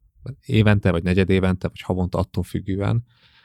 [SPEAKER 2] évente, vagy negyedévente, vagy havonta attól függően,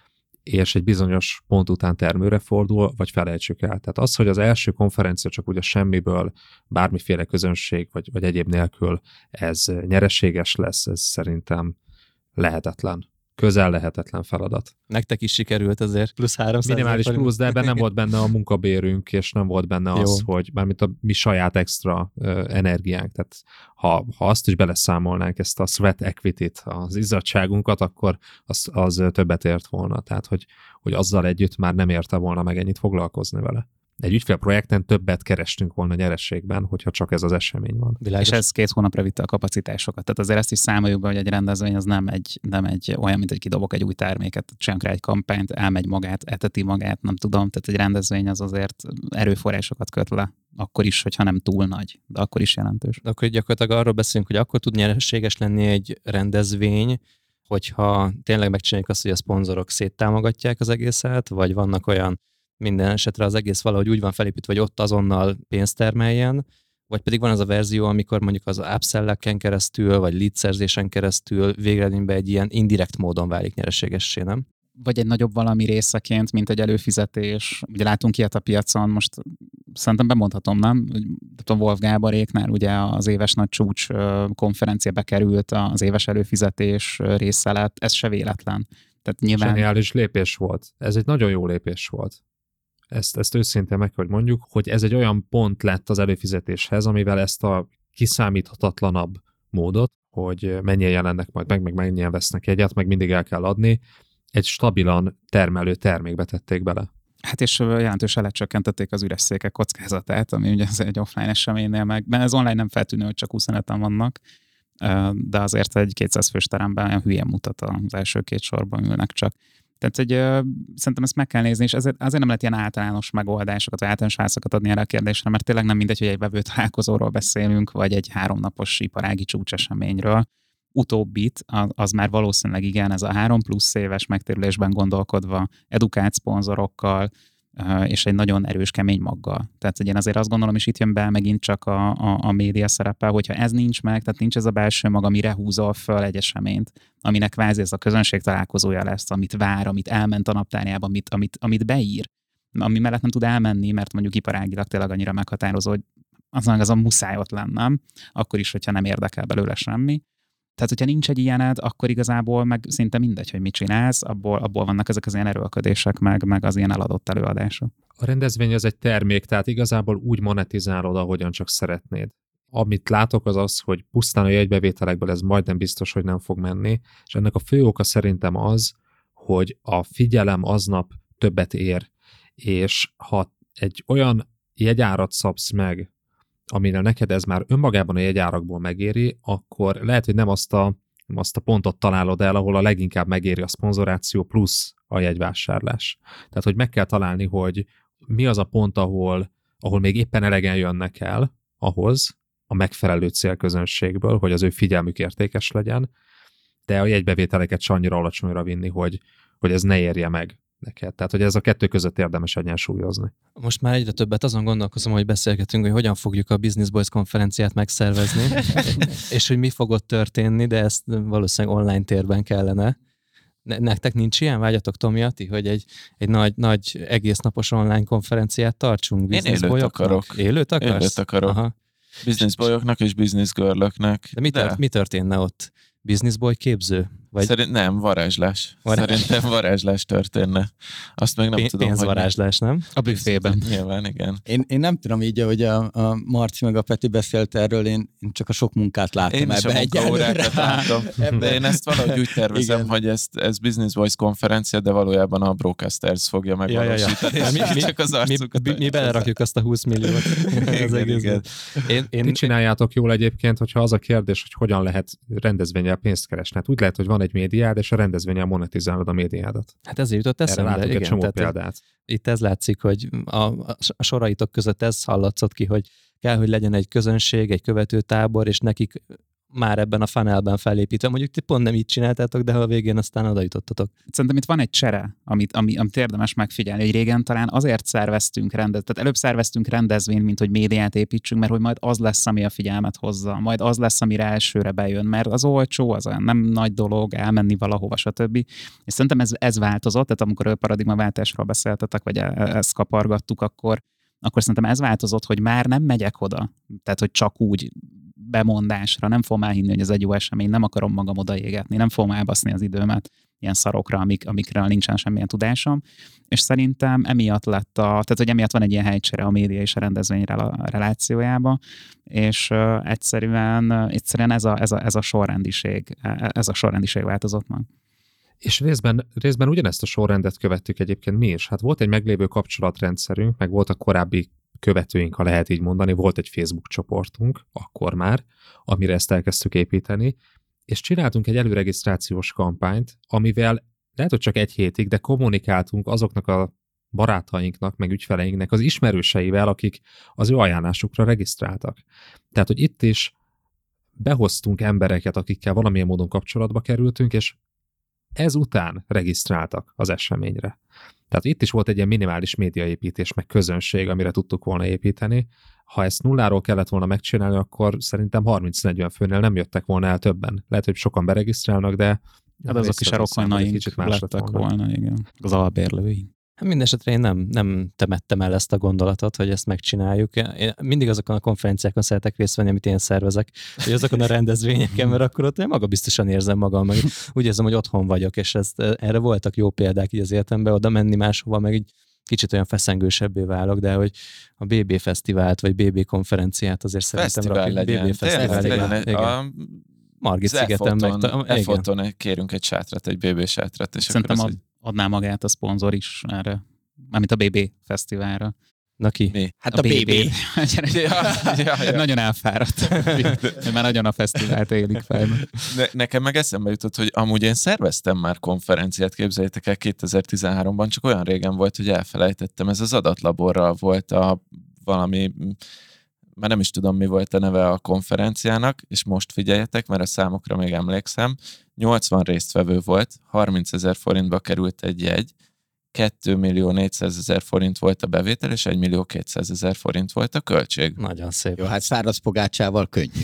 [SPEAKER 2] és egy bizonyos pont után termőre fordul, vagy felejtsük el. Tehát az, hogy az első konferencia csak úgy a semmiből, bármiféle közönség, vagy egyéb nélkül ez nyereséges lesz, ez szerintem lehetetlen. Közel lehetetlen feladat.
[SPEAKER 4] Nektek is sikerült azért plusz 300.
[SPEAKER 2] Minimális plusz, de ebben nem volt benne a munkabérünk, és nem volt benne az, hogy mármint a mi saját extra energiánk. Tehát ha azt is beleszámolnánk, ezt a sweat equity-t, az izzadságunkat, akkor az többet ért volna. Tehát, hogy azzal együtt már nem érte volna meg ennyit foglalkozni vele. Egy ügyfélprojekten többet kerestünk volna nyerességben, hogyha csak ez az esemény van.
[SPEAKER 3] Világos. És ez 2 hónapra vitte a kapacitásokat. Tehát azért ezt is számoljuk be, hogy egy rendezvény az nem egy olyan, mint hogy kidobok egy új terméket, csinálunk rá egy kampányt, elmegy magát, eteti magát, nem tudom. Tehát egy rendezvény az azért erőforrásokat köt le. Akkor is, hogyha nem túl nagy, de akkor is jelentős.
[SPEAKER 4] De akkor gyakorlatilag arról beszélünk, hogy akkor tud nyereséges lenni egy rendezvény, hogyha tényleg megcsináljuk azt, hogy a szponzorok széttámogatják az egészet, vagy vannak olyan minden esetre az egész valahogy úgy van felépítve, hogy ott azonnal pénzt termeljen, vagy pedig van az a verzió, amikor mondjuk az upsell-eken keresztül, vagy lead-szerzésen keresztül végeredményben egy ilyen indirekt módon válik nyereségessé, nem?
[SPEAKER 3] Vagy egy nagyobb valami részeként, mint egy előfizetés. Ugye látunk ilyet a piacon, most szerintem bemondhatom, nem? A Wolf Gáboréknál ugye az éves nagy csúcs konferencia bekerült az éves előfizetés része lett, ez se véletlen. Tehát nyilván...
[SPEAKER 2] Zseniális lépés volt. Ez egy nagyon jó lépés volt. Ezt őszintén meg kell, hogy mondjuk, hogy ez egy olyan pont lett az előfizetéshez, amivel ezt a kiszámíthatatlanabb módot, hogy mennyien jelennek majd meg mennyien vesznek jegyet, meg mindig el kell adni, egy stabilan termelő termékbe tették bele.
[SPEAKER 3] Hát és jelentősen lecsökkentették az üres székek kockázatát, ami ugye ez egy offline eseménynél meg, de ez online nem feltűnő, hogy csak 25-en vannak, de azért egy 200 fős teremben olyan hülyén mutat, az első 2 sorban ülnek csak. Tehát, hogy szerintem ezt meg kell nézni, és azért nem lehet ilyen általános megoldásokat, vagy általános válaszokat adni erre a kérdésre, mert tényleg nem mindegy, hogy egy vevő találkozóról beszélünk, vagy egy 3 napos iparági csúcseseményről. Utóbbit, az már valószínűleg igen, ez a 3+ éves megtérülésben gondolkodva, edukált szponzorokkal, és egy nagyon erős kemény maggal. Tehát, hogy én azért azt gondolom, és itt jön be megint csak a média szerepe, hogyha ez nincs meg, tehát nincs ez a belső mag, amire húzol föl egy eseményt, aminek kvázi ez a közönség találkozója lesz, amit vár, amit elment a naptárjába, amit beír, ami mellett nem tud elmenni, mert mondjuk iparágilag tényleg annyira meghatározó, hogy az a muszáj ott lennem, akkor is, hogyha nem érdekel belőle semmi. Tehát, hogyha nincs egy ilyened, akkor igazából meg szinte mindegy, hogy mit csinálsz, abból vannak ezek az ilyen erőlködések, meg az ilyen eladott előadások.
[SPEAKER 2] A rendezvény az egy termék, tehát igazából úgy monetizálod, ahogyan csak szeretnéd. Amit látok az, hogy pusztán a jegybevételekből ez majdnem biztos, hogy nem fog menni, és ennek a fő oka szerintem az, hogy a figyelem aznap többet ér, és ha egy olyan jegyárat szabsz meg, amire neked ez már önmagában a jegyárakból megéri, akkor lehet, hogy nem azt a pontot találod el, ahol a leginkább megéri a szponzoráció plusz a jegyvásárlás. Tehát, hogy meg kell találni, hogy mi az a pont, ahol még éppen elegen jönnek el ahhoz a megfelelő célközönségből, hogy az ő figyelmük értékes legyen, de a jegybevételeket se annyira alacsonyra vinni, hogy ez ne érje meg neked. Tehát, hogy ez a kettő között érdemes egyensúlyozni.
[SPEAKER 4] Most már egyre többet azon gondolkozom, hogy beszélgetünk, hogy hogyan fogjuk a Business Boys konferenciát megszervezni, és hogy mi fog ott történni, de ezt valószínűleg online térben kellene. Nektek nincs ilyen vágyatok, Tomi, Ati, hogy egy nagy egésznapos online konferenciát tartsunk?
[SPEAKER 5] Én élőt akarok.
[SPEAKER 4] Élőt akarsz?
[SPEAKER 5] Élőt akarok.
[SPEAKER 4] Aha.
[SPEAKER 5] Business boyoknak és business girlöknek.
[SPEAKER 4] De mi történne ott? Business boy képző? Vagy...
[SPEAKER 5] Nem, varázslás. Szerintem varázslás történne. Azt meg nem tudom,
[SPEAKER 4] pénzvarázslás, nem?
[SPEAKER 3] A büfében.
[SPEAKER 5] Nyilván, igen.
[SPEAKER 1] Én nem tudom így, hogy a Marci meg a Peti beszélt erről, én csak a sok munkát látom
[SPEAKER 5] én
[SPEAKER 1] ebbe
[SPEAKER 5] egyelőre. Látom. De én ezt valahogy úgy tervezem, igen, hogy ez Business Voice konferencia, de valójában a Brocasters fogja megvalósítani.
[SPEAKER 4] Mi belerakjuk azt a 20 milliót.
[SPEAKER 5] Igen.
[SPEAKER 2] Ti csináljátok jól egyébként, hogyha az a kérdés, hogy hogyan lehet rendezvényel pénzt keresni. Hát úgy lehet, hogy van egy médiád, és a rendezvényel monetizálod a médiádat.
[SPEAKER 4] Hát ezért jutott eszembe.
[SPEAKER 2] Erre látok egy csomó példát.
[SPEAKER 4] Itt ez látszik, hogy a soraitok között ez hallatszott ki, hogy kell, hogy legyen egy közönség, egy követőtábor, és nekik már ebben a funnelben felépítve. Mondjuk ti pont nem így csináltátok, de a végén aztán oda jutottatok.
[SPEAKER 3] Szerintem itt van egy csere, amit érdemes megfigyelni, hogy régen talán azért szerveztünk tehát előbb szerveztünk rendezvényt, mint hogy médiát építsünk, mert hogy majd az lesz, ami a figyelmet hozza, majd az lesz, amire elsőre bejön, mert az olcsó, az olyan nem nagy dolog, elmenni valahova, stb. És szerintem ez változott, tehát amikor paradigmaváltásról beszéltetek, vagy ezt kapargattuk, akkor szerintem ez változott, hogy már nem megyek oda. Tehát, hogy csak úgy bemondásra, nem fogom elhinni, hogy ez egy jó esemény, nem akarom magam odaégetni, nem fogom elbaszni az időmet ilyen szarokra, amikről nincsen semmilyen tudásom, és szerintem emiatt tehát hogy emiatt van egy ilyen helycsere a média és a rendezvény relációjába, és egyszerűen ez a sorrendiség változott meg.
[SPEAKER 2] És részben ugyanezt a sorrendet követtük egyébként mi is. Hát volt egy meglévő kapcsolatrendszerünk, meg voltak korábbi követőink, ha lehet így mondani, volt egy Facebook csoportunk, akkor már, amire ezt elkezdtük építeni, és csináltunk egy előregisztrációs kampányt, amivel lehet, hogy csak egy hétig, de kommunikáltunk azoknak a barátainknak, meg ügyfeleinknek, az ismerőseivel, akik az ő ajánlásukra regisztráltak. Tehát, hogy itt is behoztunk embereket, akikkel valamilyen módon kapcsolatba kerültünk, és ezután regisztráltak az eseményre. Tehát itt is volt egy ilyen minimális médiaépítés, meg közönség, amire tudtuk volna építeni. Ha ezt nulláról kellett volna megcsinálni, akkor szerintem 30-40 főnél nem jöttek volna el többen. Lehet, hogy sokan beregisztrálnak, de...
[SPEAKER 3] Hát azok is a rokonaink lettek volna, igen. Az albérlőink.
[SPEAKER 4] Mindenesetre én nem temettem el ezt a gondolatot, hogy ezt megcsináljuk. Én mindig azokon a konferenciákon szeretek részt venni, amit én szervezek, hogy azokon a rendezvényeken, mert akkor ott én magabiztosan érzem magam, meg úgy érzem, hogy otthon vagyok, és erre voltak jó példák így az életemben, oda menni máshova, meg így kicsit olyan feszengősebbé válok, de hogy a BB Fesztivált, vagy BB konferenciát azért szerintem rakjuk. BB Fesztivál, Margit szigeten meg.
[SPEAKER 5] E-foton kérünk egy sátrat, egy BB sátrat. És
[SPEAKER 3] szerintem adná magát a szponzor is erre, mármint a BB Fesztiválra.
[SPEAKER 4] Na ki?
[SPEAKER 5] Mi?
[SPEAKER 1] Hát a BB.
[SPEAKER 3] Nagyon elfáradt. Már nagyon a fesztivált élik fel.
[SPEAKER 5] Nekem meg eszembe jutott, hogy amúgy én szerveztem már konferenciát, képzeljétek el 2013-ban, csak olyan régen volt, hogy elfelejtettem. Ez az adatlaborral volt valami, már nem is tudom, mi volt a neve a konferenciának, és most figyeljetek, mert a számokra még emlékszem. 80 résztvevő volt, 30 000 forintba került egy jegy, 2.400.000 forint volt a bevétel, és 1.200.000 forint volt a költség.
[SPEAKER 4] Nagyon szép.
[SPEAKER 1] Jó, hát száraz pogácsával könnyű.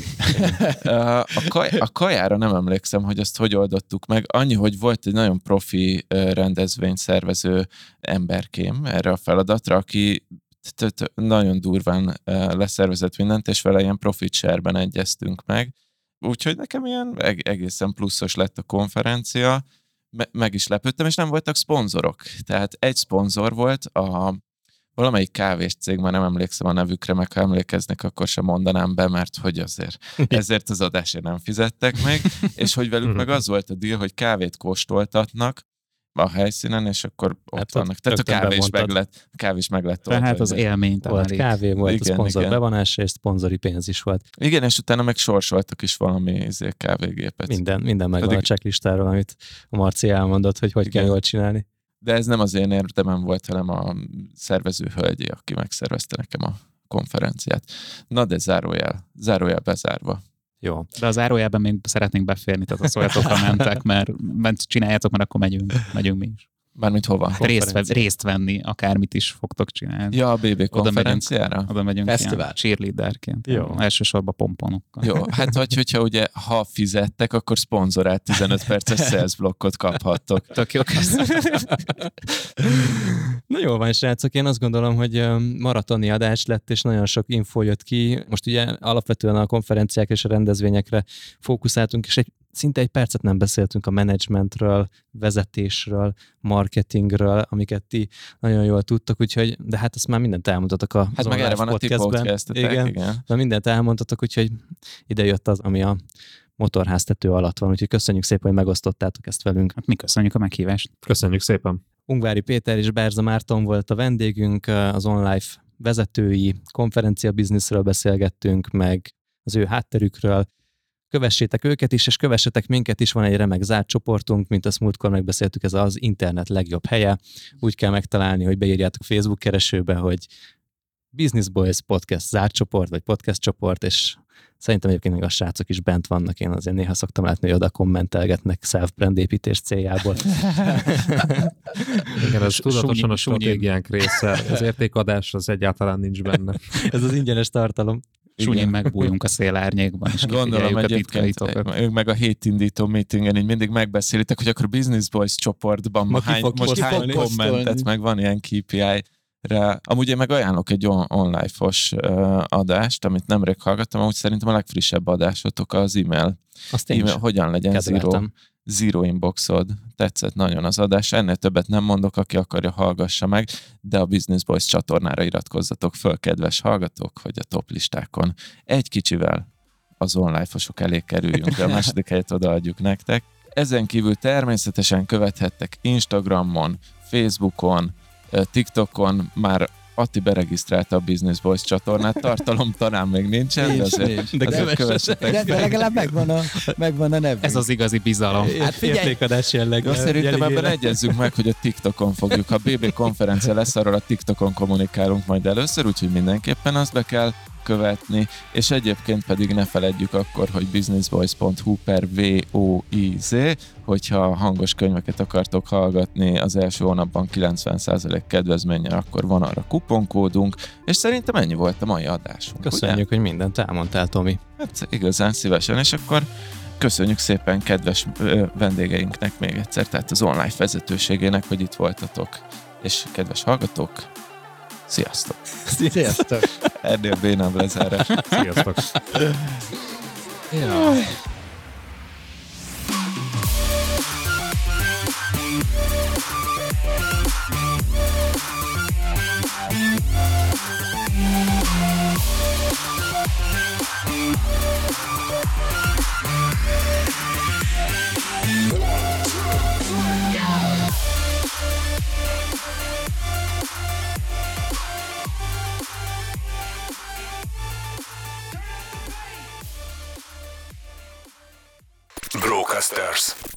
[SPEAKER 5] A kajára nem emlékszem, hogy azt hogy oldottuk meg. Annyi, hogy volt egy nagyon profi rendezvényszervező emberkém erre a feladatra, aki nagyon durván leszervezett mindent, és vele ilyen profit share-ben egyeztünk meg. Úgyhogy nekem ilyen egészen pluszos lett a konferencia, meg is lepődtem, és nem voltak szponzorok. Tehát egy szponzor volt, valamelyik kávés cég, már nem emlékszem a nevükre, meg ha emlékeznek, akkor sem mondanám be, mert hogy azért ezért az adásért nem fizettek meg, és hogy velük meg az volt a deal, hogy kávét kóstoltatnak a helyszínen, és akkor ott vannak. Tehát a kávés meg lett.
[SPEAKER 3] Tehát az élményt
[SPEAKER 4] volt
[SPEAKER 3] emelik.
[SPEAKER 4] Kávé, volt a szponzor bevonása, és szponzori pénz is volt.
[SPEAKER 5] Igen, és utána meg sorsoltak is valami kávégépet.
[SPEAKER 4] Minden megvan a checklistáról, amit a Marci elmondott, hogy kell jól csinálni.
[SPEAKER 5] De ez nem az én érdemem volt, hanem a szervező hölgyé, aki megszervezte nekem a konferenciát. Na de zárójel bezárva.
[SPEAKER 3] Jó. De a zárójelben még szeretnénk beférni, tehát azt szóljatok, ha mentek, mert csináljátok, mert akkor megyünk mi is.
[SPEAKER 5] Mármint hova?
[SPEAKER 3] Részt venni, akármit is fogtok csinálni.
[SPEAKER 5] Ja, a BB konferenciára?
[SPEAKER 3] Oda megyünk ilyen cheerleaderként.
[SPEAKER 4] Jó.
[SPEAKER 3] Elsősorban pomponokkal.
[SPEAKER 5] Jó, hát hogyha ugye, ha fizettek, akkor szponzorált 15 perces sales blokkot kaphattok.
[SPEAKER 3] Tök jó.
[SPEAKER 4] Na jó van, srácok, én azt gondolom, hogy maratoni adás lett, és nagyon sok info jött ki. Most ugye alapvetően a konferenciák és a rendezvényekre fókuszáltunk, és szinte egy percet nem beszéltünk a menedzsmentről, vezetésről, marketingről, amiket ti nagyon jól tudtok, úgyhogy, de hát ezt már mindent elmondtatok a
[SPEAKER 5] Hát meg erre van a ti podcastetek, igen.
[SPEAKER 4] De mindent elmondtatok, úgyhogy ide jött az, ami a motorháztető alatt van, úgyhogy köszönjük szépen, hogy megosztottátok ezt velünk.
[SPEAKER 3] Hát mi köszönjük a meghívást.
[SPEAKER 2] Köszönjük szépen.
[SPEAKER 4] Ungvári Péter és Berza Márton volt a vendégünk, az OnLife vezetői, konferencia bizniszről beszélgettünk, meg az ő hátterükről. Kövessétek őket is, és kövessetek minket is, van egy remek zárt csoportunk, mint azt múltkor megbeszéltük, ez az internet legjobb helye. Úgy kell megtalálni, hogy beírjátok Facebook keresőbe, hogy Business Boys Podcast zárt csoport, vagy podcast csoport, és szerintem egyébként még a srácok is bent vannak, én azért néha szoktam látni, hogy oda kommentelgetnek self-brand építés céljából.
[SPEAKER 2] Igen, ez tudatosan a stratégiánk része. Az értékadás az egyáltalán nincs benne.
[SPEAKER 4] Ez az ingyenes tartalom.
[SPEAKER 3] Súnyin megbújunk a szélárnyékban, és
[SPEAKER 5] gondolom egyébként, ők meg a hétindító meetingen így mindig megbeszélitek, hogy akkor Business Boys csoportban most hány kommentet, meg van ilyen KPI-re. Amúgy én meg ajánlok egy online-os adást, amit nemrég hallgattam, amúgy szerintem a legfrissebb adásotok az e-mail. Hogyan legyen zero inboxod. Tetszett nagyon az adás. Ennél többet nem mondok, aki akarja, hallgassa meg, de a Business Boys csatornára iratkozzatok föl, kedves hallgatók, hogy a top listákon egy kicsivel az online-osok elé kerüljünk, de a második helyet odaadjuk nektek. Ezen kívül természetesen követhettek Instagramon, Facebookon, TikTokon, már Atti beregisztrálta a Business Boys csatornát, tartalom talán még nincsen, de azért kövessetek.
[SPEAKER 1] De legalább megvan a nevünk.
[SPEAKER 3] Ez az igazi bizalom.
[SPEAKER 4] Hát értékadás jelleg.
[SPEAKER 5] Szerintem ebben egyezzünk meg, hogy a TikTokon fogjuk. Ha BB konferencia lesz, arról a TikTokon kommunikálunk majd először, úgyhogy mindenképpen azt be kell követni, és egyébként pedig ne feledjük akkor, hogy businessboys.hu/VOIZ, hogyha hangos könyveket akartok hallgatni az első hónapban 90% kedvezménnyel, akkor van arra kuponkódunk, és szerintem ennyi volt a mai adásunk.
[SPEAKER 4] Köszönjük, ugye? Hogy mindent elmondtál, Tomi.
[SPEAKER 5] Hát igazán szívesen, és akkor köszönjük szépen kedves vendégeinknek még egyszer, tehát az online vezetőségének, hogy itt voltatok. és kedves hallgatók, sziasztok!
[SPEAKER 1] Sziasztok!
[SPEAKER 5] Ennél bénább lezárás.
[SPEAKER 2] Sziasztok!
[SPEAKER 3] Ja.
[SPEAKER 6] Brocasters.